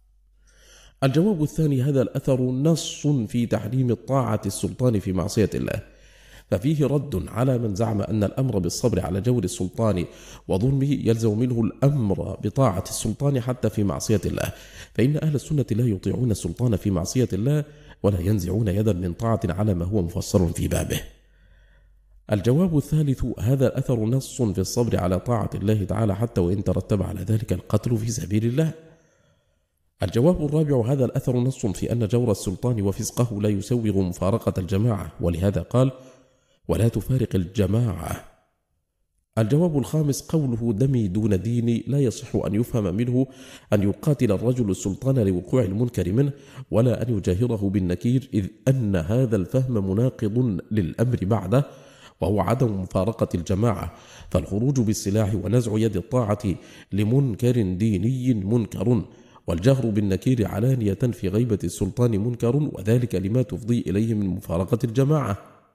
الجواب الثاني: هذا الأثر نص في تحريم الطاعة السلطان في معصية الله، ففيه رد على من زعم أن الأمر بالصبر على جور السلطان وظلمه يلزم منه الأمر بطاعة السلطان حتى في معصية الله، فإن أهل السنة لا يطيعون السلطان في معصية الله ولا ينزعون يدا من طاعة على ما هو مفصل في بابه. الجواب الثالث: هذا الأثر نص في الصبر على طاعة الله تعالى حتى وإن ترتب على ذلك القتل في سبيل الله. الجواب الرابع: هذا الأثر نص في أن جور السلطان وفسقه لا يسوغ مفارقة الجماعة، ولهذا قال: ولا تفارق الجماعة. الجواب الخامس: قوله دمي دون ديني لا يصح أن يفهم منه أن يقاتل الرجل السلطان لوقوع المنكر منه ولا أن يجاهره بالنكير، إذ أن هذا الفهم مناقض للأمر بعده وهو عدم مفارقة الجماعة، فالخروج بالسلاح ونزع يد الطاعة لمنكر ديني منكر، والجهر بالنكير علانية في غيبة السلطان منكر، وذلك لما تفضي إليه من مفارقة الجماعة.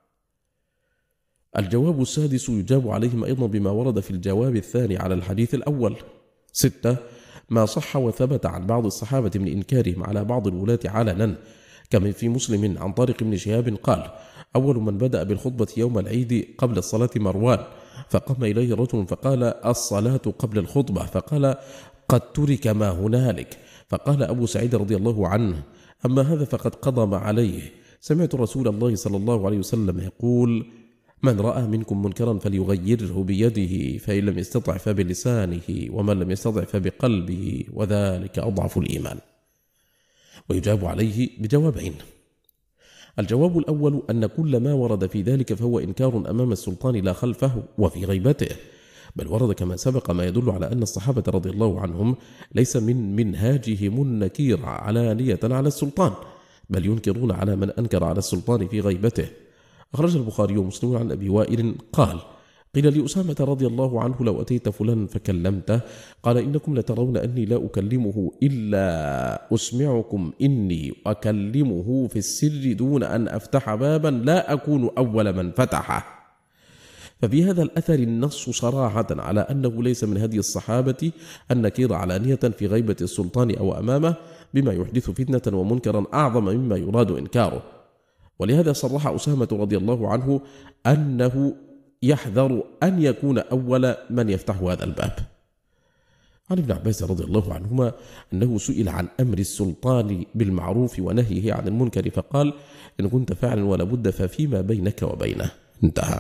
الجواب السادس: يجاب عليهم أيضا بما ورد في الجواب الثاني على الحديث الأول. ستة: ما صح وثبت عن بعض الصحابة من إنكارهم على بعض الولاة علنا، كما في مسلم عن طارق بن شهاب قال: أول من بدأ بالخطبة يوم العيد قبل الصلاة مروان، فقام إليه رجل فقال: الصلاة قبل الخطبة، فقال: قد ترك ما هنالك، فقال أبو سعيد رضي الله عنه: أما هذا فقد قضى ما عليه، سمعت رسول الله صلى الله عليه وسلم يقول: من رأى منكم منكرا فليغيره بيده، فإن لم يستطع فبلسانه، ومن لم يستطع فبقلبه، وذلك أضعف الإيمان. ويجاب عليه بجوابين: الجواب الأول أن كل ما ورد في ذلك فهو إنكار أمام السلطان لا خلفه وفي غيبته، بل ورد كما سبق ما يدل على أن الصحابة رضي الله عنهم ليس من منهاجهم النكير علانية على السلطان، بل ينكرون على من أنكر على السلطان في غيبته. أخرج البخاري ومسلم عن أبي وائل قال: قيل لأسامة رضي الله عنه: لو أتيت فلان فكلمته، قال: إنكم لترون أني لا أكلمه إلا أسمعكم إني أكلمه في السر دون أن أفتح بابا لا أكون أول من فتحه. ففي هذا الأثر النص صراحة على أنه ليس من هدي الصحابة النكير علانية في غيبة السلطان أو أمامه بما يحدث فتنة ومنكرا أعظم مما يراد إنكاره. ولهذا صرح أسامة رضي الله عنه أنه يحذر أن يكون أول من يفتح هذا الباب. عن ابن عباس رضي الله عنهما أنه سئل عن أمر السلطان بالمعروف ونهيه عن المنكر فقال: إن كنت فاعلا ولا بد ففيما بينك وبينه. انتهى.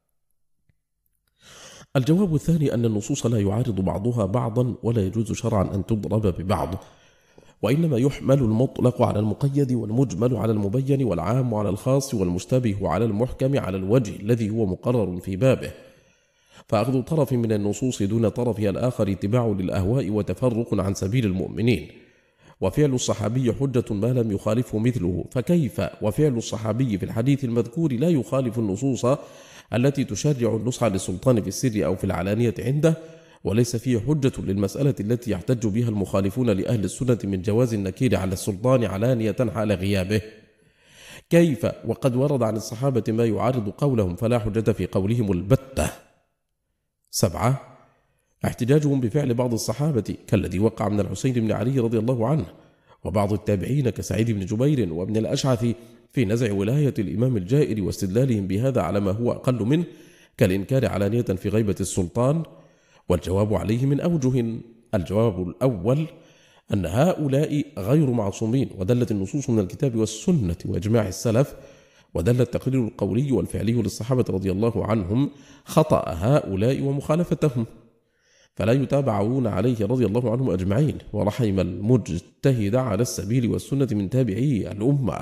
الجواب الثاني أن النصوص لا يعارض بعضها بعضا ولا يجوز شرعا أن تضرب ببعض، وإنما يحمل المطلق على المقيد والمجمل على المبين والعام على الخاص والمشتبه على المحكم على الوجه الذي هو مقرر في بابه. فأخذ طرف من النصوص دون طرفها الآخر اتباع للأهواء وتفرق عن سبيل المؤمنين. وفعل الصحابي حجة ما لم يخالفه مثله، فكيف وفعل الصحابي في الحديث المذكور لا يخالف النصوص التي تشرع النصح للسلطان في السر أو في العلانية عنده، وليس فيه حجة للمسألة التي يحتج بها المخالفون لأهل السنة من جواز النكير على السلطان علانية حال غيابه؟ كيف وقد ورد عن الصحابة ما يعارض قولهم فلا حجة في قولهم البتة. سبعة: احتجاجهم بفعل بعض الصحابة كالذي وقع من الحسين بن علي رضي الله عنه وبعض التابعين كسعيد بن جبير وابن الأشعث في نزع ولاية الإمام الجائر واستدلالهم بهذا على ما هو أقل منه كالإنكار علانية في غيبة السلطان. والجواب عليه من أوجه: الجواب الأول أن هؤلاء غير معصومين، ودلت النصوص من الكتاب والسنة وإجماع السلف، ودل التقرير القولي والفعلي للصحابة رضي الله عنهم خطأ هؤلاء ومخالفتهم، فلا يتابعون عليه رضي الله عنهم أجمعين، ورحم المجتهد على السبيل والسنة من تابعي الأمة.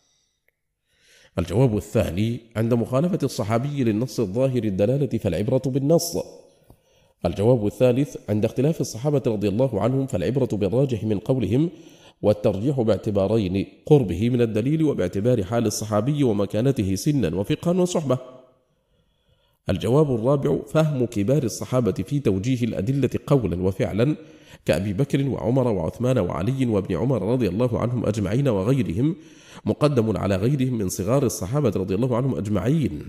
الجواب الثاني: عند مخالفة الصحابي للنص الظاهر الدلالة فالعبرة بالنص. الجواب الثالث: عند اختلاف الصحابة رضي الله عنهم فالعبرة بالراجح من قولهم، والترجيح باعتبارين: قربه من الدليل وباعتبار حال الصحابي ومكانته سنا وفقها وصحبة. الجواب الرابع: فهم كبار الصحابة في توجيه الأدلة قولا وفعلا كأبي بكر وعمر وعثمان وعلي وابن عمر رضي الله عنهم أجمعين وغيرهم مقدم على غيرهم من صغار الصحابة رضي الله عنهم أجمعين.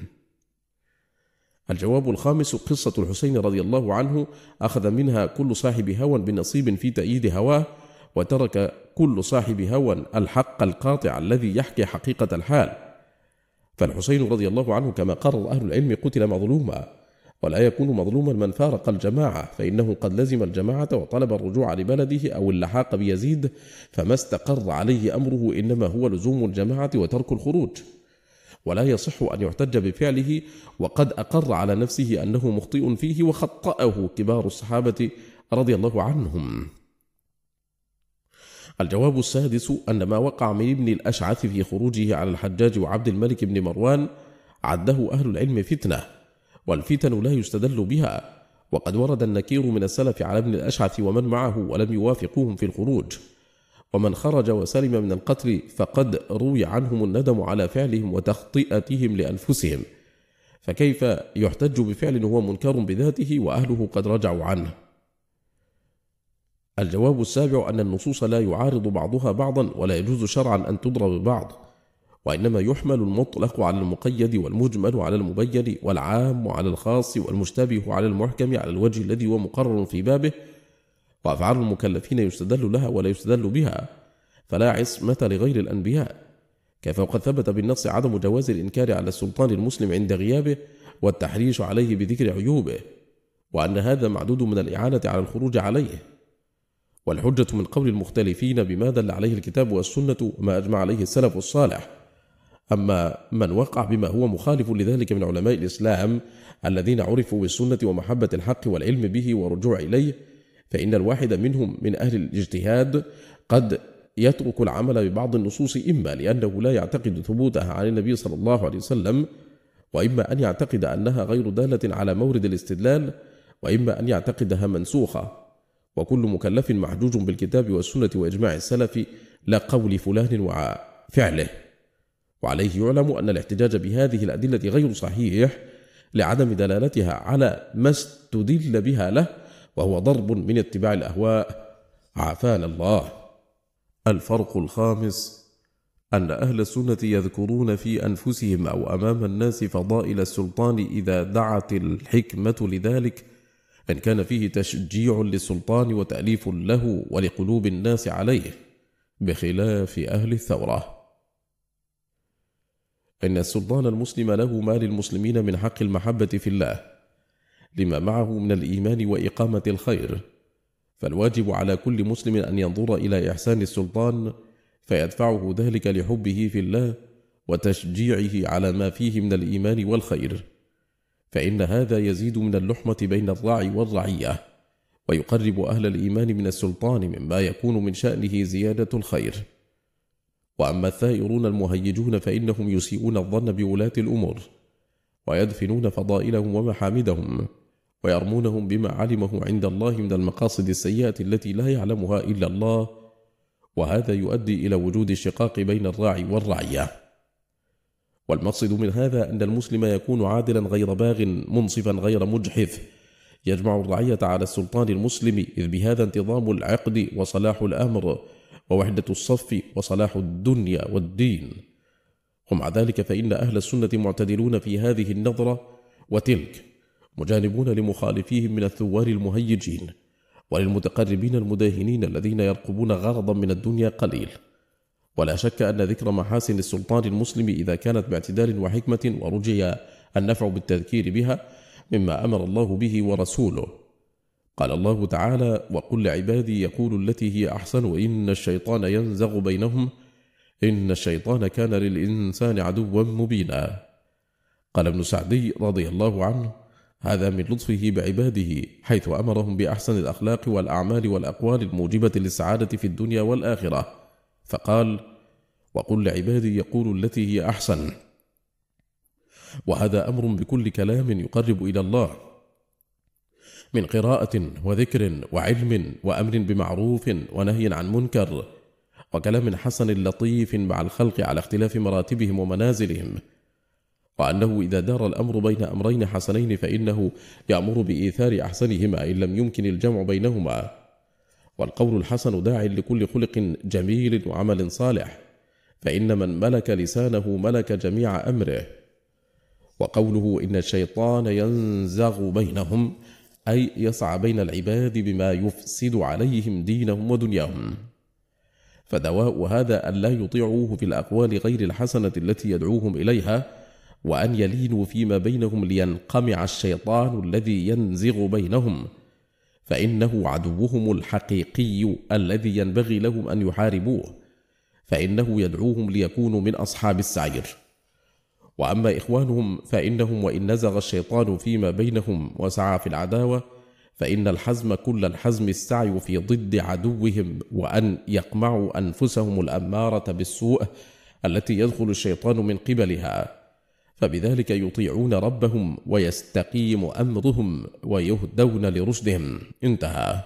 الجواب الخامس: قصة الحسين رضي الله عنه أخذ منها كل صاحب هوى بنصيب في تأييد هواه، وترك كل صاحب هوى الحق القاطع الذي يحكي حقيقة الحال. فالحسين رضي الله عنه كما قرر أهل العلم قتل مظلوما، ولا يكون مظلوما من فارق الجماعة، فإنه قد لزم الجماعة وطلب الرجوع لبلده أو اللحاق بيزيد، فما استقر عليه أمره إنما هو لزوم الجماعة وترك الخروج، ولا يصح أن يحتج بفعله وقد أقر على نفسه أنه مخطئ فيه وخطأه كبار الصحابة رضي الله عنهم. الجواب السادس: أن ما وقع من ابن الأشعث في خروجه على الحجاج وعبد الملك بن مروان عده أهل العلم فتنة، والفتن لا يستدل بها، وقد ورد النكير من السلف على ابن الأشعث ومن معه ولم يوافقوهم في الخروج، ومن خرج وسلم من القتل فقد روي عنهم الندم على فعلهم وتخطئتهم لأنفسهم، فكيف يحتج بفعل هو منكر بذاته وأهله قد رجعوا عنه؟ الجواب السابع: أن النصوص لا يعارض بعضها بعضا ولا يجوز شرعا أن تضرب بعض، وإنما يحمل المطلق على المقيد والمجمل على المبين والعام على الخاص والمشتبه على المحكم على الوجه الذي هو مقرر في بابه. وأفعال المكلفين يستدل لها ولا يستدل بها، فلا عصمة لغير الأنبياء، كيف وقد ثبت بالنص عدم جواز الإنكار على السلطان المسلم عند غيابه والتحريش عليه بذكر عيوبه، وأن هذا معدود من الإعانة على الخروج عليه. والحجة من قول المختلفين بما دل عليه الكتاب والسنة وما أجمع عليه السلف الصالح. أما من وقع بما هو مخالف لذلك من علماء الإسلام الذين عرفوا بالسنة ومحبة الحق والعلم به والرجوع إليه، فإن الواحد منهم من أهل الاجتهاد قد يترك العمل ببعض النصوص، إما لأنه لا يعتقد ثبوتها عن النبي صلى الله عليه وسلم، وإما أن يعتقد أنها غير دالة على مورد الاستدلال، وإما أن يعتقدها منسوخة. وكل مكلف محجوج بالكتاب والسنة وإجماع السلف لا قول فلان وفعله. وعليه يعلم أن الاحتجاج بهذه الأدلة غير صحيح، لعدم دلالتها على ما استدل بها له، وهو ضرب من اتباع الأهواء، عافانا الله. الفرق الخامس أن أهل السنة يذكرون في أنفسهم أو أمام الناس فضائل السلطان إذا دعت الحكمة لذلك، إن كان فيه تشجيع للسلطان وتأليف له ولقلوب الناس عليه، بخلاف أهل الثورة. إن السلطان المسلم له ما للمسلمين من حق المحبة في الله لما معه من الإيمان وإقامة الخير، فالواجب على كل مسلم أن ينظر إلى إحسان السلطان فيدفعه ذلك لحبه في الله وتشجيعه على ما فيه من الإيمان والخير، فإن هذا يزيد من اللحمة بين الراعي والرعية، ويقرب أهل الإيمان من السلطان مما يكون من شأنه زيادة الخير. وأما الثائرون المهيجون فإنهم يسيئون الظن بولاة الأمور، ويدفنون فضائلهم ومحامدهم، ويرمونهم بما علمه عند الله من المقاصد السيئة التي لا يعلمها إلا الله، وهذا يؤدي إلى وجود الشقاق بين الراعي والرعية. والمقصد من هذا أن المسلم يكون عادلا غير باغ، منصفا غير مجحف، يجمع الرعية على السلطان المسلم، إذ بهذا انتظام العقد وصلاح الأمر ووحدة الصف وصلاح الدنيا والدين. ومع ذلك فإن أهل السنة معتدلون في هذه النظرة وتلك، مجانبون لمخالفيهم من الثوار المهيجين وللمتقربين المداهنين الذين يرقبون غرضا من الدنيا قليل. ولا شك أن ذكر محاسن السلطان المسلم إذا كانت باعتدال وحكمة ورجي النفع بالتذكير بها مما أمر الله به ورسوله. قال الله تعالى: وقل لعبادي يقولوا التي هي أحسن إن الشيطان ينزغ بينهم إن الشيطان كان للإنسان عدوا مبينا. قال ابن سعدي رضي الله عنه: هذا من لطفه بعباده، حيث أمرهم بأحسن الأخلاق والأعمال والأقوال الموجبة للسعادة في الدنيا والآخرة، فقال: وقل لعبادي يقولوا التي هي أحسن. وهذا أمر بكل كلام يقرب إلى الله من قراءة وذكر وعلم وأمر بمعروف ونهي عن منكر وكلام حسن لطيف مع الخلق على اختلاف مراتبهم ومنازلهم، وأنه إذا دار الأمر بين أمرين حسنين فإنه يأمر بإيثار أحسنهما إن لم يمكن الجمع بينهما. والقول الحسن داع لكل خلق جميل وعمل صالح، فإن من ملك لسانه ملك جميع أمره. وقوله إن الشيطان ينزغ بينهم أي يسعى بين العباد بما يفسد عليهم دينهم ودنياهم، فدواء هذا أن لا يطيعوه في الأقوال غير الحسنة التي يدعوهم إليها، وأن يلينوا فيما بينهم لينقمع الشيطان الذي ينزغ بينهم، فإنه عدوهم الحقيقي الذي ينبغي لهم أن يحاربوه، فإنه يدعوهم ليكونوا من أصحاب السعير. وأما إخوانهم فإنهم وإن نزغ الشيطان فيما بينهم وسعى في العداوة، فإن الحزم كل الحزم السعي في ضد عدوهم، وأن يقمعوا أنفسهم الأمارة بالسوء التي يدخل الشيطان من قبلها، فبذلك يطيعون ربهم ويستقيم أمرهم ويهدون لرشدهم. انتهى.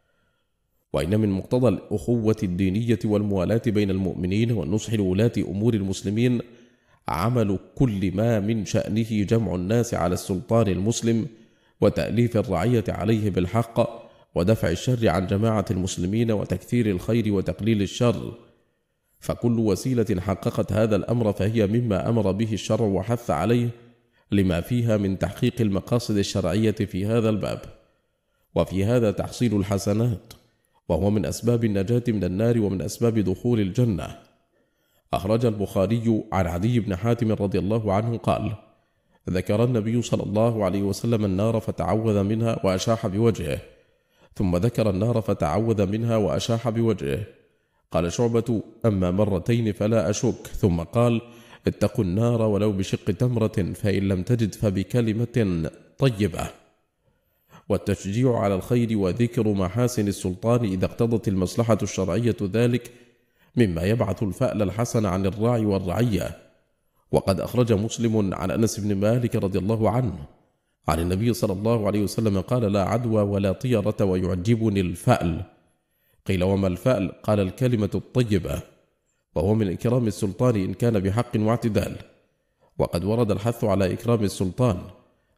وإن من مقتضى الأخوة الدينية والموالاة بين المؤمنين والنصح لولاة أمور المسلمين عمل كل ما من شأنه جمع الناس على السلطان المسلم وتأليف الرعية عليه بالحق ودفع الشر عن جماعة المسلمين وتكثير الخير وتقليل الشر، فكل وسيلة حققت هذا الأمر فهي مما أمر به الشرع وحث عليه لما فيها من تحقيق المقاصد الشرعية في هذا الباب، وفي هذا تحصيل الحسنات، وهو من أسباب النجاة من النار ومن أسباب دخول الجنة. أخرج البخاري عن عدي بن حاتم رضي الله عنه قال: ذكر النبي صلى الله عليه وسلم النار فتعوذ منها وأشاح بوجهه، ثم ذكر النار فتعوذ منها وأشاح بوجهه. قال شعبة: أما مرتين فلا أشك، ثم قال: اتقوا النار ولو بشق تمرة، فإن لم تجد فبكلمة طيبة. والتشجيع على الخير وذكر محاسن السلطان إذا اقتضت المصلحة الشرعية ذلك مما يبعث الفأل الحسن عن الراعي والرعية. وقد أخرج مسلم عن أنس بن مالك رضي الله عنه عن النبي صلى الله عليه وسلم قال: لا عدوى ولا طيرة ويعجبني الفأل. قيل: وما الفأل؟ قال: الكلمة الطيبة، وهو من إكرام السلطان إن كان بحق واعتدال. وقد ورد الحث على إكرام السلطان،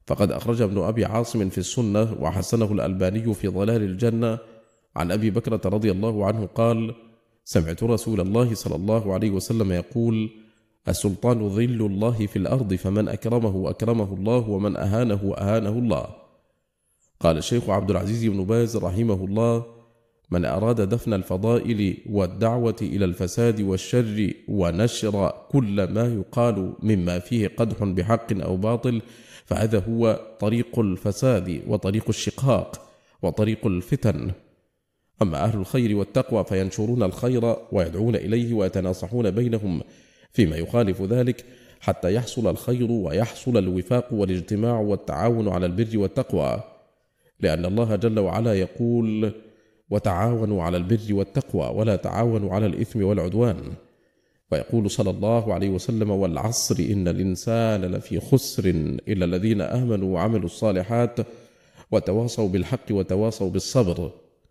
فقد أخرج ابن أبي عاصم في السنة وحسنه الألباني في ضلال الجنة عن أبي بكرة رضي الله عنه قال: سمعت رسول الله صلى الله عليه وسلم يقول: السلطان ظل الله في الأرض، فمن أكرمه أكرمه الله، ومن أهانه أهانه الله. قال الشيخ عبد العزيز بن باز رحمه الله: من أراد دفن الفضائل والدعوة إلى الفساد والشر ونشر كل ما يقال مما فيه قدح بحق أو باطل، فهذا هو طريق الفساد وطريق الشقاق وطريق الفتن. أما أهل الخير والتقوى فينشرون الخير ويدعون إليه ويتناصحون بينهم فيما يخالف ذلك حتى يحصل الخير ويحصل الوفاق والاجتماع والتعاون على البر والتقوى، لأن الله جل وعلا يقول: وتعاونوا على البر والتقوى ولا تعاونوا على الإثم والعدوان. ويقول صلى الله عليه وسلم: والعصر إن الإنسان لفي خسر إلا الذين آمنوا وعملوا الصالحات وتواصوا بالحق وتواصوا بالصبر.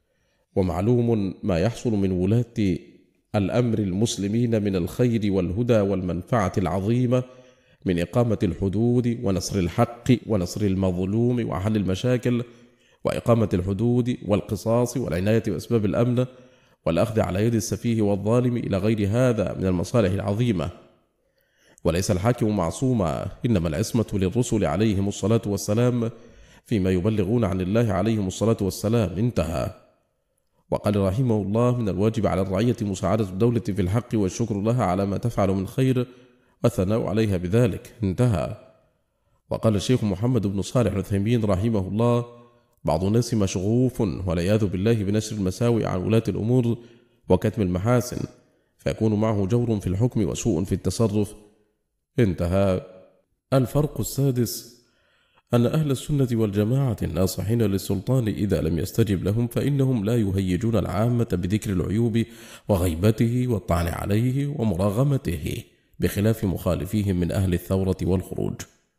ومعلوم ما يحصل من ولاة الأمر المسلمين من الخير والهدى والمنفعة العظيمة من إقامة الحدود ونصر الحق ونصر المظلوم وحل المشاكل وإقامة الحدود والقصاص والعناية بأسباب الأمن والأخذ على يد السفيه والظالم إلى غير هذا من المصالح العظيمة. وليس الحاكم معصوما، إنما العصمة للرسل عليهم الصلاة والسلام فيما يبلغون عن الله عليهم الصلاة والسلام. انتهى. وقال رحمه الله: من الواجب على الرعية مساعدة الدولة في الحق والشكر لها على ما تفعل من خير والثناء عليها بذلك. انتهى. وقال الشيخ محمد بن صالح العثيمين رحمه الله: بعض الناس مشغوف والعياذ بالله بنشر المساوئ عن ولاة الأمور وكتم المحاسن، فيكون معه جور في الحكم وسوء في التصرف. انتهى. الفرق السادس: أن أهل السنة والجماعة الناصحين للسلطان إذا لم يستجب لهم فإنهم لا يهيجون العامة بذكر العيوب وغيبته والطعن عليه ومراغمته، بخلاف مخالفيهم من أهل الثورة والخروج.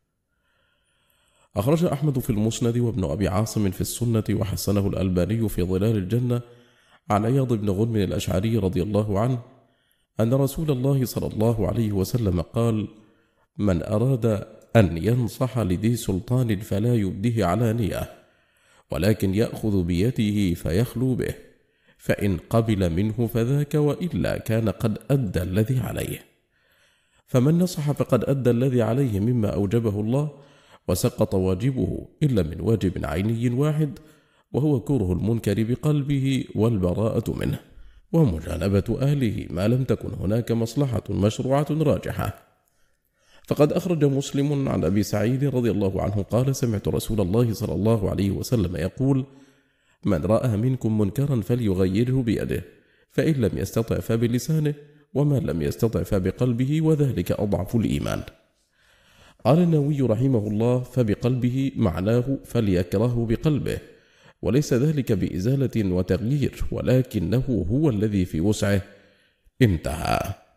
أخرج أحمد في المسند وابن أبي عاصم في السنة وحسنه الألباني في ظلال الجنة عن عياض بن غنم الأشعري رضي الله عنه أن رسول الله صلى الله عليه وسلم قال: من أراد أن ينصح لذي سلطان فلا يبده علانية، ولكن يأخذ بيده فيخلو به، فإن قبل منه فذاك، وإلا كان قد أدى الذي عليه. فمن نصح فقد أدى الذي عليه مما أوجبه الله، وسقط واجبه إلا من واجب عيني واحد، وهو كره المنكر بقلبه والبراءة منه ومجانبة أهله ما لم تكن هناك مصلحة مشروعة راجحة. فقد أخرج مسلم عن أبي سعيد رضي الله عنه قال: سمعت رسول الله صلى الله عليه وسلم يقول: من رأى منكم منكرا فليغيره بيده، فإن لم يستطع فبلسانه، ومن لم يستطع فبقلبه، وذلك أضعف الإيمان. قال النووي رحمه الله: فبقلبه معناه فليكرهه بقلبه، وليس ذلك بإزالة وتغيير، ولكنه هو الذي في وسعه. انتهى.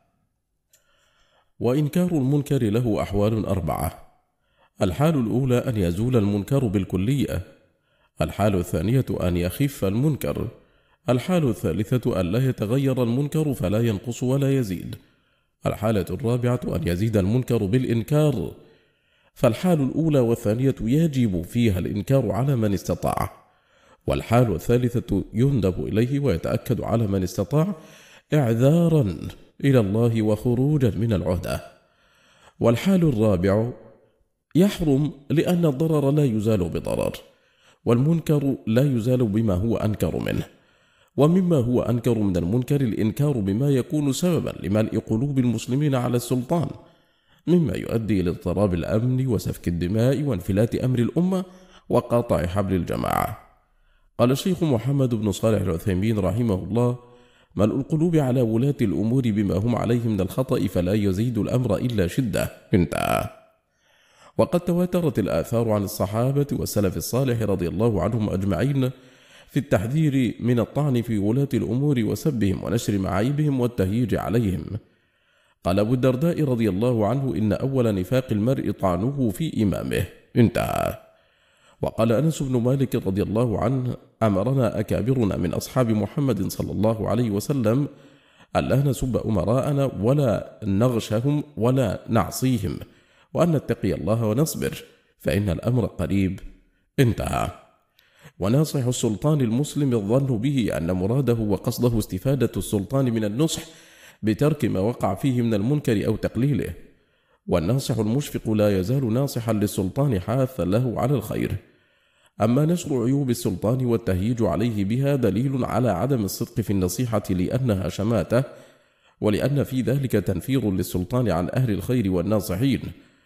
وإنكار المنكر له أحوال أربعة: الحال الأولى أن يزول المنكر بالكلية، الحال الثانية أن يخف المنكر، الحال الثالثة أن لا يتغير المنكر فلا ينقص ولا يزيد، الحالة الرابعة أن يزيد المنكر بالإنكار. فالحال الأولى والثانية يجب فيها الإنكار على من استطاع، والحال الثالثة يندب إليه ويتأكد على من استطاع إعذارا إلى الله وخروجا من العهدة. والحال الرابع يحرم لأن الضرر لا يزال بضرر، والمنكر لا يزال بما هو أنكر منه. ومما هو أنكر من المنكر الإنكار بما يكون سببا لملء قلوب المسلمين على السلطان، مما يؤدي إلى اضطراب الأمن وسفك الدماء وانفلات أمر الأمة وقطع حبل الجماعة. قال الشيخ محمد بن صالح العثيمين رحمه الله: ملء القلوب على ولاة الأمور بما هم عليه من الخطأ فلا يزيد الأمر إلا شدة. انتهى. وقد تواترت الآثار عن الصحابة والسلف الصالح رضي الله عنهم أجمعين في التحذير من الطعن في ولاة الأمور وسبهم ونشر معايبهم والتهييج عليهم. قال أبو الدرداء رضي الله عنه: إن أول نفاق المرء طعنه في إمامه. انتهى. وقال أنس بن مالك رضي الله عنه: أمرنا أكابرنا من أصحاب محمد صلى الله عليه وسلم ألا نسب أمراءنا ولا نغشهم ولا نعصيهم، وأن نتقي الله ونصبر، فإن الأمر قريب. انتهى. وناصح السلطان المسلم الظن به أن مراده وقصده استفادة السلطان من النصح بترك ما وقع فيه من المنكر أو تقليله، والناصح المشفق لا يزال ناصحا للسلطان حاثا له على الخير. أما نشر عيوب السلطان والتهييج عليه بها دليل على عدم الصدق في النصيحة، لأنها شماتة، ولأن في ذلك تنفير للسلطان عن أهل الخير والناصحين،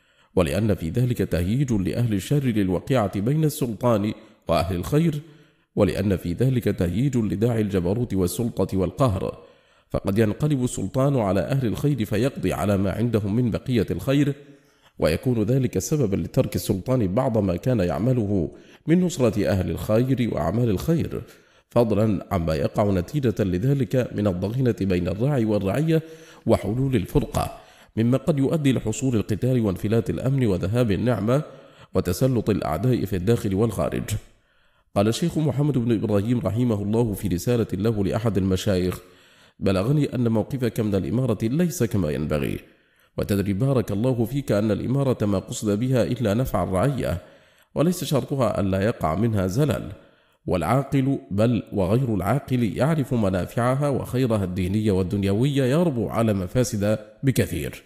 ولأن في ذلك تهييج لأهل الشر للوقيعة بين السلطان وأهل الخير، ولأن في ذلك تهييج لداعي الجبروت والسلطة والقهر، فقد ينقلب السلطان على أهل الخير فيقضي على ما عندهم من بقية الخير، ويكون ذلك سببا لترك السلطان بعض ما كان يعمله من نصرة أهل الخير وأعمال الخير، فضلا عما يقع نتيجة لذلك من الضغينة بين الراعي والرعية وحلول الفرقة، مما قد يؤدي لحصول القتال وانفلات الأمن وذهاب النعمة وتسلط الأعداء في الداخل والخارج. قال الشيخ محمد بن إبراهيم رحمه الله في رسالة له لأحد المشايخ: بلغني أن موقفك من الإمارة ليس كما ينبغي، وتدري بارك الله فيك أن الإمارة ما قصد بها إلا نفع الرعية، وليس شرطها أن لا يقع منها زلل، والعاقل بل وغير العاقل يعرف منافعها وخيرها الدينية والدنيوية يربو على مفاسد بكثير.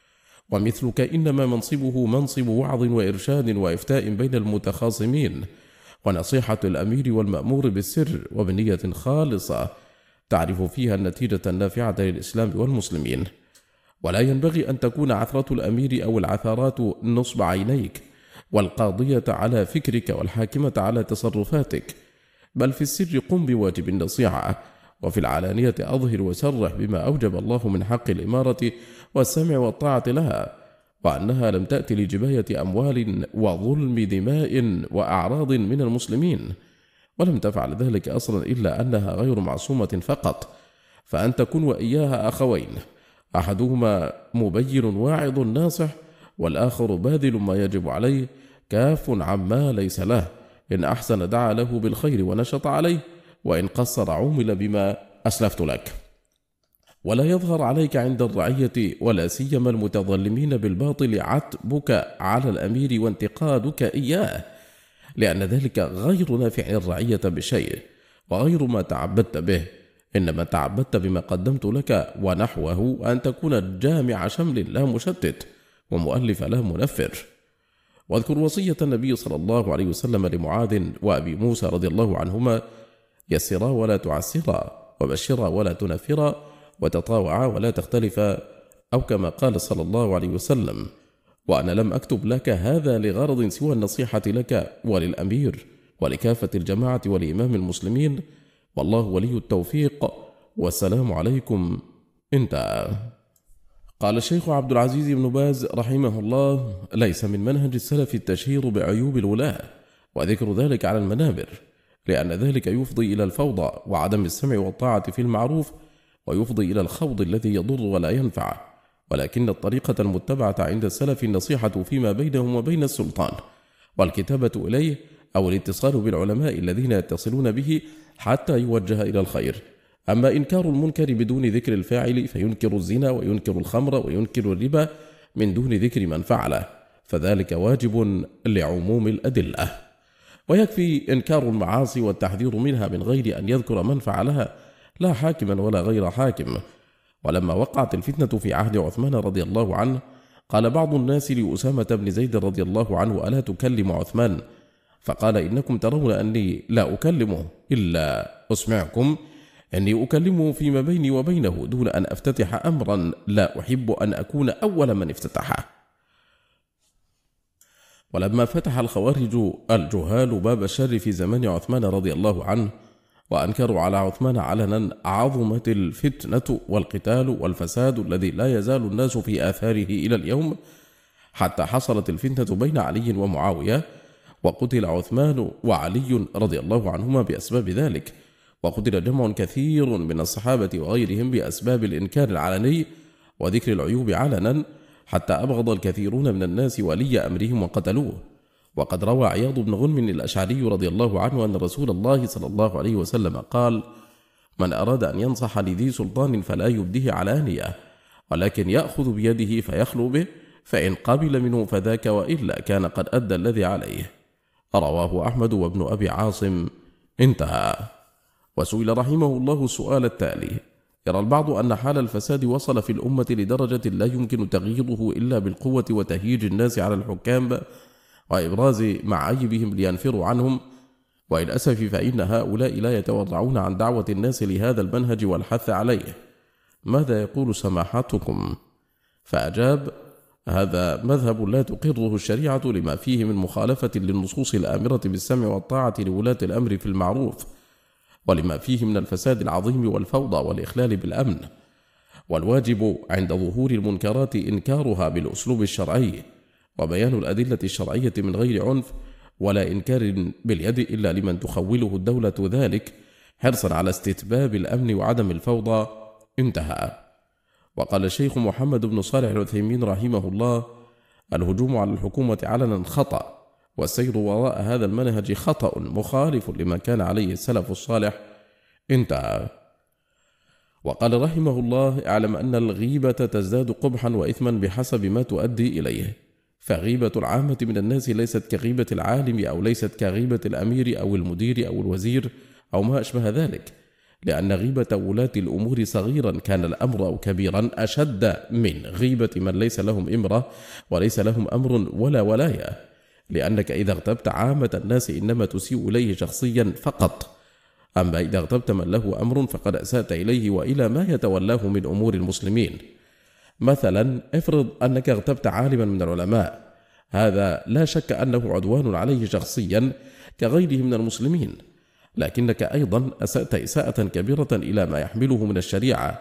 ومثلك إنما منصبه منصب وعظ وإرشاد وإفتاء بين المتخاصمين، ونصيحة الأمير والمأمور بالسر وبنية خالصة تعرف فيها النتيجة النافعة للإسلام والمسلمين. ولا ينبغي أن تكون عثرة الأمير أو العثرات نصب عينيك، والقاضية على فكرك والحاكمة على تصرفاتك، بل في السر قم بواجب النصيحة، وفي العلانية أظهر وسرح بما أوجب الله من حق الإمارة والسمع والطاعة لها، وأنها لم تأتي لجباية أموال وظلم دماء وأعراض من المسلمين، ولم تفعل ذلك أصلا إلا أنها غير معصومة فقط، فأن تكون وإياها أخوين، أحدهما مبين واعظ ناصح، والآخر باذل ما يجب عليه كاف عما ليس له، إن أحسن دعا له بالخير ونشط عليه، وإن قصر عومل بما أسلفت لك. ولا يظهر عليك عند الرعية ولا سيما المتظلمين بالباطل عتبك على الأمير وانتقادك إياه، لأن ذلك غير نافع الرعية بشيء وغير ما تعبدت به، إنما تعبدت بما قدمت لك، ونحوه أن تكون جامع شمل لا مشتت، ومؤلف لا منفر. واذكر وصية النبي صلى الله عليه وسلم لمعاذ وأبي موسى رضي الله عنهما: يسرا ولا تعسرا، وبشرا ولا تنفرا، وتطاوعا ولا تختلفا، أو كما قال صلى الله عليه وسلم: وأنا لم أكتب لك هذا لغرض سوى النصيحة لك وللأمير ولكافة الجماعة ولإمام المسلمين، والله ولي التوفيق، والسلام عليكم. انتهى. قال الشيخ عبد العزيز بن باز رحمه الله: ليس من منهج السلف التشهير بعيوب الولاة وذكر ذلك على المنابر، لأن ذلك يفضي إلى الفوضى وعدم السمع والطاعة في المعروف، ويفضي إلى الخوض الذي يضر ولا ينفع، ولكن الطريقة المتبعة عند السلف النصيحة فيما بينهم وبين السلطان، والكتابة إليه أو الاتصال بالعلماء الذين يتصلون به حتى يوجه إلى الخير. أما إنكار المنكر بدون ذكر الفاعل فينكر الزنا وينكر الخمر وينكر الربا من دون ذكر من فعله، فذلك واجب لعموم الأدلة. ويكفي إنكار المعاصي والتحذير منها من غير أن يذكر من فعلها، لا حاكما ولا غير حاكم. ولما وقعت الفتنة في عهد عثمان رضي الله عنه، قال بعض الناس لأسامة بن زيد رضي الله عنه: ألا تكلم عثمان؟ فقال: إنكم ترون أني لا أكلمه، إلا أسمعكم أني أكلمه فيما بيني وبينه دون أن أفتتح أمرا لا أحب أن أكون أول من افتتحه. ولما فتح الخوارج الجهال باب الشر في زمان عثمان رضي الله عنه وأنكروا على عثمان علنا، عظمت الفتنة والقتال والفساد الذي لا يزال الناس في آثاره إلى اليوم، حتى حصلت الفتنة بين علي ومعاوية، وقتل عثمان وعلي رضي الله عنهما بأسباب ذلك، وقتل جمع كثير من الصحابة وغيرهم بأسباب الإنكار العلني وذكر العيوب علنا، حتى أبغض الكثيرون من الناس ولي أمرهم وقتلوه. وقد روى عياض بن غنم الأشعري رضي الله عنه أن رسول الله صلى الله عليه وسلم قال: من أراد أن ينصح لذي سلطان فلا يبديه علانية، ولكن يأخذ بيده فيخلو به، فإن قبل منه فذاك، وإلا كان قد أدى الذي عليه. رواه أحمد وابن أبي عاصم. انتهى. وسئل رحمه الله السؤال التالي: يرى البعض أن حال الفساد وصل في الأمة لدرجة لا يمكن تغييره إلا بالقوة وتهييج الناس على الحكام وإبراز معايبهم لينفروا عنهم، وللأسف فإن هؤلاء لا يتورعون عن دعوة الناس لهذا المنهج والحث عليه. ماذا يقول سماحتكم؟ فأجاب: هذا مذهب لا تقره الشريعة لما فيه من مخالفة للنصوص الآمرة بالسمع والطاعة لولاة الأمر في المعروف، ولما فيه من الفساد العظيم والفوضى والإخلال بالأمن، والواجب عند ظهور المنكرات إنكارها بالأسلوب الشرعي، وبيان الأدلة الشرعية من غير عنف ولا إنكار باليد إلا لمن تخوله الدولة ذلك، حرصا على استتباب الأمن وعدم الفوضى. انتهى. وقال الشيخ محمد بن صالح العثيمين رحمه الله: الهجوم على الحكومة علنا خطأ، والسير وراء هذا المنهج خطأ مخالف لما كان عليه السلف الصالح. انتهى. وقال رحمه الله: اعلم أن الغيبة تزداد قبحا وإثما بحسب ما تؤدي إليه، فغيبة العامة من الناس ليست كغيبة العالم، أو ليست كغيبة الأمير أو المدير أو الوزير أو ما أشبه ذلك، لأن غيبة ولاة الأمور صغيرا كان الأمر أو كبيرا أشد من غيبة من ليس لهم إمرة وليس لهم أمر ولا ولاية، لأنك إذا اغتبت عامة الناس إنما تسيء إليه شخصيا فقط، أما إذا اغتبت من له أمر فقد أسأت إليه وإلى ما يتولاه من أمور المسلمين. مثلا افرض أنك اغتبت عالما من العلماء، هذا لا شك أنه عدوان عليه شخصيا كغيره من المسلمين، لكنك أيضا أسأت إساءة كبيرة إلى ما يحمله من الشريعة.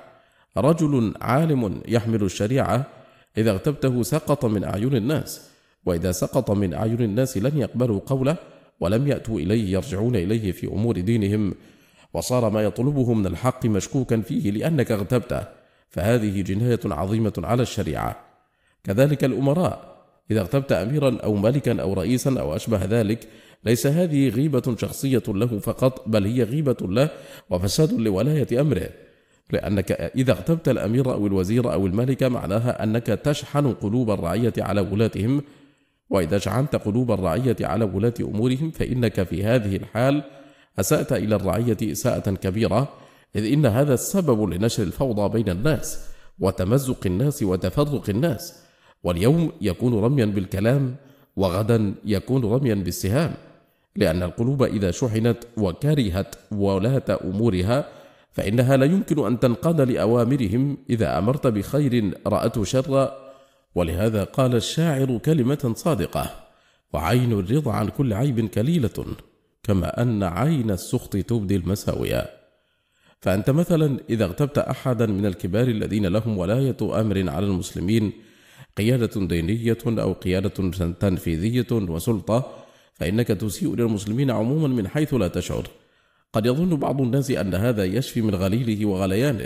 رجل عالم يحمل الشريعة إذا اغتبته سقط من أعين الناس، وإذا سقط من أعين الناس لن يقبلوا قوله ولم يأتوا إليه يرجعون إليه في أمور دينهم، وصار ما يطلبه من الحق مشكوكا فيه لأنك اغتبته، فهذه جناية عظيمة على الشريعة. كذلك الأمراء، إذا اغتبت أميرا أو ملكا أو رئيسا أو أشبه ذلك، ليس هذه غيبة شخصية له فقط، بل هي غيبة له وفساد لولاية أمره، لأنك إذا اغتبت الأمير أو الوزير أو الملك معناها أنك تشحن قلوب الرعية على ولاتهم، وإذا شحنت قلوب الرعية على ولاة أمورهم فإنك في هذه الحال أسأت إلى الرعية إساءة كبيرة، إذ إن هذا السبب لنشر الفوضى بين الناس وتمزق الناس وتفرق الناس، واليوم يكون رميا بالكلام وغدا يكون رميا بالسهام، لأن القلوب إذا شحنت وكرهت ولاة أمورها فإنها لا يمكن أن تنقاد لأوامرهم، إذا أمرت بخير رأته شرا. ولهذا قال الشاعر كلمة صادقة: وعين الرضا عن كل عيب كليلة، كما أن عين السخط تبدي المساوية. فأنت مثلا إذا اغتبت أحدا من الكبار الذين لهم ولاية أمر على المسلمين، قيادة دينية أو قيادة تنفيذية وسلطة، فإنك تسيء للمسلمين عموما من حيث لا تشعر. قد يظن بعض الناس أن هذا يشفي من غليله وغليانه،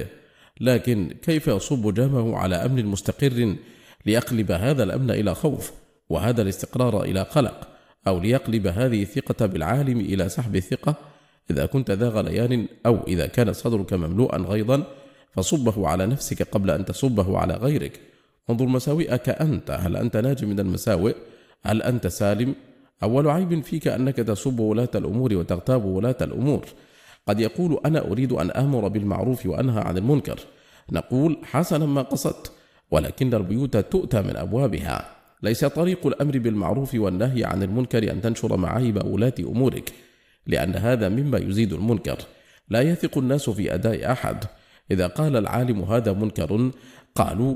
لكن كيف يصب جامه على أمن مستقر ليقلب هذا الأمن إلى خوف، وهذا الاستقرار إلى قلق، أو ليقلب هذه الثقة بالعالم إلى سحب الثقة؟ إذا كنت ذا غليان أو إذا كان صدرك مملوءا غيظا فصبه على نفسك قبل أن تصبه على غيرك. انظر مساوئك أنت، هل أنت ناجي من المساوئ؟ هل أنت سالم؟ أول عيب فيك أنك تسب ولاة الأمور وتغتاب ولاة الأمور. قد يقول: أنا أريد أن آمر بالمعروف وأنهى عن المنكر. نقول: حسنا ما قصدت، ولكن البيوت تؤتى من أبوابها. ليس طريق الأمر بالمعروف والنهي عن المنكر أن تنشر معايب ولاة أمورك، لأن هذا مما يزيد المنكر. لا يثق الناس في أداء أحد. إذا قال العالم هذا منكر قالوا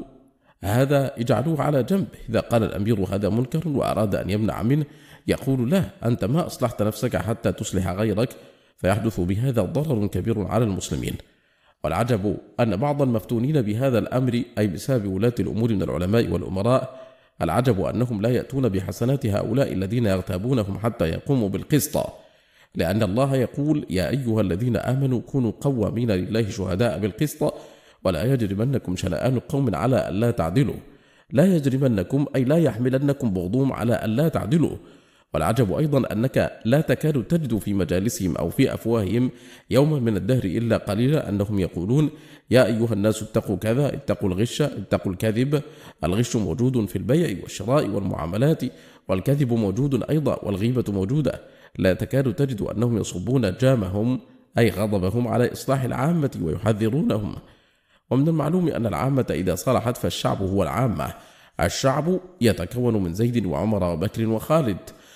هذا اجعلوه على جنب، إذا قال الأمير هذا منكر وأراد أن يمنع منه يقول: لا، أنت ما أصلحت نفسك حتى تصلح غيرك، فيحدث بهذا ضرر كبير على المسلمين. والعجب أن بعض المفتونين بهذا الأمر، أي بسبب ولاة الأمور من العلماء والأمراء، العجب أنهم لا يأتون بحسنات هؤلاء الذين يغتابونهم حتى يقوموا بالقسط، لأن الله يقول: يا أيها الذين آمنوا كونوا قوامين لله شهداء بالقسط ولا يجرمنكم شنآن قوم على ألا تعدلوا. لا يجرمنكم أي لا يحملنكم بغضهم على ألا تعدلوا، والعجب أيضا أنك لا تكاد تجد في مجالسهم أو في أفواههم يوما من الدهر إلا قليلا أنهم يقولون يا أيها الناس اتقوا كذا، اتقوا الغش، اتقوا الكذب. الغش موجود في البيع والشراء والمعاملات، والكذب موجود أيضا، والغيبة موجودة. لا تكاد تجد أنهم يصبون جامهم أي غضبهم على إصلاح العامة ويحذرونهم. ومن المعلوم أن العامة إذا صلحت فالشعب هو العامة. الشعب يتكون من زيد وعمر وبكر وخالد،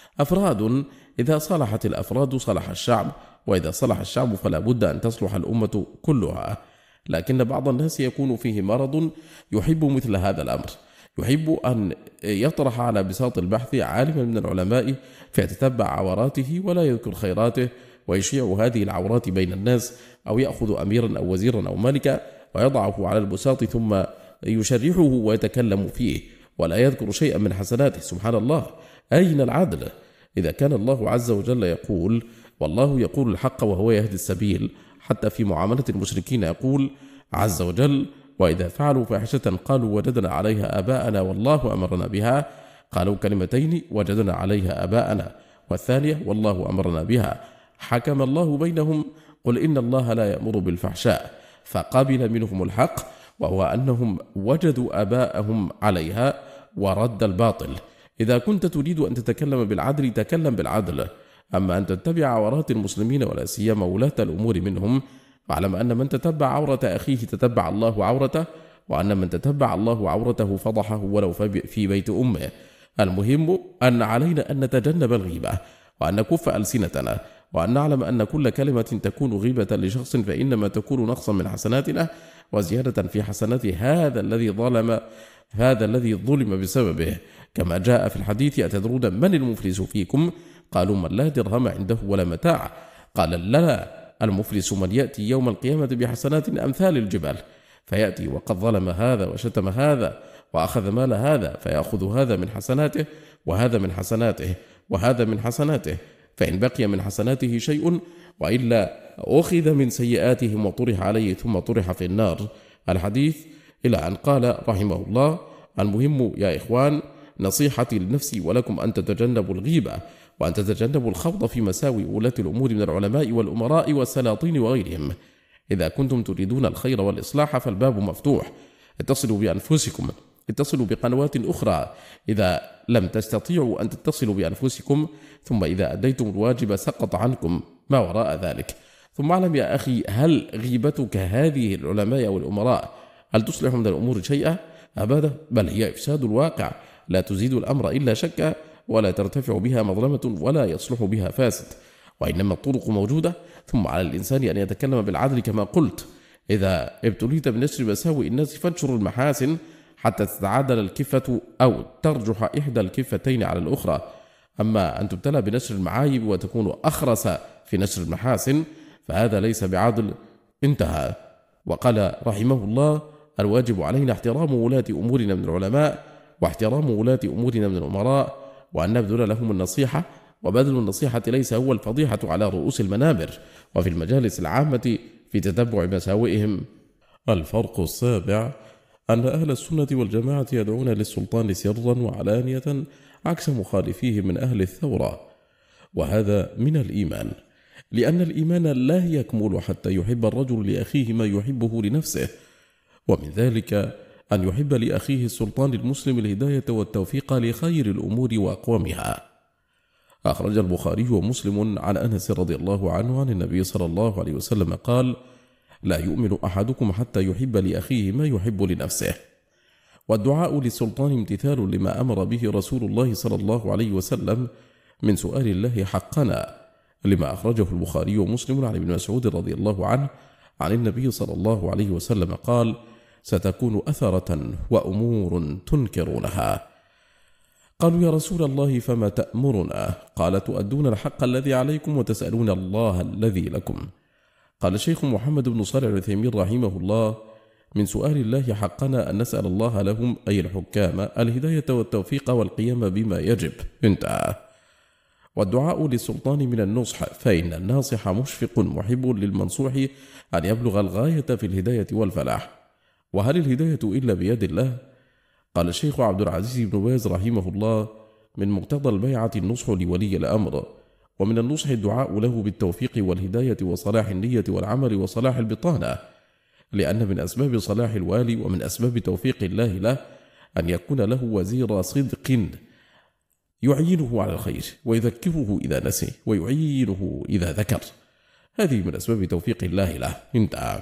أفراد، إذا صلحت الأفراد صلح الشعب، وإذا صلح الشعب فلا بد أن تصلح الأمة كلها. لكن بعض الناس يكون فيه مرض يحب مثل هذا الأمر، يحب أن يطرح على بساط البحث عالما من العلماء فيتتبع عوراته ولا يذكر خيراته، ويشيع هذه العورات بين الناس، أو يأخذ أميرا أو وزيرا أو ملكا ويضعه على البساط ثم يشرحه ويتكلم فيه ولا يذكر شيئا من حسناته. سبحان الله، أين العدل؟ إذا كان الله عز وجل يقول والله يقول الحق وهو يهدي السبيل، حتى في معاملة المشركين يقول عز وجل وإذا فعلوا فاحشة قالوا وجدنا عليها آباءنا والله أمرنا بها، قالوا كلمتين وجدنا عليها آباءنا، والثانية والله أمرنا بها، حكم الله بينهم قل إن الله لا يأمر بالفحشاء، فقبل منهم الحق وهو أنهم وجدوا آباءهم عليها ورد الباطل. إذا كنت تريد أن تتكلم بالعدل تكلم بالعدل، أما أن تتبع عورات المسلمين ولا سيما ولاة الأمور منهم، واعلم أن من تتبع عورة أخيه تتبع الله عورته، وأن من تتبع الله عورته فضحه ولو في بيت أمه. المهم أن علينا أن نتجنب الغيبة، وأن نكف ألسنتنا، وأن نعلم أن كل كلمة تكون غيبة لشخص فإنما تكون نقصا من حسناتنا وزيادة في حسنات هذا الذي ظلم هذا الذي ظلم بسببه، كما جاء في الحديث أتدرون من المفلس فيكم؟ قالوا من لا درهم عنده ولا متاع، قال لا، المفلس من يأتي يوم القيامة بحسنات أمثال الجبال، فيأتي وقد ظلم هذا وشتم هذا وأخذ مال هذا، فيأخذ هذا من حسناته وهذا من حسناته وهذا من حسناته، فإن بقي من حسناته شيء وإلا أخذ من سيئاتهم وطرح عليه ثم طرح في النار. الحديث إلى أن قال رحمه الله: المهم يا إخوان نصيحتي لنفسي ولكم أن تتجنبوا الغيبة، وأن تتجنبوا الخوض في مساوي ولاة الأمور من العلماء والأمراء والسلاطين وغيرهم. إذا كنتم تريدون الخير والإصلاح فالباب مفتوح، اتصلوا بأنفسكم، اتصلوا بقنوات أخرى إذا لم تستطيعوا أن تتصلوا بأنفسكم، ثم إذا أديتم الواجب سقط عنكم ما وراء ذلك. ثم اعلم يا أخي، هل غيبتك هذه العلماء والأمراء هل تصلح من الأمور شيئا؟ أبدا، بل هي إفساد الواقع، لا تزيد الأمر إلا شكا، ولا ترتفع بها مظلمة ولا يصلح بها فاسد، وإنما الطرق موجودة. ثم على الإنسان أن يتكلم بالعدل كما قلت، إذا ابتليت بنشر مساوئ الناس فانشر المحاسن حتى تتعادل الكفة أو ترجح إحدى الكفتين على الأخرى. أما أن تبتلى بنشر المعايب وتكون أخرس في نشر المحاسن فهذا ليس بعدل. انتهى. وقال رحمه الله: الواجب علينا احترام ولاة أمورنا من العلماء، واحترام ولاة أمورنا من الأمراء، وأن نبذل لهم النصيحة، وبذل النصيحة ليس هو الفضيحة على رؤوس المنابر وفي المجالس العامة في تتبع مساوئهم. الفرق السابع أن أهل السنة والجماعة يدعون للسلطان سرا وعلانية عكس مخالفيه من أهل الثورة، وهذا من الإيمان، لأن الإيمان لا يكمل حتى يحب الرجل لأخيه ما يحبه لنفسه، ومن ذلك أن يحب لأخيه السلطان المسلم الهداية والتوفيق لخير الأمور وأقومها. أخرج البخاري ومسلم عن أنس رضي الله عنه عن النبي صلى الله عليه وسلم قال: لا يؤمن أحدكم حتى يحب لأخيه ما يحب لنفسه. والدعاء للسلطان امتثال لما أمر به رسول الله صلى الله عليه وسلم من سؤال الله حقنا، لما أخرجه البخاري ومسلم عن ابن مسعود رضي الله عنه عن النبي صلى الله عليه وسلم قال: ستكون أثرة وأمور تنكرونها. قالوا: يا رسول الله فما تأمرنا؟ قال: تؤدون الحق الذي عليكم وتسألون الله الذي لكم. قال الشيخ محمد بن صالح العثيمين رحمه الله: من سؤال الله حقنا أن نسأل الله لهم أي الحكام الهداية والتوفيق والقيام بما يجب. انتهى. والدعاء للسلطان من النصح، فإن الناصح مشفق محب للمنصوح أن يبلغ الغاية في الهداية والفلاح. وهل الهداية إلا بيد الله؟ قال الشيخ عبد العزيز بن باز رحمه الله: من مقتضى البيعة النصح لولي الأمر، ومن النصح الدعاء له بالتوفيق والهداية وصلاح النية والعمل وصلاح البطانة، لأن من أسباب صلاح الوالي ومن أسباب توفيق الله له أن يكون له وزير صدق يعينه على الخير ويذكره إذا نسي ويعينه إذا ذكر. هذه من أسباب توفيق الله له. انتهى.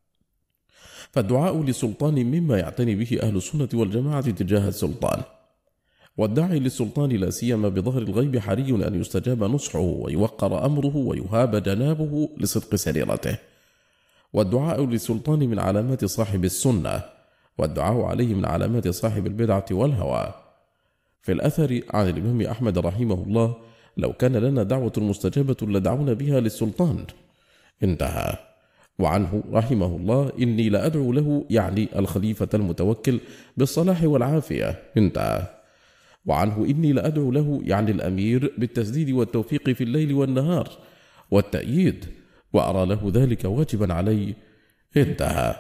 فالدعاء للسلطان مما يعتني به أهل السنة والجماعة تجاه السلطان، والداعي للسلطان لا سيما بظهر الغيب حري أن يستجاب نصحه ويوقر أمره ويهاب جنابه لصدق سريرته. والدعاء للسلطان من علامات صاحب السنة، والدعاء عليه من علامات صاحب البدعة والهوى. في الأثر عن الإمام أحمد رحمه الله: لو كان لنا دعوة مستجابة لدعونا بها للسلطان. انتهى. وعنه رحمه الله: إني لأدعو له، يعني الخليفة المتوكل، بالصلاح والعافية. انتهى. وعنه: إني لأدعو له، يعني الأمير، بالتسديد والتوفيق في الليل والنهار والتأييد، وأرى له ذلك واجبا علي. انتهى.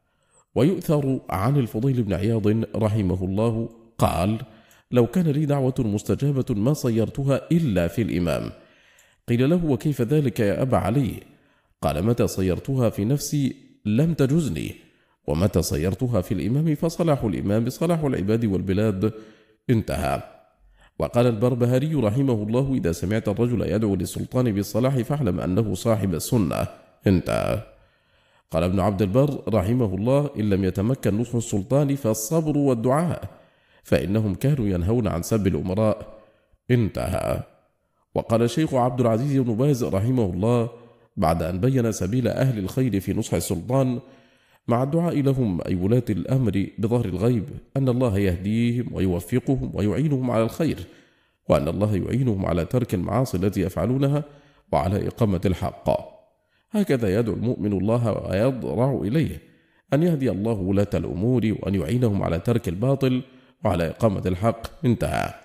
ويؤثر عن الفضيل بن عياض رحمه الله قال: لو كان لي دعوة مستجابة ما صيرتها إلا في الإمام. قيل له: وكيف ذلك يا أبا علي؟ قال: متى صيرتها في نفسي لم تجزني، ومتى صيرتها في الإمام فصلاح الإمام صلاح العباد والبلاد. انتهى. وقال البربهاري رحمه الله: إذا سمعت الرجل يدعو للسلطان بالصلاح فاعلم أنه صاحب السنة. انتهى. قال ابن عبد البر رحمه الله: إن لم يتمكن نصح السلطان فالصبر والدعاء، فإنهم كانوا ينهون عن سب الأمراء. انتهى. وقال الشيخ عبد العزيز بن باز رحمه الله بعد أن بين سبيل أهل الخير في نصح السلطان مع الدعاء لهم أي ولاة الأمر بظهر الغيب أن الله يهديهم ويوفقهم ويعينهم على الخير، وأن الله يعينهم على ترك المعاصي التي يفعلونها وعلى إقامة الحق. هكذا يدعو المؤمن الله ويضرع إليه أن يهدي الله ولاة الأمور وأن يعينهم على ترك الباطل وعلى إقامة الحق. انتهى.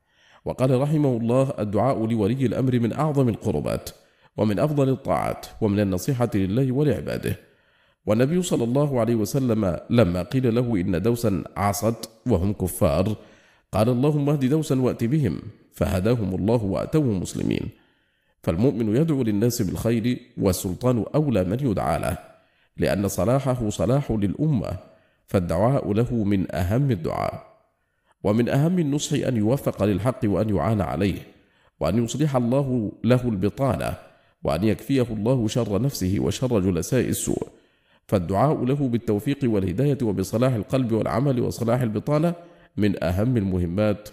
وقال رحمه الله: الدعاء لولي الأمر من أعظم القربات ومن أفضل الطاعات ومن النصيحة لله ولعباده. والنبي صلى الله عليه وسلم لما قيل له إن دوسا عصت وهم كفار قال: اللهم اهد دوسا وأت بهم، فهداهم الله وأتوه مسلمين. فالمؤمن يدعو للناس بالخير، والسلطان أولى من يدعى له، لأن صلاحه صلاح للأمة، فالدعاء له من أهم الدعاء. ومن أهم النصح أن يوفق للحق وأن يعان عليه، وأن يصلح الله له البطانة، وأن يكفيه الله شر نفسه وشر جلساء السوء. فالدعاء له بالتوفيق والهداية وبصلاح القلب والعمل وصلاح البطانة من أهم المهمات.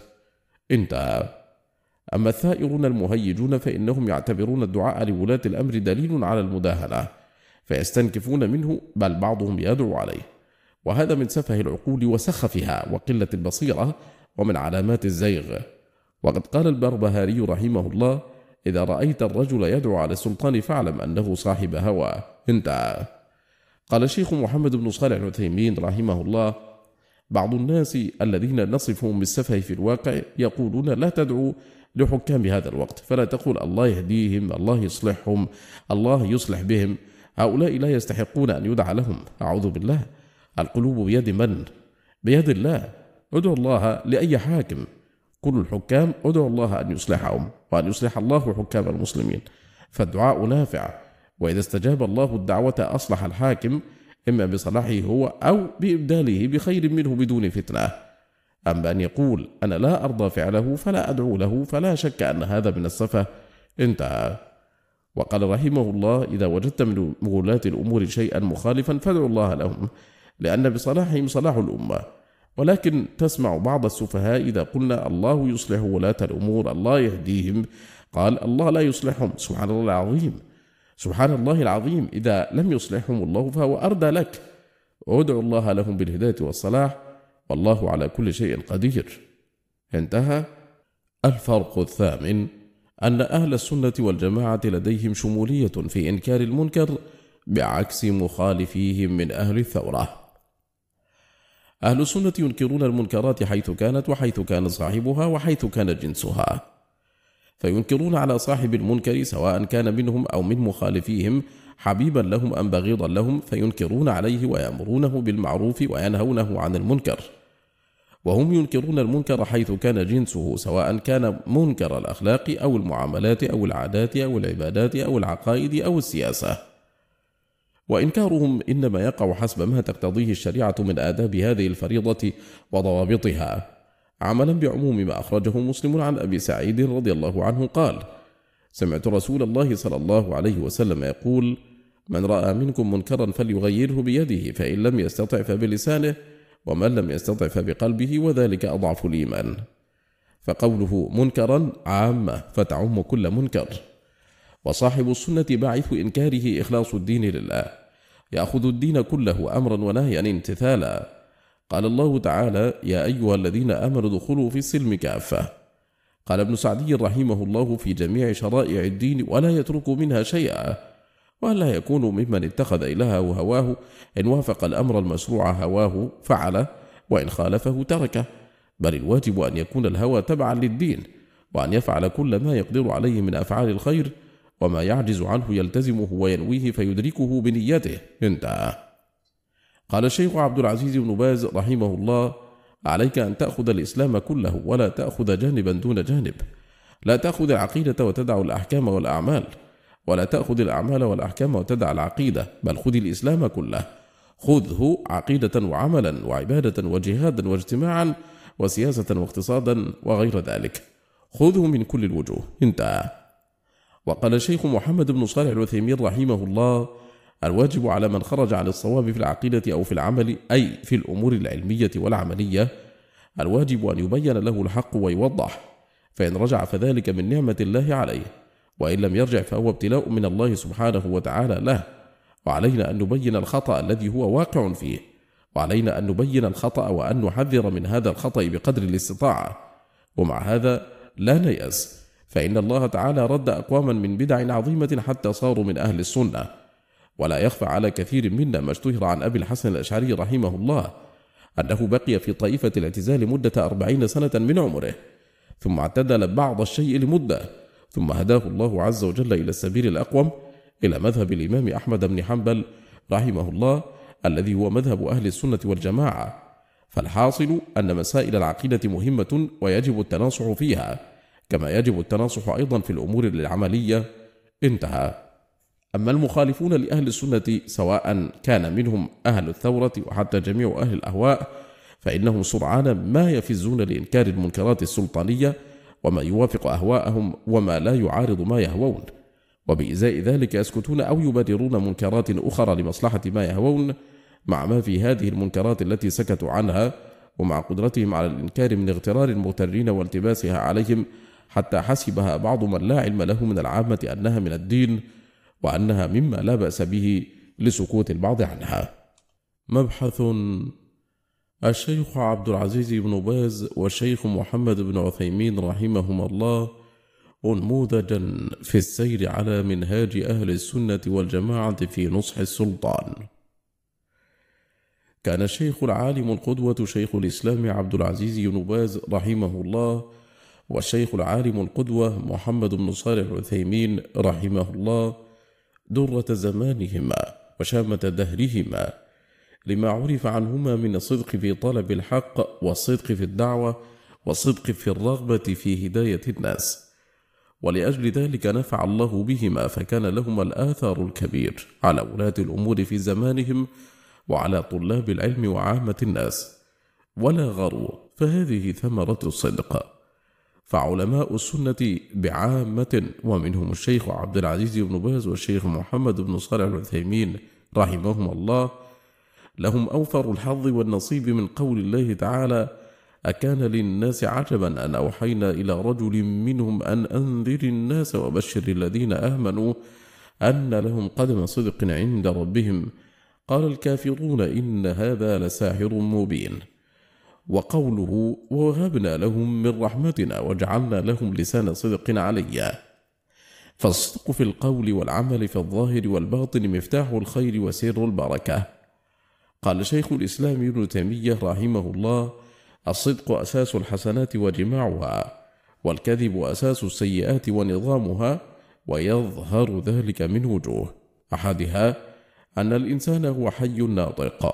انتهى. أما الثائرون المهيجون فإنهم يعتبرون الدعاء لولاة الأمر دليل على المداهنة، فيستنكفون منه، بل بعضهم يدعو عليه، وهذا من سفه العقول وسخفها وقلة البصيرة ومن علامات الزيغ. وقد قال البربهاري رحمه الله: إذا رأيت الرجل يدعو على السلطان فاعلم أنه صاحب هوى. انتهى. قال الشيخ محمد بن صالح العثيمين رحمه الله: بعض الناس الذين نصفهم بالسفه في الواقع يقولون لا تدعو لحكام هذا الوقت، فلا تقول الله يهديهم، الله يصلحهم، الله يصلح بهم، هؤلاء لا يستحقون أن يدعى لهم. أعوذ بالله. القلوب بيد من؟ بيد الله. ادعو الله لأي حاكم، كل الحكام ادعو الله أن يصلحهم وأن يصلح الله حكام المسلمين، فالدعاء نافع، وإذا استجاب الله الدعوة أصلح الحاكم، إما بصلاحه هو أو بإبداله بخير منه بدون فتنة. أما أن يقول أنا لا أرضى فعله فلا أدعو له، فلا شك أن هذا من السفه. انتهى. وقال رحمه الله: إذا وجدت من ولاة الأمور شيئا مخالفا فادعوا الله لهم، لأن بصلاحهم صلاح الأمة. ولكن تسمع بعض السفهاء إذا قلنا الله يصلح ولاة الأمور، الله يهديهم، قال الله لا يصلحهم. سبحان الله العظيم، سبحان الله العظيم، إذا لم يصلحهم الله فهو أردى لك. ادعو الله لهم بالهداية والصلاح، والله على كل شيء قدير. انتهى. الفرق الثامن: أن أهل السنة والجماعة لديهم شمولية في إنكار المنكر بعكس مخالفيهم من أهل الثورة. أهل السنة ينكرون المنكرات حيث كانت وحيث كان صاحبها وحيث كان جنسها، فينكرون على صاحب المنكر سواء كان منهم أو من مخالفيهم حبيبا لهم أم بغيضا لهم، فينكرون عليه ويأمرونه بالمعروف وينهونه عن المنكر. وهم ينكرون المنكر حيث كان جنسه، سواء كان منكر الأخلاق أو المعاملات أو العادات أو العبادات أو العقائد أو السياسة. وإنكارهم إنما يقع حسب ما تقتضيه الشريعة من آداب هذه الفريضة وضوابطها، عملا بعموم ما أخرجه مسلم عن أبي سعيد رضي الله عنه قال: سمعت رسول الله صلى الله عليه وسلم يقول: من رأى منكم منكرا فليغيره بيده، فإن لم يستطع فبلسانه، ومن لم يستطع فبقلبه، وذلك أضعف الإيمان. فقوله منكرا عامة فتعم كل منكر. وصاحب السنة باعث إنكاره إخلاص الدين لله، يأخذ الدين كله أمرا ونهيا امتثالا. قال الله تعالى: يا أيها الذين آمنوا ادخلوا في السلم كافة. قال ابن سعدي رحمه الله: في جميع شرائع الدين ولا يترك منها شيئا، ولا يكون ممن اتخذ إلهه هواه، إن وافق الأمر المشروع هواه فعله، وإن خالفه تركه، بل الواجب أن يكون الهوى تبعا للدين، وأن يفعل كل ما يقدر عليه من أفعال الخير، وما يعجز عنه يلتزمه وينويه فيدركه بنيته. انتهى. قال الشيخ عبد العزيز بن باز رحمه الله: عليك أن تأخذ الإسلام كله، ولا تأخذ جانبا دون جانب. لا تأخذ العقيدة وتدع الأحكام والأعمال، ولا تأخذ الأعمال والأحكام وتدع العقيدة، بل خذ الإسلام كله. خذه عقيدة وعملا وعبادة وجهادا واجتماعا وسياسة واقتصادا وغير ذلك، خذه من كل الوجوه. انتهى. وقال الشيخ محمد بن صالح العثيمين رحمه الله: الواجب على من خرج عن الصواب في العقيدة أو في العمل، أي في الأمور العلمية والعملية، الواجب أن يبين له الحق ويوضح، فإن رجع فذلك من نعمة الله عليه، وإن لم يرجع فهو ابتلاء من الله سبحانه وتعالى له. وعلينا أن نبين الخطأ الذي هو واقع فيه، وعلينا أن نبين الخطأ وأن نحذر من هذا الخطأ بقدر الاستطاعة. ومع هذا لا نيأس، فإن الله تعالى رد أقواما من بدع عظيمة حتى صاروا من أهل السنة. ولا يخفى على كثير منا ما اشتهر عن أبي الحسن الأشعري رحمه الله أنه بقي في طائفة الاعتزال مدة أربعين سنة من عمره، ثم اعتدل بعض الشيء لمدة، ثم هداه الله عز وجل إلى السبيل الأقوم، إلى مذهب الإمام أحمد بن حنبل رحمه الله، الذي هو مذهب أهل السنة والجماعة. فالحاصل أن مسائل العقيدة مهمة ويجب التناصح فيها، كما يجب التناصح أيضا في الأمور العملية. انتهى. أما المخالفون لأهل السنة، سواء كان منهم أهل الثورة وحتى جميع أهل الأهواء، فإنهم سرعان ما يفزون لإنكار المنكرات السلطانية وما يوافق أهواءهم وما لا يعارض ما يهوون، وبإزاء ذلك يسكتون أو يبررون منكرات أخرى لمصلحة ما يهوون، مع ما في هذه المنكرات التي سكتوا عنها، ومع قدرتهم على الإنكار من اغترار المغترين والتباسها عليهم، حتى حسبها بعض من لا علم له من العامة أنها من الدين، وأنها مما لا بأس به لسكوت البعض عنها. مبحث: الشيخ عبد العزيز بن باز والشيخ محمد بن عثيمين رحمهما الله أنموذجا في السير على منهاج أهل السنة والجماعة في نصح السلطان. كان الشيخ العالم القدوة شيخ الإسلام عبد العزيز بن باز رحمه الله، والشيخ العالم القدوة محمد بن صالح العثيمين رحمه الله درة زمانهما وشامة دهرهما، لما عرف عنهما من الصدق في طلب الحق، والصدق في الدعوة، والصدق في الرغبة في هداية الناس. ولأجل ذلك نفع الله بهما، فكان لهما الآثار الكبير على ولاة الأمور في زمانهم وعلى طلاب العلم وعامة الناس. ولا غرو، فهذه ثمرة الصدق. فعلماء السنة بعامة، ومنهم الشيخ عبد العزيز بن باز والشيخ محمد بن صالح العثيمين رحمهم الله، لهم أوفر الحظ والنصيب من قول الله تعالى: أكان للناس عجبا أن أوحينا إلى رجل منهم أن أنذر الناس وبشر الذين آمنوا أن لهم قدم صدق عند ربهم، قال الكافرون إن هذا لساحر مبين. وقوله: ووهبنا لهم من رحمتنا وجعلنا لهم لسان صدق عليا. فالصدق في القول والعمل في الظاهر والباطن مفتاح الخير وسر البركة. قال شيخ الإسلام ابن تيمية رحمه الله: الصدق أساس الحسنات وجماعها، والكذب أساس السيئات ونظامها، ويظهر ذلك من وجوه. أحدها أن الإنسان هو حي ناطق،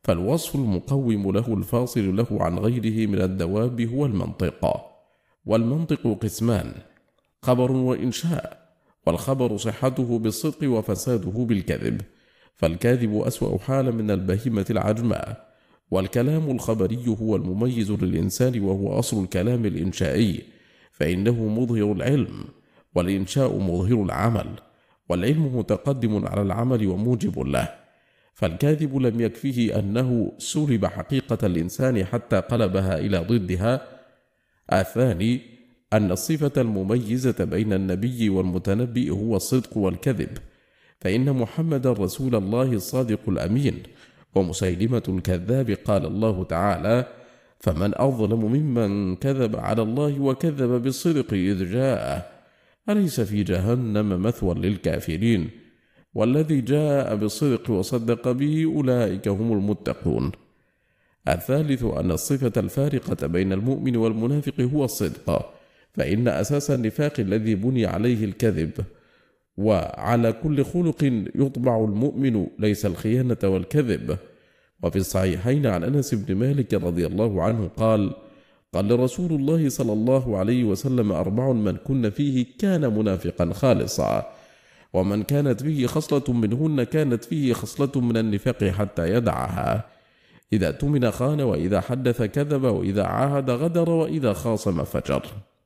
فالوصف المقوم له الفاصل له عن غيره من الدواب هو المنطق. والمنطق قسمان: خبر وإنشاء، والخبر صحته بالصدق وفساده بالكذب، فالكاذب أسوأ حال من البهيمة العجماء. والكلام الخبري هو المميز للإنسان، وهو أصل الكلام الإنشائي، فإنه مظهر العلم، والإنشاء مظهر العمل، والعلم متقدم على العمل وموجب له. فالكاذب لم يكفيه أنه سلب حقيقة الإنسان حتى قلبها إلى ضدها. الثاني أن الصفة المميزة بين النبي والمتنبي هو الصدق والكذب، فإن محمد رسول الله الصادق الأمين، ومسيلمة الكذاب قال الله تعالى: فمن أظلم ممن كذب على الله وكذب بالصدق إذ جاءه، أليس في جهنم مثوى للكافرين، والذي جاء بالصدق وصدق به أولئك هم المتقون. الثالث أن الصفة الفارقة بين المؤمن والمنافق هو الصدق، فإن أساس النفاق الذي بني عليه الكذب، وعلى كل خلق يطبع المؤمن ليس الخيانة والكذب. وفي الصحيحين عن أنس بن مالك رضي الله عنه قال: قال رسول الله صلى الله عليه وسلم: أربع من كن فيه كان منافقا خالصا، ومن كانت فيه خصلة منهن كانت فيه خصلة من النفاق حتى يدعها: إذا اؤتمن خان، وإذا حدث كذب، وإذا عاهد غدر، وإذا خاصم فجر.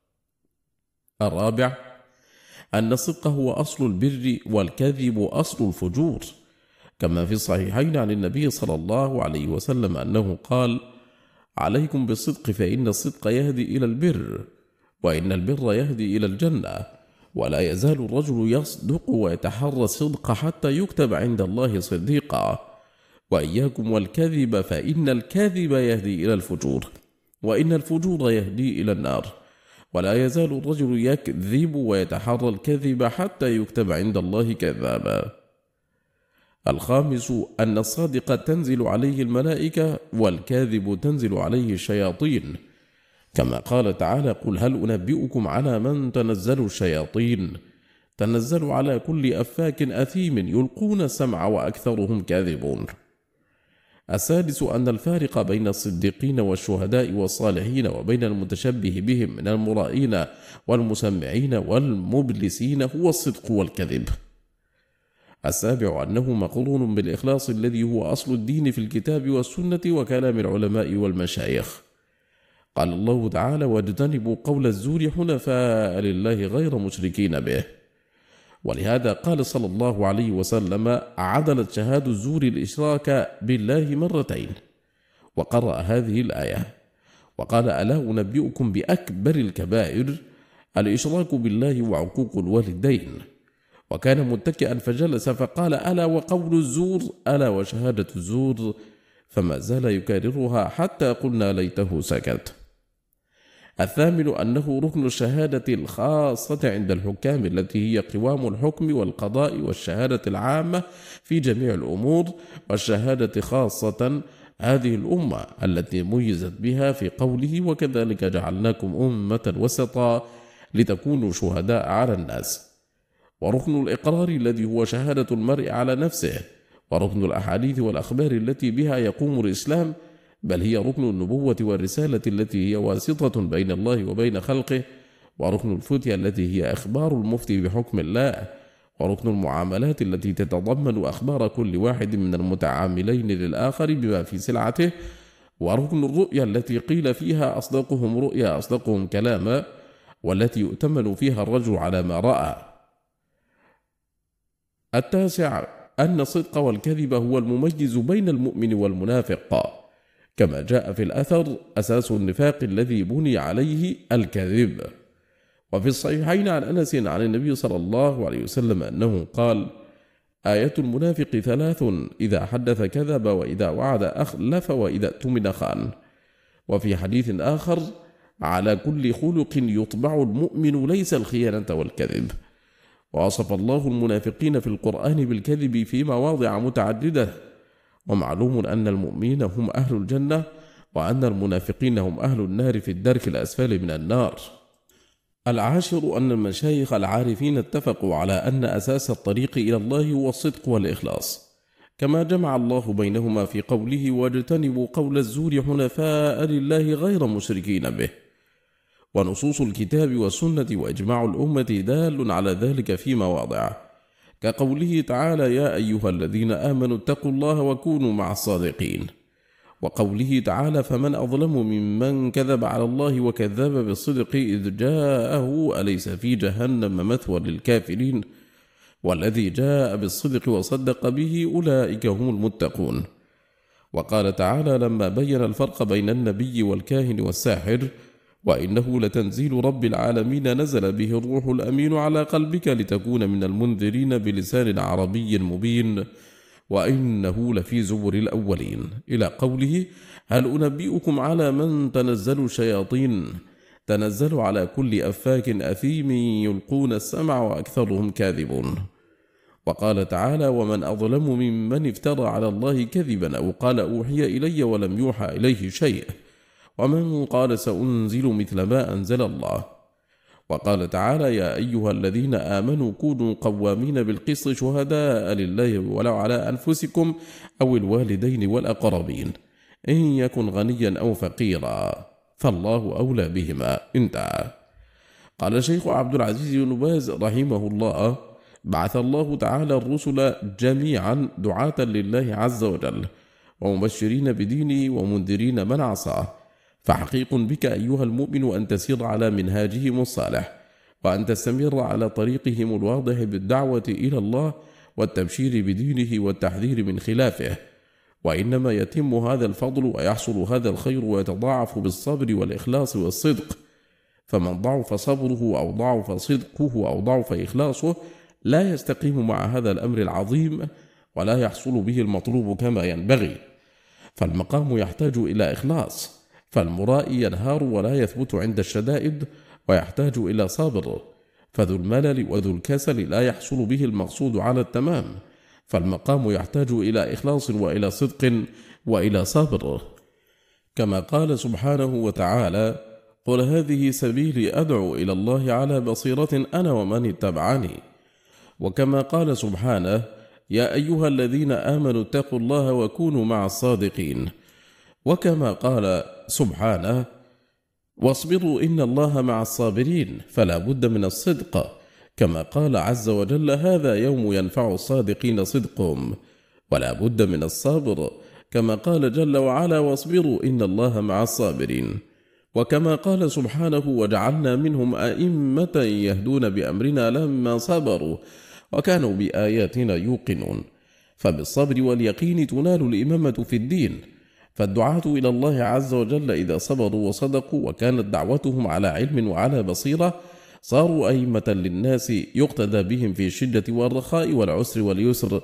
الرابع أن الصدق هو أصل البر، والكذب أصل الفجور، كما في الصحيحين عن النبي صلى الله عليه وسلم أنه قال: عليكم بالصدق فإن الصدق يهدي إلى البر، وإن البر يهدي إلى الجنة، ولا يزال الرجل يصدق ويتحرى الصدق حتى يكتب عند الله صديقا، وإياكم والكذب فإن الكذب يهدي إلى الفجور، وإن الفجور يهدي إلى النار، ولا يزال الرجل يكذب ويتحرى الكذب حتى يكتب عند الله كذابا. الخامس أن الصادق تنزل عليه الملائكة، والكاذب تنزل عليه الشياطين، كما قال تعالى: قل هل أنبئكم على من تنزل الشياطين، تنزل على كل أفاك أثيم يلقون السمع وأكثرهم كاذبون. السادس أن الفارق بين الصديقين والشهداء والصالحين وبين المتشبه بهم من المرائين والمسمعين والمبلسين هو الصدق والكذب. السابع أنه مقرون بالإخلاص الذي هو أصل الدين في الكتاب والسنة وكلام العلماء والمشايخ. قال الله تعالى: واجتنبوا قول الزور حنفاء لله غير مشركين به. ولهذا قال صلى الله عليه وسلم: عدلت شهادة الزور الإشراك بالله مرتين، وقرأ هذه الآية، وقال: ألا أنبئكم بأكبر الكبائر؟ الإشراك بالله وعقوق الوالدين. وكان متكئا فجلس فقال: ألا وقول الزور، ألا وشهادة الزور، فما زال يكررها حتى قلنا ليته سكت. الثامن أنه ركن الشهادة الخاصة عند الحكام التي هي قوام الحكم والقضاء والشهادة العامة في جميع الأمور، والشهادة خاصة هذه الأمة التي ميزت بها في قوله: وكذلك جعلناكم أمة وسطا لتكونوا شهداء على الناس. وركن الإقرار الذي هو شهادة المرء على نفسه، وركن الأحاديث والأخبار التي بها يقوم الإسلام، بل هي ركن النبوة والرسالة التي هي واسطة بين الله وبين خلقه، وركن الفتية التي هي أخبار المفتي بحكم الله، وركن المعاملات التي تتضمن أخبار كل واحد من المتعاملين للآخر بما في سلعته، وركن الرؤيا التي قيل فيها أصدقهم رؤيا أصدقهم كلاما، والتي يؤتمن فيها الرجل على ما رأى. التاسع أن الصدق والكذب هو المميز بين المؤمن والمنافق، كما جاء في الأثر: أساس النفاق الذي بني عليه الكذب. وفي الصحيحين عن أنس عن النبي صلى الله عليه وسلم أنه قال: آية المنافق ثلاث: إذا حدث كذب، وإذا وعد أخلف، وإذا اؤتمن خان. وفي حديث آخر: على كل خلق يطبع المؤمن ليس الخيانة والكذب. ووصف الله المنافقين في القرآن بالكذب في مواضع متعددة، ومعلوم أن المؤمنين هم أهل الجنة، وأن المنافقين هم أهل النار في الدرك الأسفل من النار. العاشر أن المشايخ العارفين اتفقوا على أن أساس الطريق إلى الله هو الصدق والإخلاص، كما جمع الله بينهما في قوله واجتنبوا قول الزور حنفاء لله غير مشركين به. ونصوص الكتاب والسنة وإجماع الأمة دال على ذلك في مواضع، كقوله تعالى يا أيها الذين آمنوا اتقوا الله وكونوا مع الصادقين، وقوله تعالى فمن أظلم ممن كذب على الله وكذب بالصدق إذ جاءه أليس في جهنم مثوى للكافرين والذي جاء بالصدق وصدق به أولئك هم المتقون. وقال تعالى لما بين الفرق بين النبي والكاهن والساحر وإنه لتنزيل رب العالمين نزل به الروح الأمين على قلبك لتكون من المنذرين بلسان عربي مبين وإنه لفي زبر الأولين، إلى قوله هل أنبئكم على من تنزل الشياطين تنزل على كل أفاك أثيم يلقون السمع وأكثرهم كاذبون. وقال تعالى ومن أظلم ممن افترى على الله كذبا أو قال أوحي إلي ولم يوحى إليه شيء ومن قال سأنزل مثل ما أنزل الله. وقال تعالى يا أيها الذين آمنوا كونوا قوامين بالقسط شهداء لله ولو على أنفسكم أو الوالدين والأقربين إن يكن غنيا أو فقيرا فالله أولى بهما. انتهى. قال الشيخ عبد العزيز بن باز رحمه الله بعث الله تعالى الرسل جميعا دعاة لله عز وجل ومبشرين بدينه ومنذرين من عصاه، فحقيق بك أيها المؤمن أن تسير على منهاجهم الصالح وأن تستمر على طريقهم الواضح بالدعوة إلى الله والتبشير بدينه والتحذير من خلافه، وإنما يتم هذا الفضل ويحصل هذا الخير ويتضاعف بالصبر والإخلاص والصدق، فمن ضعف صبره أو ضعف صدقه أو ضعف إخلاصه لا يستقيم مع هذا الأمر العظيم ولا يحصل به المطلوب كما ينبغي. فالمقام يحتاج إلى إخلاص، فالمرائي ينهار ولا يثبت عند الشدائد ويحتاج إلى صابر، فذو الملل وذو الكسل لا يحصل به المقصود على التمام، فالمقام يحتاج إلى إخلاص وإلى صدق وإلى صبر، كما قال سبحانه وتعالى قل هذه سبيلي أدعو إلى الله على بصيرة أنا ومن اتبعني، وكما قال سبحانه يا أيها الذين آمنوا اتقوا الله وكونوا مع الصادقين، وكما قال سبحانه واصبروا إن الله مع الصابرين فلا بد من الصدق، كما قال عز وجل هذا يوم ينفع الصادقين صدقهم ولا بد من الصبر، كما قال جل وعلا واصبروا إن الله مع الصابرين، وكما قال سبحانه وجعلنا منهم أئمة يهدون بأمرنا لما صبروا وكانوا بآياتنا يوقنون. فبالصبر واليقين تنال الإمامة في الدين، فالدعاة إلى الله عز وجل إذا صبروا وصدقوا وكانت دعوتهم على علم وعلى بصيرة صاروا أئمة للناس يقتدى بهم في الشدة والرخاء والعسر واليسر.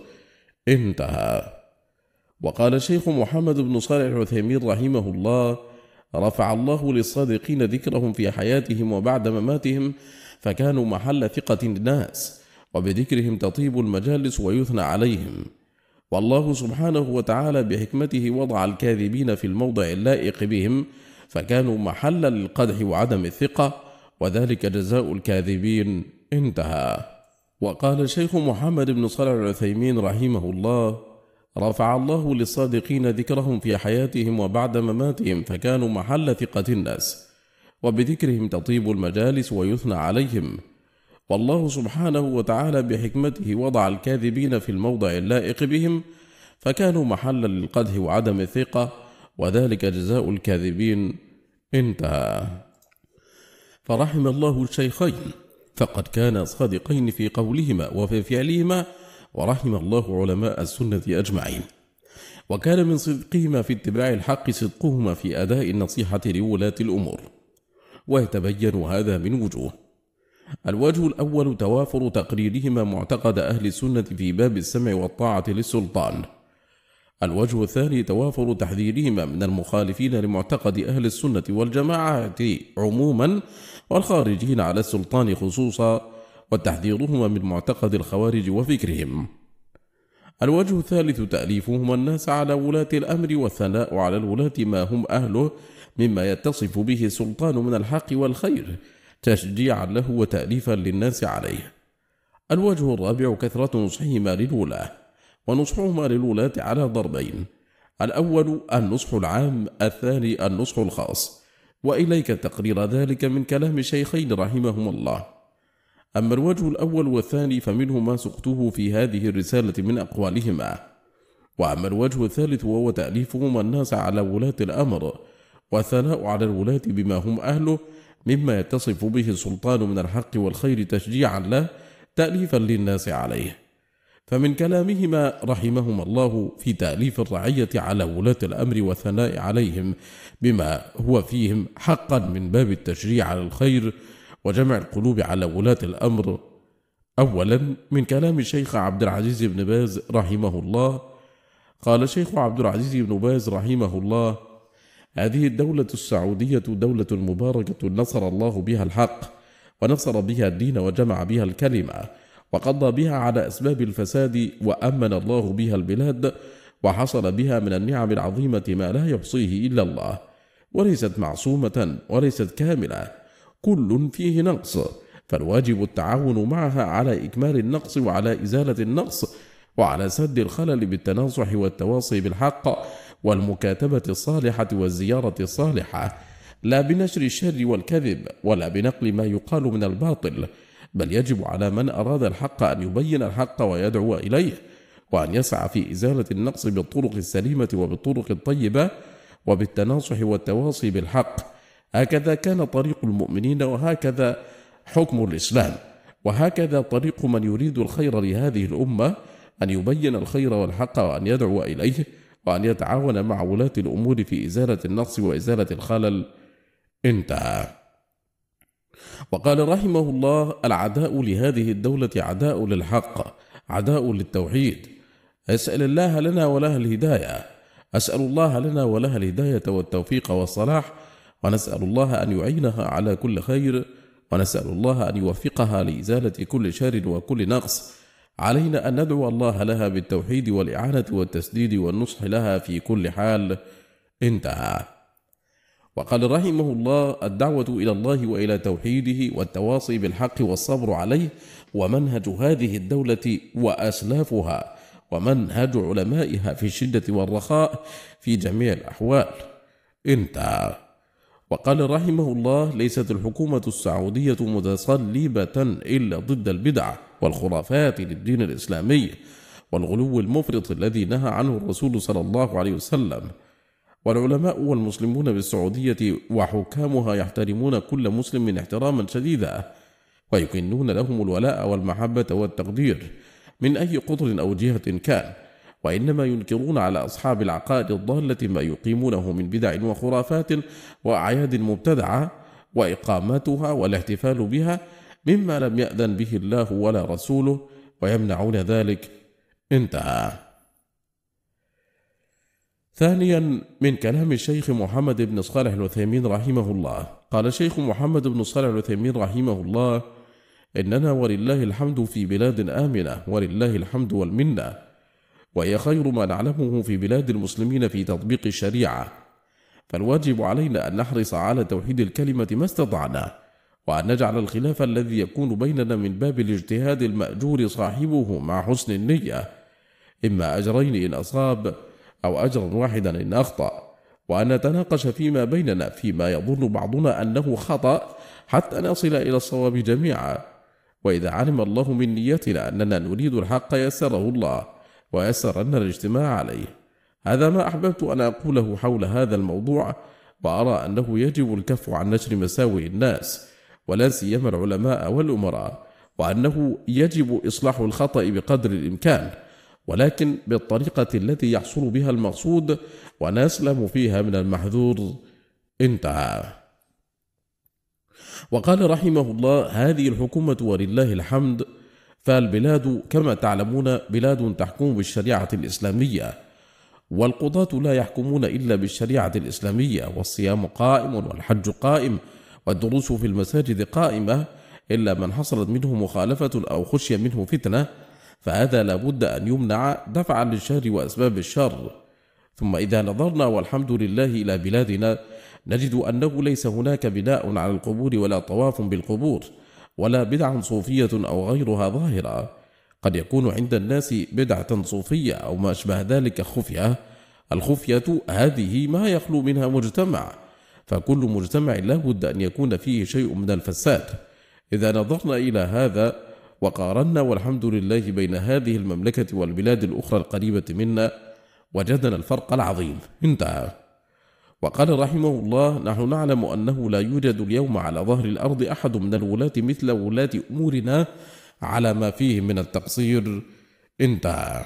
انتهى. وقال الشيخ محمد بن صالح العثيمين رحمه الله رفع الله للصادقين ذكرهم في حياتهم وبعد مماتهم فكانوا محل ثقة الناس، وبذكرهم تطيب المجالس ويثنى عليهم. والله سبحانه وتعالى بحكمته وضع الكاذبين في الموضع اللائق بهم فكانوا محلا للقدح وعدم الثقة، وذلك جزاء الكاذبين. انتهى. وقال الشيخ محمد بن صالح العثيمين رحمه الله رفع الله للصادقين ذكرهم في حياتهم وبعد مماتهم فكانوا محل ثقة الناس، وبذكرهم تطيب المجالس ويثنى عليهم. والله سبحانه وتعالى بحكمته وضع الكاذبين في الموضع اللائق بهم فكانوا محلا للقدح وعدم الثقة، وذلك جزاء الكاذبين. انتهى. فرحم الله الشيخين فقد كانا صادقين في قولهما وفي فعلهما، ورحم الله علماء السنة أجمعين، وكان من صدقهما في اتباع الحق صدقهما في أداء النصيحة لولاة الأمور، ويتبين هذا من وجوه. الوجه الأول توافر تقريرهما معتقد أهل السنة في باب السمع والطاعة للسلطان. الوجه الثاني توافر تحذيرهما من المخالفين لمعتقد أهل السنة والجماعة عموما والخارجين على السلطان خصوصا، وتحذيرهما من معتقد الخوارج وفكرهم. الوجه الثالث تأليفهما الناس على ولاة الأمر والثناء على الولاة ما هم أهله مما يتصف به السلطان من الحق والخير تشجيعا له وتأليفا للناس عليه. الوجه الرابع كثرة نصحهما للولاة ونصحهما للولاة على ضربين: الأول النصح العام، الثاني النصح الخاص، وإليك تقرير ذلك من كلام الشيخين رحمهما الله. أما الوجه الأول والثاني فمنه ما سقته في هذه الرسالة من أقوالهما. وأما الوجه الثالث وهو تأليفهما الناس على ولاة الأمر والثناء على الولاة بما هم أهله مما يتصف به السلطان من الحق والخير تشجيعا له تأليفا للناس عليه. فمن كلامهما رحمهما الله في تأليف الرعية على ولاة الأمر والثناء عليهم بما هو فيهم حقا من باب التشجيع على الخير وجمع القلوب على ولاة الأمر. أولا من كلام الشيخ عبد العزيز بن باز رحمه الله، قال الشيخ عبد العزيز بن باز رحمه الله: هذه الدولة السعودية دولة مباركة نصر الله بها الحق ونصر بها الدين وجمع بها الكلمة وقضى بها على أسباب الفساد وأمن الله بها البلاد، وحصل بها من النعم العظيمة ما لا يحصيه إلا الله، وليست معصومة وليست كاملة، كل فيه نقص، فالواجب التعاون معها على إكمال النقص وعلى إزالة النقص وعلى سد الخلل بالتناصح والتواصي بالحق والمكاتبة الصالحة والزيارة الصالحة، لا بنشر الشر والكذب ولا بنقل ما يقال من الباطل، بل يجب على من أراد الحق أن يبين الحق ويدعو إليه، وأن يسعى في إزالة النقص بالطرق السليمة وبالطرق الطيبة وبالتناصح والتواصي بالحق. هكذا كان طريق المؤمنين، وهكذا حكم الإسلام، وهكذا طريق من يريد الخير لهذه الأمة، أن يبين الخير والحق وأن يدعو إليه وأن يتعاون مع ولاة الأمور في إزالة النقص وإزالة الخلل. انتهى. وقال رحمه الله: العداء لهذه الدولة عداء للحق، عداء للتوحيد. أسأل الله لنا ولها الهداية، أسأل الله لنا ولها الهداية والتوفيق والصلاح، ونسأل الله أن يعينها على كل خير، ونسأل الله أن يوفقها لإزالة كل شر وكل نقص. علينا أن ندعو الله لها بالتوحيد والإعانة والتسديد والنصح لها في كل حال. انتهى. وقال رحمه الله: الدعوة إلى الله وإلى توحيده والتواصي بالحق والصبر عليه ومنهج هذه الدولة وأسلافها ومنهج علمائها في الشدة والرخاء في جميع الأحوال. انتهى. وقال رحمه الله: ليست الحكومة السعودية متصلبة إلا ضد البدع والخرافات للدين الإسلامي والغلو المفرط الذي نهى عنه الرسول صلى الله عليه وسلم. والعلماء والمسلمون بالسعودية وحكامها يحترمون كل مسلم احتراما شديدا، ويكنون لهم الولاء والمحبة والتقدير من أي قطر أو جهة كان، وإنما ينكرون على أصحاب العقائد الضالة ما يقيمونه من بدع وخرافات وأعياد مبتدعة وإقامتها والاحتفال بها مما لم يأذن به الله ولا رسوله، ويمنعون ذلك. انتهى. ثانيا من كلام الشيخ محمد بن صالح العثيمين رحمه الله، قال الشيخ محمد بن صالح العثيمين رحمه الله: إننا ولله الحمد في بلاد آمنة، ولله الحمد والمنة، وهي خير ما نعلمه في بلاد المسلمين في تطبيق الشريعة، فالواجب علينا أن نحرص على توحيد الكلمة ما استطعنا، وأن نجعل الخلاف الذي يكون بيننا من باب الاجتهاد المأجور صاحبه مع حسن النية، إما أجرين إن أصاب أو أجرا واحدا إن أخطأ، وأن نتناقش فيما بيننا فيما يظن بعضنا أنه خطأ حتى نصل إلى الصواب جميعا. وإذا علم الله من نيتنا أننا نريد الحق يسره الله ويسر لنا الاجتماع عليه. هذا ما أحببت أن أقوله حول هذا الموضوع، وأرى أنه يجب الكف عن نشر مساوئ الناس ولا سيما العلماء والأمراء، وأنه يجب إصلاح الخطأ بقدر الإمكان، ولكن بالطريقة التي يحصل بها المقصود ونسلم فيها من المحذور. انتهى. وقال رحمه الله: هذه الحكومة ولله الحمد، فالبلاد كما تعلمون بلاد تحكم بالشريعة الإسلامية، والقضاة لا يحكمون إلا بالشريعة الإسلامية، والصيام قائم والحج قائم والدروس في المساجد قائمة، إلا من حصلت منه مخالفة أو خشي منه فتنة، فهذا لا بد أن يمنع دفعا للشر وأسباب الشر. ثم إذا نظرنا والحمد لله إلى بلادنا نجد أنه ليس هناك بناء على القبور ولا طواف بالقبور ولا بدع صوفية أو غيرها ظاهرة، قد يكون عند الناس بدعة صوفية أو ما أشبه ذلك خفية. الخفية هذه ما يخلو منها مجتمع، فكل مجتمع لا بد أن يكون فيه شيء من الفساد. إذا نظرنا إلى هذا وقارنا والحمد لله بين هذه المملكة والبلاد الأخرى القريبة منا، وجدنا الفرق العظيم. انتهى. وقال رحمه الله: نحن نعلم أنه لا يوجد اليوم على ظهر الأرض أحد من الولاة مثل ولاة أمورنا على ما فيه من التقصير. انتهى.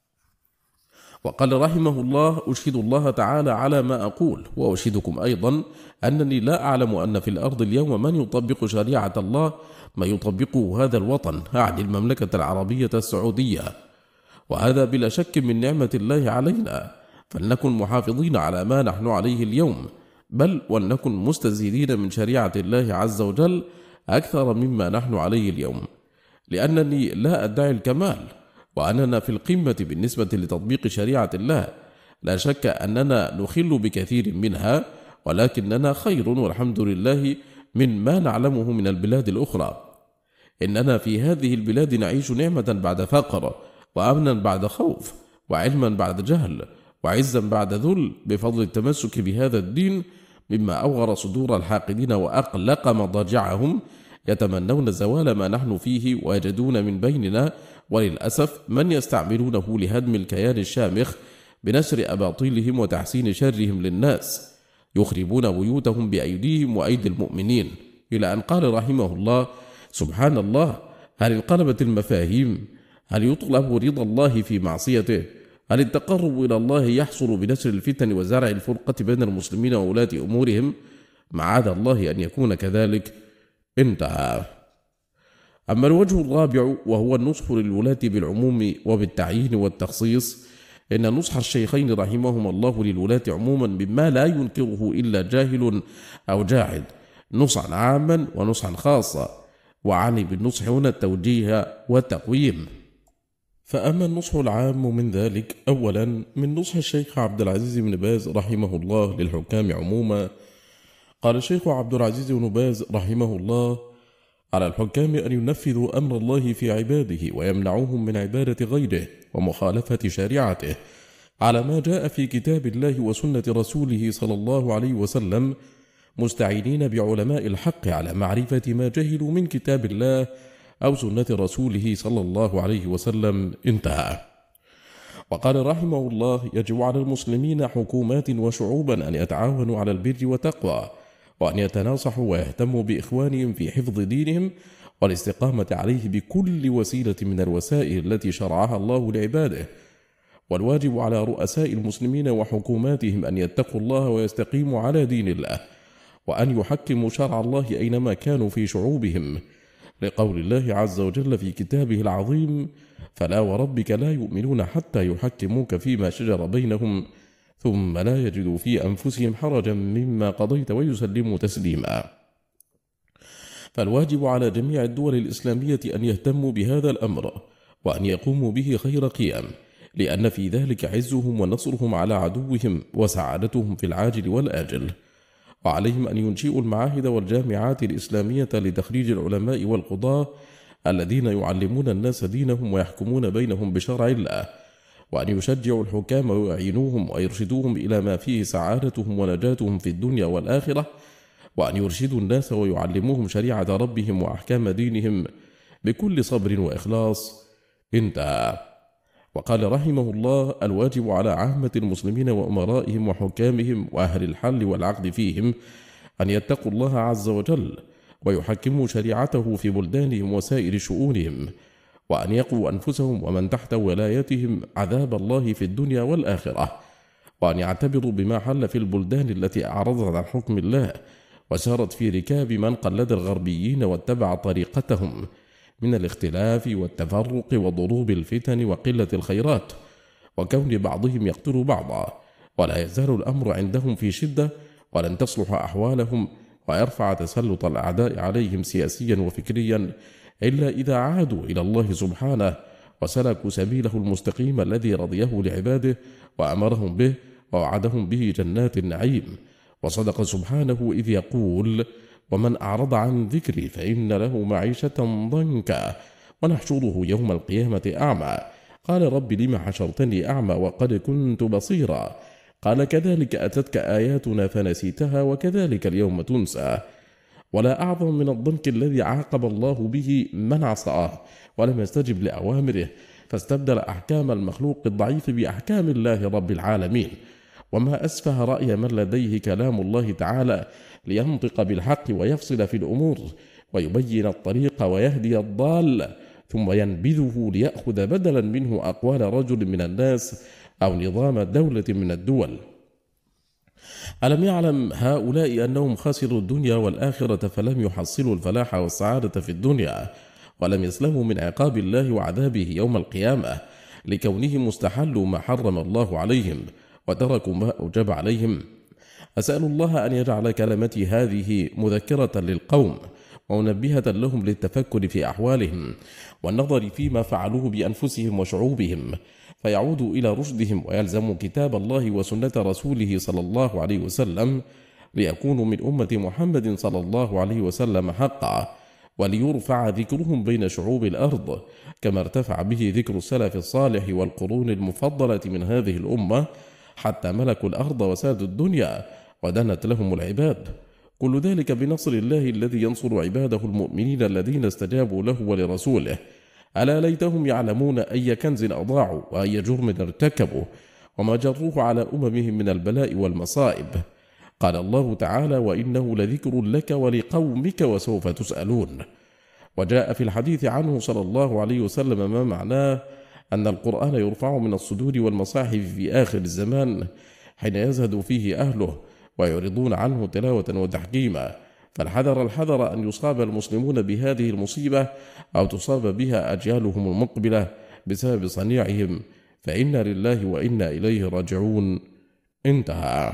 وقال رحمه الله: أشهد الله تعالى على ما أقول، وأشهدكم أيضا أنني لا أعلم أن في الأرض اليوم من يطبق شريعة الله ما يطبقه هذا الوطن، أعني المملكة العربية السعودية، وهذا بلا شك من نعمة الله علينا، فلنكن محافظين على ما نحن عليه اليوم، بل ولنكن مستزيدين من شريعة الله عز وجل أكثر مما نحن عليه اليوم، لأنني لا أدعي الكمال، وأننا في القمة بالنسبة لتطبيق شريعة الله. لا شك أننا نخل بكثير منها، ولكننا خير والحمد لله من ما نعلمه من البلاد الأخرى. إننا في هذه البلاد نعيش نعمة بعد فقر، وأمنا بعد خوف، وعلما بعد جهل، وعزا بعد ذل، بفضل التمسك بهذا الدين، مما أوغر صدور الحاقدين وأقلق مضاجعهم، يتمنون زوال ما نحن فيه، ويجدون من بيننا وللأسف من يستعملونه لهدم الكيان الشامخ بنشر أباطيلهم وتحسين شرهم للناس، يخربون بيوتهم بأيديهم وأيدي المؤمنين، إلى أن قال رحمه الله: سبحان الله، هل انقلبت المفاهيم؟ هل يطلب رضا الله في معصيته؟ هل التقرب إلى الله يحصل بنشر الفتن وزرع الفرقة بين المسلمين وولاة أمورهم؟ معاذ الله أن يكون كذلك. انتهى. أما الوجه الرابع وهو النصح للولاة بالعموم وبالتعيين والتخصيص، إن نصح الشيخين رحمهما الله للولاة عموما مما لا ينكره إلا جاهل أو جاحد، نصحا عاما ونصحا خاصا، وعني بالنصح هنا التوجيه والتقويم. فأما النصح العام من ذلك، أولا من نصح الشيخ عبد العزيز بن باز رحمه الله للحكام عموما، قال الشيخ عبد العزيز بن باز رحمه الله: على الحكام أن ينفذوا أمر الله في عباده ويمنعوهم من عبادة غيره ومخالفة شريعته، على ما جاء في كتاب الله وسنة رسوله صلى الله عليه وسلم، مستعينين بعلماء الحق على معرفة ما جهلوا من كتاب الله أو سنة رسوله صلى الله عليه وسلم. انتهى. وقال رحمه الله: يجب على المسلمين حكومات وشعوبا أن يتعاونوا على البر والتقوى، وأن يتناصحوا ويهتموا بإخوانهم في حفظ دينهم والاستقامة عليه بكل وسيلة من الوسائل التي شرعها الله لعباده. والواجب على رؤساء المسلمين وحكوماتهم أن يتقوا الله ويستقيموا على دين الله، وأن يحكموا شرع الله أينما كانوا في شعوبهم، لقول الله عز وجل في كتابه العظيم: فلا وربك لا يؤمنون حتى يحكموك فيما شجر بينهم ثم لا يجدوا في أنفسهم حرجا مما قضيت ويسلموا تسليما. فالواجب على جميع الدول الإسلامية أن يهتموا بهذا الأمر، وأن يقوموا به خير قيام، لأن في ذلك عزهم ونصرهم على عدوهم وسعادتهم في العاجل والآجل. وعليهم أن ينشئوا المعاهد والجامعات الإسلامية لتخريج العلماء والقضاة الذين يعلمون الناس دينهم ويحكمون بينهم بشرع الله، وأن يشجعوا الحكام ويعينوهم ويرشدوهم إلى ما فيه سعادتهم ونجاتهم في الدنيا والآخرة، وأن يرشدوا الناس ويعلموهم شريعة ربهم وأحكام دينهم بكل صبر وإخلاص. انتهى. وقال رحمه الله: الواجب على عامة المسلمين وأمرائهم وحكامهم وأهل الحل والعقد فيهم أن يتقوا الله عز وجل ويحكموا شريعته في بلدانهم وسائر شؤونهم، وأن يقوا أنفسهم ومن تحت ولايتهم عذاب الله في الدنيا والآخرة، وأن يعتبروا بما حل في البلدان التي أعرضت عن حكم الله وسارت في ركاب من قلد الغربيين واتبع طريقتهم من الاختلاف والتفرق وضروب الفتن وقلة الخيرات وكون بعضهم يقتل بعضا، ولا يزال الأمر عندهم في شدة، ولن تصلح أحوالهم ويرفع تسلط الأعداء عليهم سياسيا وفكريا إلا إذا عادوا إلى الله سبحانه وسلكوا سبيله المستقيم الذي رضيه لعباده وأمرهم به ووعدهم به جنات النعيم. وصدق سبحانه إذ يقول: ومن أعرض عن ذكري فإن له معيشة ضنكا ونحشره يوم القيامة أعمى. قال رب لم حشرتني أعمى وقد كنت بصيرا. قال كذلك أتتك آياتنا فنسيتها وكذلك اليوم تنسى. ولا أعظم من الضنك الذي عاقب الله به من عصاه ولم يستجب لأوامره، فاستبدل أحكام المخلوق الضعيف بأحكام الله رب العالمين. وما أسفه رأي من لديه كلام الله تعالى لينطق بالحق ويفصل في الأمور ويبين الطريق ويهدي الضال، ثم ينبذه ليأخذ بدلا منه أقوال رجل من الناس أو نظام دولة من الدول. ألم يعلم هؤلاء أنهم خسروا الدنيا والآخرة فلم يحصلوا الفلاح والسعادة في الدنيا، ولم يسلموا من عقاب الله وعذابه يوم القيامة لكونهم استحلوا ما حرم الله عليهم وتركوا ما أوجب عليهم؟ أسأل الله أن يجعل كلمتي هذه مذكرة للقوم ومنبهة لهم للتفكر في أحوالهم والنظر فيما فعلوه بأنفسهم وشعوبهم، فيعودوا إلى رشدهم ويلزموا كتاب الله وسنة رسوله صلى الله عليه وسلم، ليكونوا من أمة محمد صلى الله عليه وسلم حقا، وليرفع ذكرهم بين شعوب الأرض كما ارتفع به ذكر السلف الصالح والقرون المفضلة من هذه الأمة حتى ملكوا الأرض وسادوا الدنيا ودنت لهم العباد. كل ذلك بنصر الله الذي ينصر عباده المؤمنين الذين استجابوا له ولرسوله. ألا ليتهم يعلمون أي كنز أضاعوا وأي جرم ارتكبوا وما جروه على أممهم من البلاء والمصائب. قال الله تعالى: وإنه لذكر لك ولقومك وسوف تسألون. وجاء في الحديث عنه صلى الله عليه وسلم ما معناه أن القرآن يرفع من الصدور والمصاحف في آخر الزمان حين يزهد فيه أهله ويعرضون عنه تلاوة وتحكيما، فالحذر الحذر أن يصاب المسلمون بهذه المصيبة أو تصاب بها أجيالهم المقبلة بسبب صنيعهم، فإنا لله وإنا إليه راجعون. انتهى.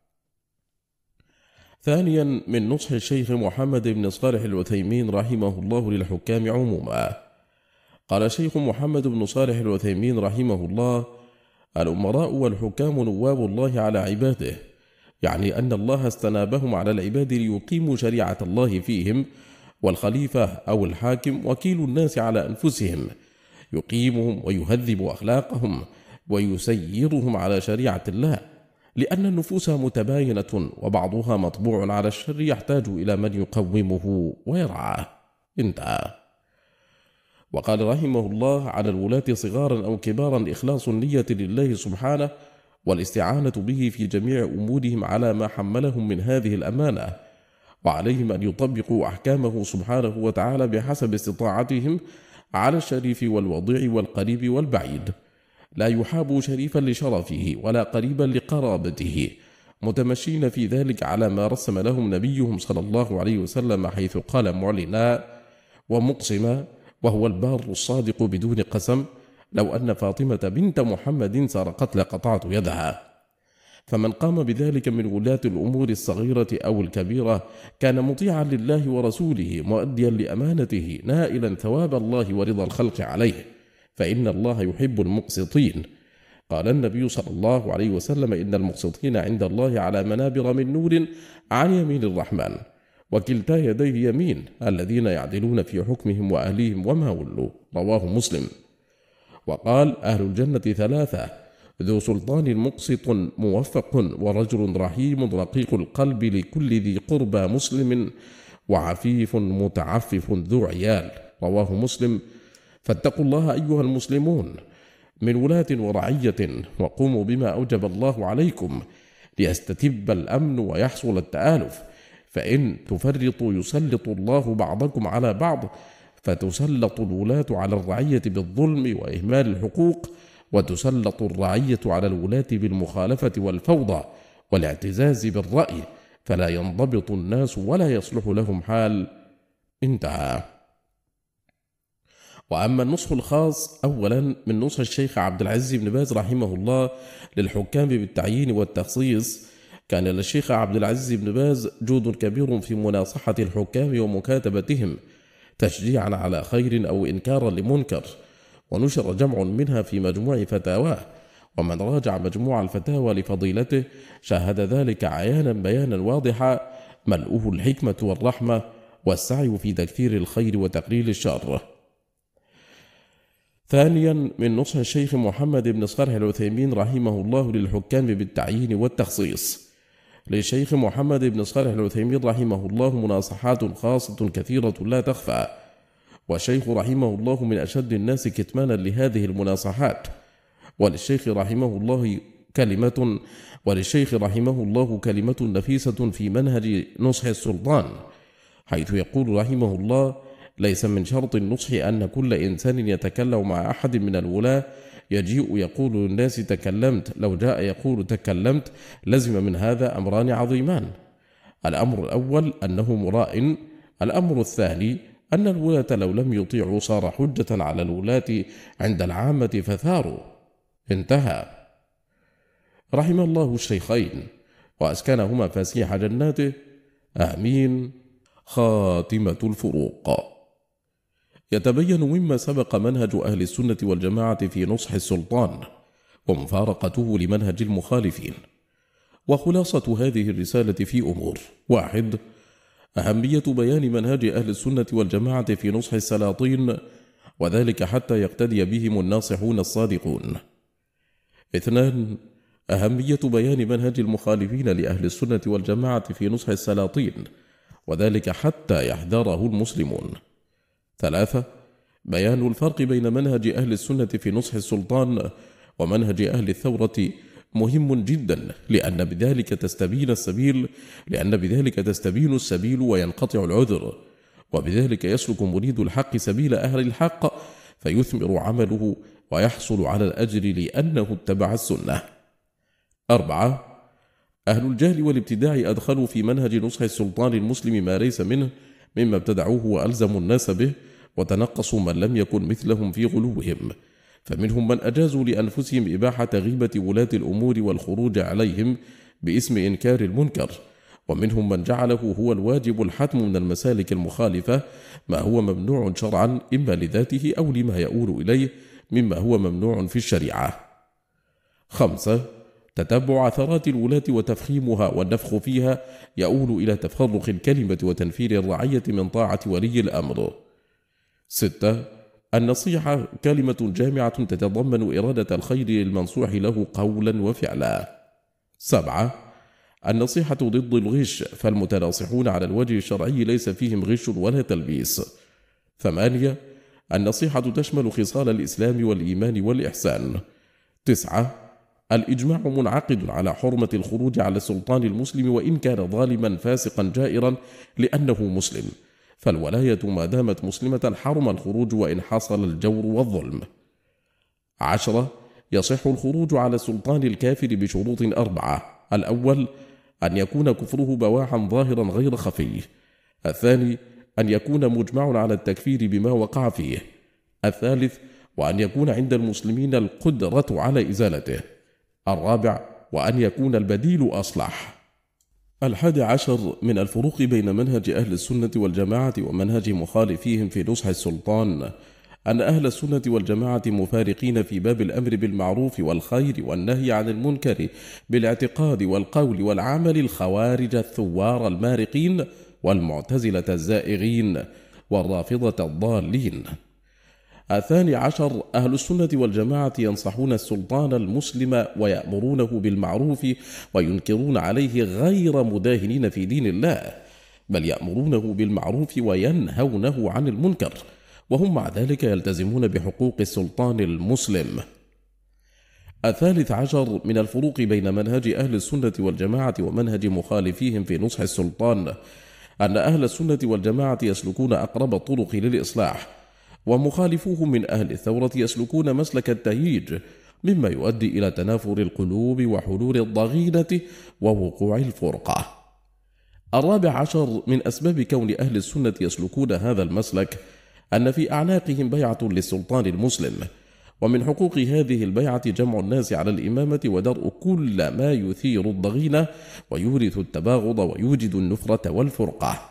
ثانيا، من نصح الشيخ محمد بن صالح العثيمين رحمه الله للحكام عموما. قال الشيخ محمد بن صالح العثيمين رحمه الله: الأمراء والحكام نواب الله على عباده، يعني أن الله استنابهم على العباد ليقيموا شريعة الله فيهم، والخليفة أو الحاكم وكيل الناس على أنفسهم، يقيمهم ويهذب أخلاقهم ويسيرهم على شريعة الله، لأن النفوس متباينة وبعضها مطبوع على الشر يحتاج إلى من يقومه ويرعاه. انتهى. وقال رحمه الله: على الولاة صغارا أو كبارا إخلاص النية لله سبحانه والاستعانة به في جميع أمورهم على ما حملهم من هذه الأمانة، وعليهم أن يطبقوا أحكامه سبحانه وتعالى بحسب استطاعتهم على الشريف والوضيع والقريب والبعيد، لا يحابوا شريفا لشرفه ولا قريبا لقرابته، متمشين في ذلك على ما رسم لهم نبيهم صلى الله عليه وسلم، حيث قال معلنا ومقسما وهو البار الصادق بدون قسم: لو أن فاطمة بنت محمد سرقت لقطعت يدها. فمن قام بذلك من ولاة الأمور الصغيرة أو الكبيرة كان مطيعا لله ورسوله مؤديا لأمانته نائلا ثواب الله ورضا الخلق عليه، فإن الله يحب المقسطين. قال النبي صلى الله عليه وسلم: إن المقسطين عند الله على منابر من نور عن يمين الرحمن، وكلتا يديه يمين، الذين يعدلون في حكمهم وأهليهم وما ولوا. رواه مسلم. وقال: أهل الجنة ثلاثة: ذو سلطان مقسط موفق، ورجل رحيم رقيق القلب لكل ذي قربى مسلم، وعفيف متعفف ذو عيال. رواه مسلم. فاتقوا الله أيها المسلمون من ولاة ورعية، وقوموا بما أوجب الله عليكم ليستتب الأمن ويحصل التآلف، فإن تفرطوا يسلط الله بعضكم على بعض، فتسلط الولاة على الرعية بالظلم وإهمال الحقوق، وتسلط الرعية على الولاة بالمخالفة والفوضى والاعتزاز بالرأي، فلا ينضبط الناس ولا يصلح لهم حال. انتهى. وأما النصح الخاص، أولا من نصح الشيخ عبد العزيز بن باز رحمه الله للحكام بالتعيين والتخصيص. كان للشيخ عبد العزيز بن باز جود كبير في مناصحة الحكام ومكاتبتهم تشجيعا على خير أو إنكارا لمنكر، ونشر جمع منها في مجموع فتاواه، ومن راجع مجموع الفتاوى لفضيلته شاهد ذلك عيانا بيانا واضحا، ملؤه الحكمة والرحمة والسعي في تكثير الخير وتقليل الشر. ثانيا، من نصح الشيخ محمد بن صالح العثيمين رحمه الله للحكام بالتعيين والتخصيص. للشيخ محمد بن صالح العثيمين رحمه الله مناصحات خاصة كثيرة لا تخفى، والشيخ رحمه الله من أشد الناس كتمانا لهذه المناصحات. وللشيخ رحمه الله كلمة وللشيخ رحمه الله كلمة نفيسة في منهج نصح السلطان، حيث يقول رحمه الله: ليس من شرط النصح أن كل إنسان يتكلم مع أحد من الولاة يجيء يقول للناس تكلمت، لو جاء يقول تكلمت لزم من هذا أمران عظيمان. الأمر الأول أنه مراء، الأمر الثاني أن الولاة لو لم يطيعوا صار حجة على الولاة عند العامة فثاروا. انتهى. رحم الله الشيخين وأسكنهما فسيح جناته، آمين. خاتمة الفروق. يتبين مما سبق منهج أهل السنة والجماعة في نصح السلطان ومفارقته لمنهج المخالفين. وخلاصة هذه الرسالة في أمور: واحد، أهمية بيان منهج أهل السنة والجماعة في نصح السلاطين، وذلك حتى يقتدي بهم الناصحون الصادقون. اثنان، أهمية بيان منهج المخالفين لأهل السنة والجماعة في نصح السلاطين، وذلك حتى يحذره المسلمون. ثلاثة، بيان الفرق بين منهج أهل السنة في نصح السلطان ومنهج أهل الثورة مهم جدا، لأن بذلك تستبين السبيل لأن بذلك تستبين السبيل وينقطع العذر، وبذلك يسلك مريد الحق سبيل أهل الحق فيثمر عمله ويحصل على الأجر لأنه اتبع السنة. أربعة، أهل الجهل والابتداع أدخلوا في منهج نصح السلطان المسلم ما ليس منه مما ابتدعوه وألزموا الناس به، وتنقصوا من لم يكن مثلهم في غلوهم، فمنهم من أجازوا لأنفسهم إباحة غيبة ولاة الأمور والخروج عليهم باسم إنكار المنكر، ومنهم من جعله هو الواجب الحتم من المسالك المخالفة ما هو ممنوع شرعا إما لذاته أو لما يؤول إليه مما هو ممنوع في الشريعة. خمسة، تتبع عثرات الولاة وتفخيمها والنفخ فيها يؤول إلى تفرق الكلمة وتنفير الرعية من طاعة ولي الأمر. ستة، النصيحة كلمة جامعة تتضمن إرادة الخير للمنصوح له قولا وفعلا. سبعة، النصيحة ضد الغش، فالمتناصحون على الوجه الشرعي ليس فيهم غش ولا تلبيس. ثمانية، النصيحة تشمل خصال الإسلام والإيمان والإحسان. تسعة، الإجماع منعقد على حرمة الخروج على السلطان المسلم وإن كان ظالما فاسقا جائرا لأنه مسلم، فالولاية ما دامت مسلمة حرم الخروج وإن حصل الجور والظلم. عشرة، يصح الخروج على السلطان الكافر بشروط أربعة: الأول أن يكون كفره بواحا ظاهرا غير خفي. الثاني أن يكون مجمع على التكفير بما وقع فيه. الثالث وأن يكون عند المسلمين القدرة على إزالته. الرابع وأن يكون البديل أصلح. الحادي عشر من الفروق بين منهج أهل السنة والجماعة ومنهج مخالفيهم في نصح السلطان أن أهل السنة والجماعة مفارقين في باب الأمر بالمعروف والخير والنهي عن المنكر بالاعتقاد والقول والعمل الخوارج الثوار المارقين والمعتزلة الزائغين والرافضة الضالين. الثاني عشر أهل السنة والجماعة ينصحون السلطان المسلم ويأمرونه بالمعروف وينكرون عليه غير مداهنين في دين الله، بل يأمرونه بالمعروف وينهونه عن المنكر، وهم مع ذلك يلتزمون بحقوق السلطان المسلم. الثالث عشر من الفروق بين منهج أهل السنة والجماعة ومنهج مخالفيهم في نصح السلطان أن أهل السنة والجماعة يسلكون أقرب الطرق للإصلاح، ومخالفوهم من أهل الثورة يسلكون مسلك التهييج، مما يؤدي إلى تنافر القلوب وحلول الضغينة ووقوع الفرقة. الرابع عشر من أسباب كون أهل السنة يسلكون هذا المسلك أن في أعناقهم بيعة للسلطان المسلم، ومن حقوق هذه البيعة جمع الناس على الإمامة ودرء كل ما يثير الضغينة ويورث التباغض ويوجد النفرة والفرقة.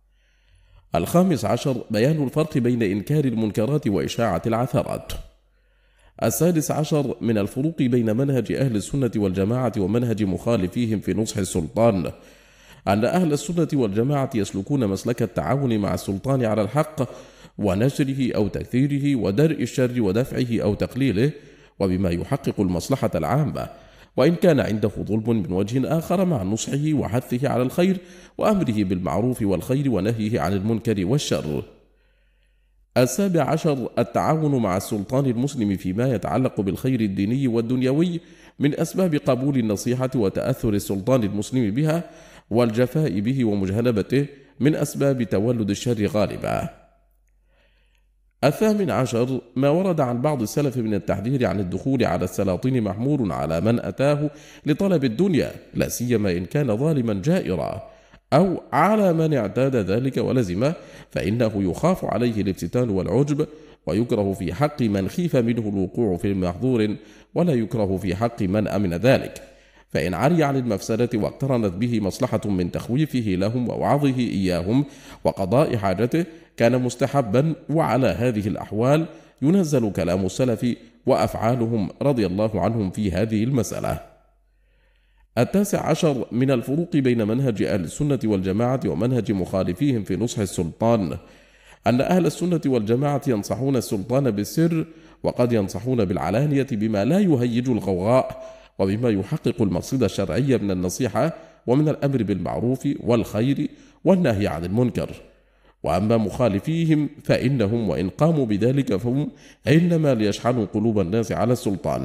الخامس عشر بيان الفرق بين إنكار المنكرات وإشاعة العثرات. السادس عشر من الفروق بين منهج أهل السنة والجماعة ومنهج مخالفيهم في نصح السلطان أن أهل السنة والجماعة يسلكون مسلك التعاون مع السلطان على الحق، ونشره أو تكثيره ودرء الشر ودفعه أو تقليله، وبما يحقق المصلحة العامة، وإن كان عنده ظلم من وجه آخر، مع نصحه وحثه على الخير وأمره بالمعروف والخير ونهيه عن المنكر والشر. السابع عشر التعاون مع السلطان المسلم فيما يتعلق بالخير الديني والدنيوي من أسباب قبول النصيحة وتأثر السلطان المسلم بها، والجفاء به ومجانبته من أسباب تولد الشر غالبا. الثامن عشر ما ورد عن بعض السلف من التحذير عن الدخول على السلاطين محمول على من أتاه لطلب الدنيا، لا سيما إن كان ظالما جائرا، أو على من اعتاد ذلك ولزمه، فإنه يخاف عليه الافتتان والعجب، ويكره في حق من خيف منه الوقوع في المحظور، ولا يكره في حق من أمن ذلك، فإن عري عن المفسدة واقترنت به مصلحة من تخويفه لهم ووعظه إياهم وقضاء حاجته كان مستحبا. وعلى هذه الأحوال ينزل كلام السلف وأفعالهم رضي الله عنهم في هذه المسألة. التاسع عشر من الفروق بين منهج أهل السنة والجماعة ومنهج مخالفيهم في نصح السلطان أن أهل السنة والجماعة ينصحون السلطان بالسر، وقد ينصحون بالعلانية بما لا يهيج الغوغاء، وبما يحقق المقصد الشرعي من النصيحة ومن الأمر بالمعروف والخير والنهي عن المنكر. وأما مخالفيهم فإنهم وإن قاموا بذلك فهم إنما ليشحنوا قلوب الناس على السلطان.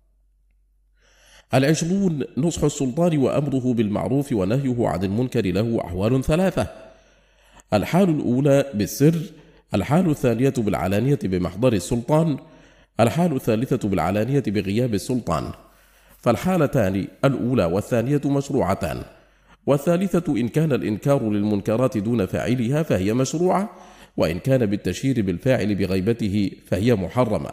العشرون نصح السلطان وأمره بالمعروف ونهيه عن المنكر له أحوال ثلاثة: الحال الأولى بالسر، الحال الثانية بالعلانية بمحضر السلطان، الحال الثالثة بالعلانية بغياب السلطان. فالحالتان الأولى والثانية مشروعتان، والثالثة إن كان الإنكار للمنكرات دون فاعلها فهي مشروعة، وإن كان بالتشهير بالفاعل بغيبته فهي محرمة.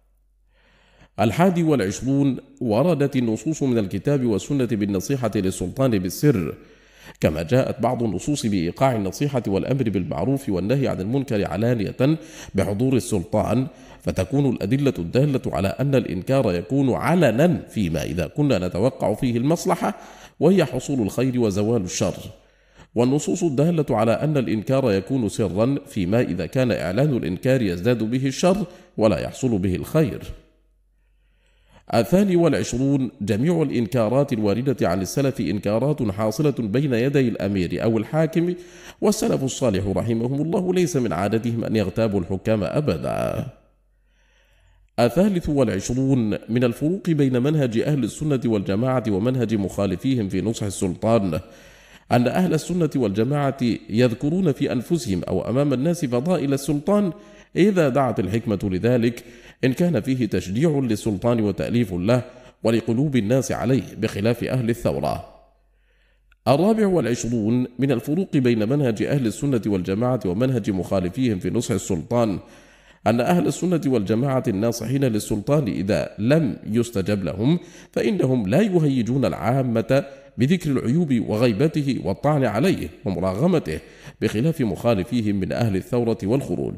الحادي والعشرون وردت النصوص من الكتاب والسنة بالنصيحة للسلطان بالسر، كما جاءت بعض النصوص بإيقاع النصيحة والأمر بالمعروف والنهي عن المنكر علانية بحضور السلطان، فتكون الأدلة الدالة على أن الإنكار يكون علنا فيما إذا كنا نتوقع فيه المصلحة، وهي حصول الخير وزوال الشر، والنصوص الدالة على أن الإنكار يكون سرا فيما إذا كان إعلان الإنكار يزداد به الشر ولا يحصل به الخير. الثاني والعشرون جميع الإنكارات الواردة عن السلف إنكارات حاصلة بين يدي الأمير أو الحاكم، والسلف الصالح رحمهم الله ليس من عادتهم أن يغتابوا الحكام أبدا. الثالث والعشرون من الفروق بين منهج أهل السنة والجماعة ومنهج مخالفيهم في نصح السلطان أن أهل السنة والجماعة يذكرون في أنفسهم أو أمام الناس فضائل السلطان إذا دعت الحكمة لذلك، إن كان فيه تشجيع للسلطان وتأليف له ولقلوب الناس عليه، بخلاف أهل الثورة. الرابع والعشرون من الفروق بين منهج أهل السنة والجماعة ومنهج مخالفيهم في نصح السلطان أن أهل السنة والجماعة الناصحين للسلطان إذا لم يستجب لهم فإنهم لا يهيجون العامة بذكر العيوب وغيبته والطعن عليه ومراغمته، بخلاف مخالفيهم من أهل الثورة والخروج.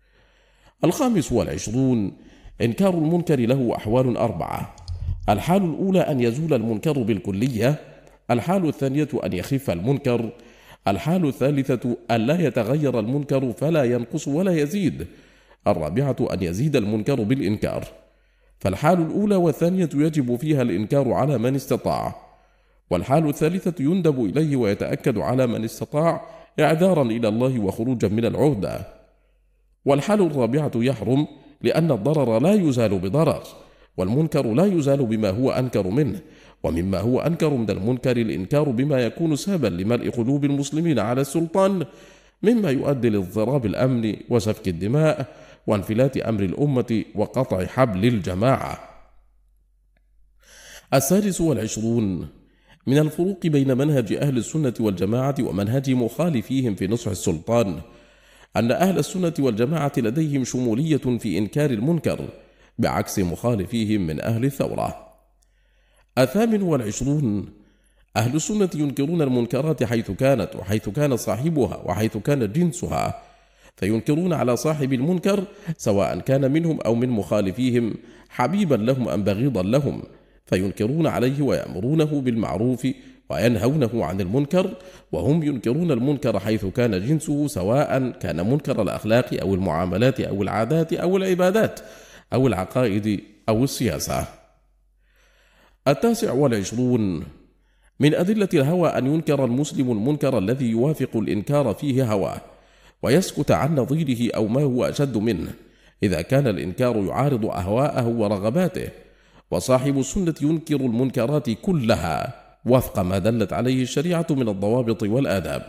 الخامس والعشرون إنكار المنكر له أحوال أربعة: الحال الأولى أن يزول المنكر بالكلية، الحال الثانية أن يخف المنكر، الحال الثالثة أن لا يتغير المنكر فلا ينقص ولا يزيد، الرابعة أن يزيد المنكر بالإنكار. فالحال الأولى والثانية يجب فيها الإنكار على من استطاع، والحال الثالثة يندب إليه ويتأكد على من استطاع إعذارا إلى الله وخروجا من العهدة، والحال الرابعة يحرم لأن الضرر لا يزال بضرر، والمنكر لا يزال بما هو أنكر منه، ومما هو أنكر من المنكر الإنكار بما يكون سببا لملء قلوب المسلمين على السلطان، مما يؤدي لاضطراب الأمن وسفك الدماء وانفلات أمر الأمة وقطع حبل الجماعة. السادس والعشرون من الفروق بين منهج أهل السنة والجماعة ومنهج مخالفيهم في نصح السلطان أن أهل السنة والجماعة لديهم شمولية في إنكار المنكر، بعكس مخالفيهم من أهل الثورة. الثامن والعشرون أهل السنة ينكرون المنكرات حيث كانت وحيث كان صاحبها وحيث كان جنسها، فينكرون على صاحب المنكر سواء كان منهم أو من مخالفيهم حبيبا لهم أم بغيضا لهم، فينكرون عليه ويأمرونه بالمعروف وينهونه عن المنكر، وهم ينكرون المنكر حيث كان جنسه، سواء كان منكر الأخلاق أو المعاملات أو العادات أو العبادات أو العقائد أو السياسة. التاسع والعشرون: من أدلة الهوى أن ينكر المسلم المنكر الذي يوافق الإنكار فيه هواه، ويسكت عن نظيره أو ما هو أشد منه إذا كان الإنكار يعارض أهواءه ورغباته. وصاحب السنة ينكر المنكرات كلها وفق ما دلت عليه الشريعة من الضوابط والآداب.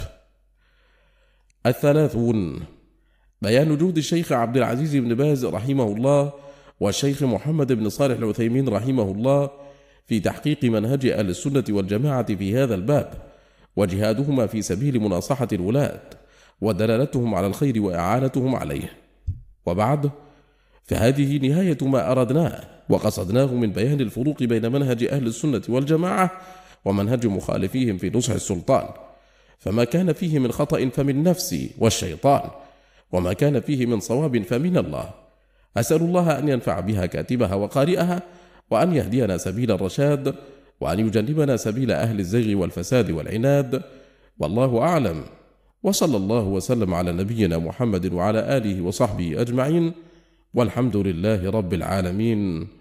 الثلاثون: بيان جهد الشيخ عبد العزيز بن باز رحمه الله والشيخ محمد بن صالح العثيمين رحمه الله في تحقيق منهج أهل السنة والجماعة في هذا الباب، وجهادهما في سبيل مناصحة الولاة، ودلالتهم على الخير وإعانتهم عليه. وبعد، فهذه نهاية ما أردناه وقصدناه من بيان الفروق بين منهج أهل السنة والجماعة ومنهج مخالفيهم في نصح السلطان، فما كان فيه من خطأ فمن نفسي والشيطان، وما كان فيه من صواب فمن الله. أسأل الله أن ينفع بها كاتبها وقارئها، وأن يهدينا سبيل الرشاد، وأن يجنبنا سبيل أهل الزيغ والفساد والعناد. والله أعلم، وصلى الله وسلم على نبينا محمد وعلى آله وصحبه أجمعين، والحمد لله رب العالمين.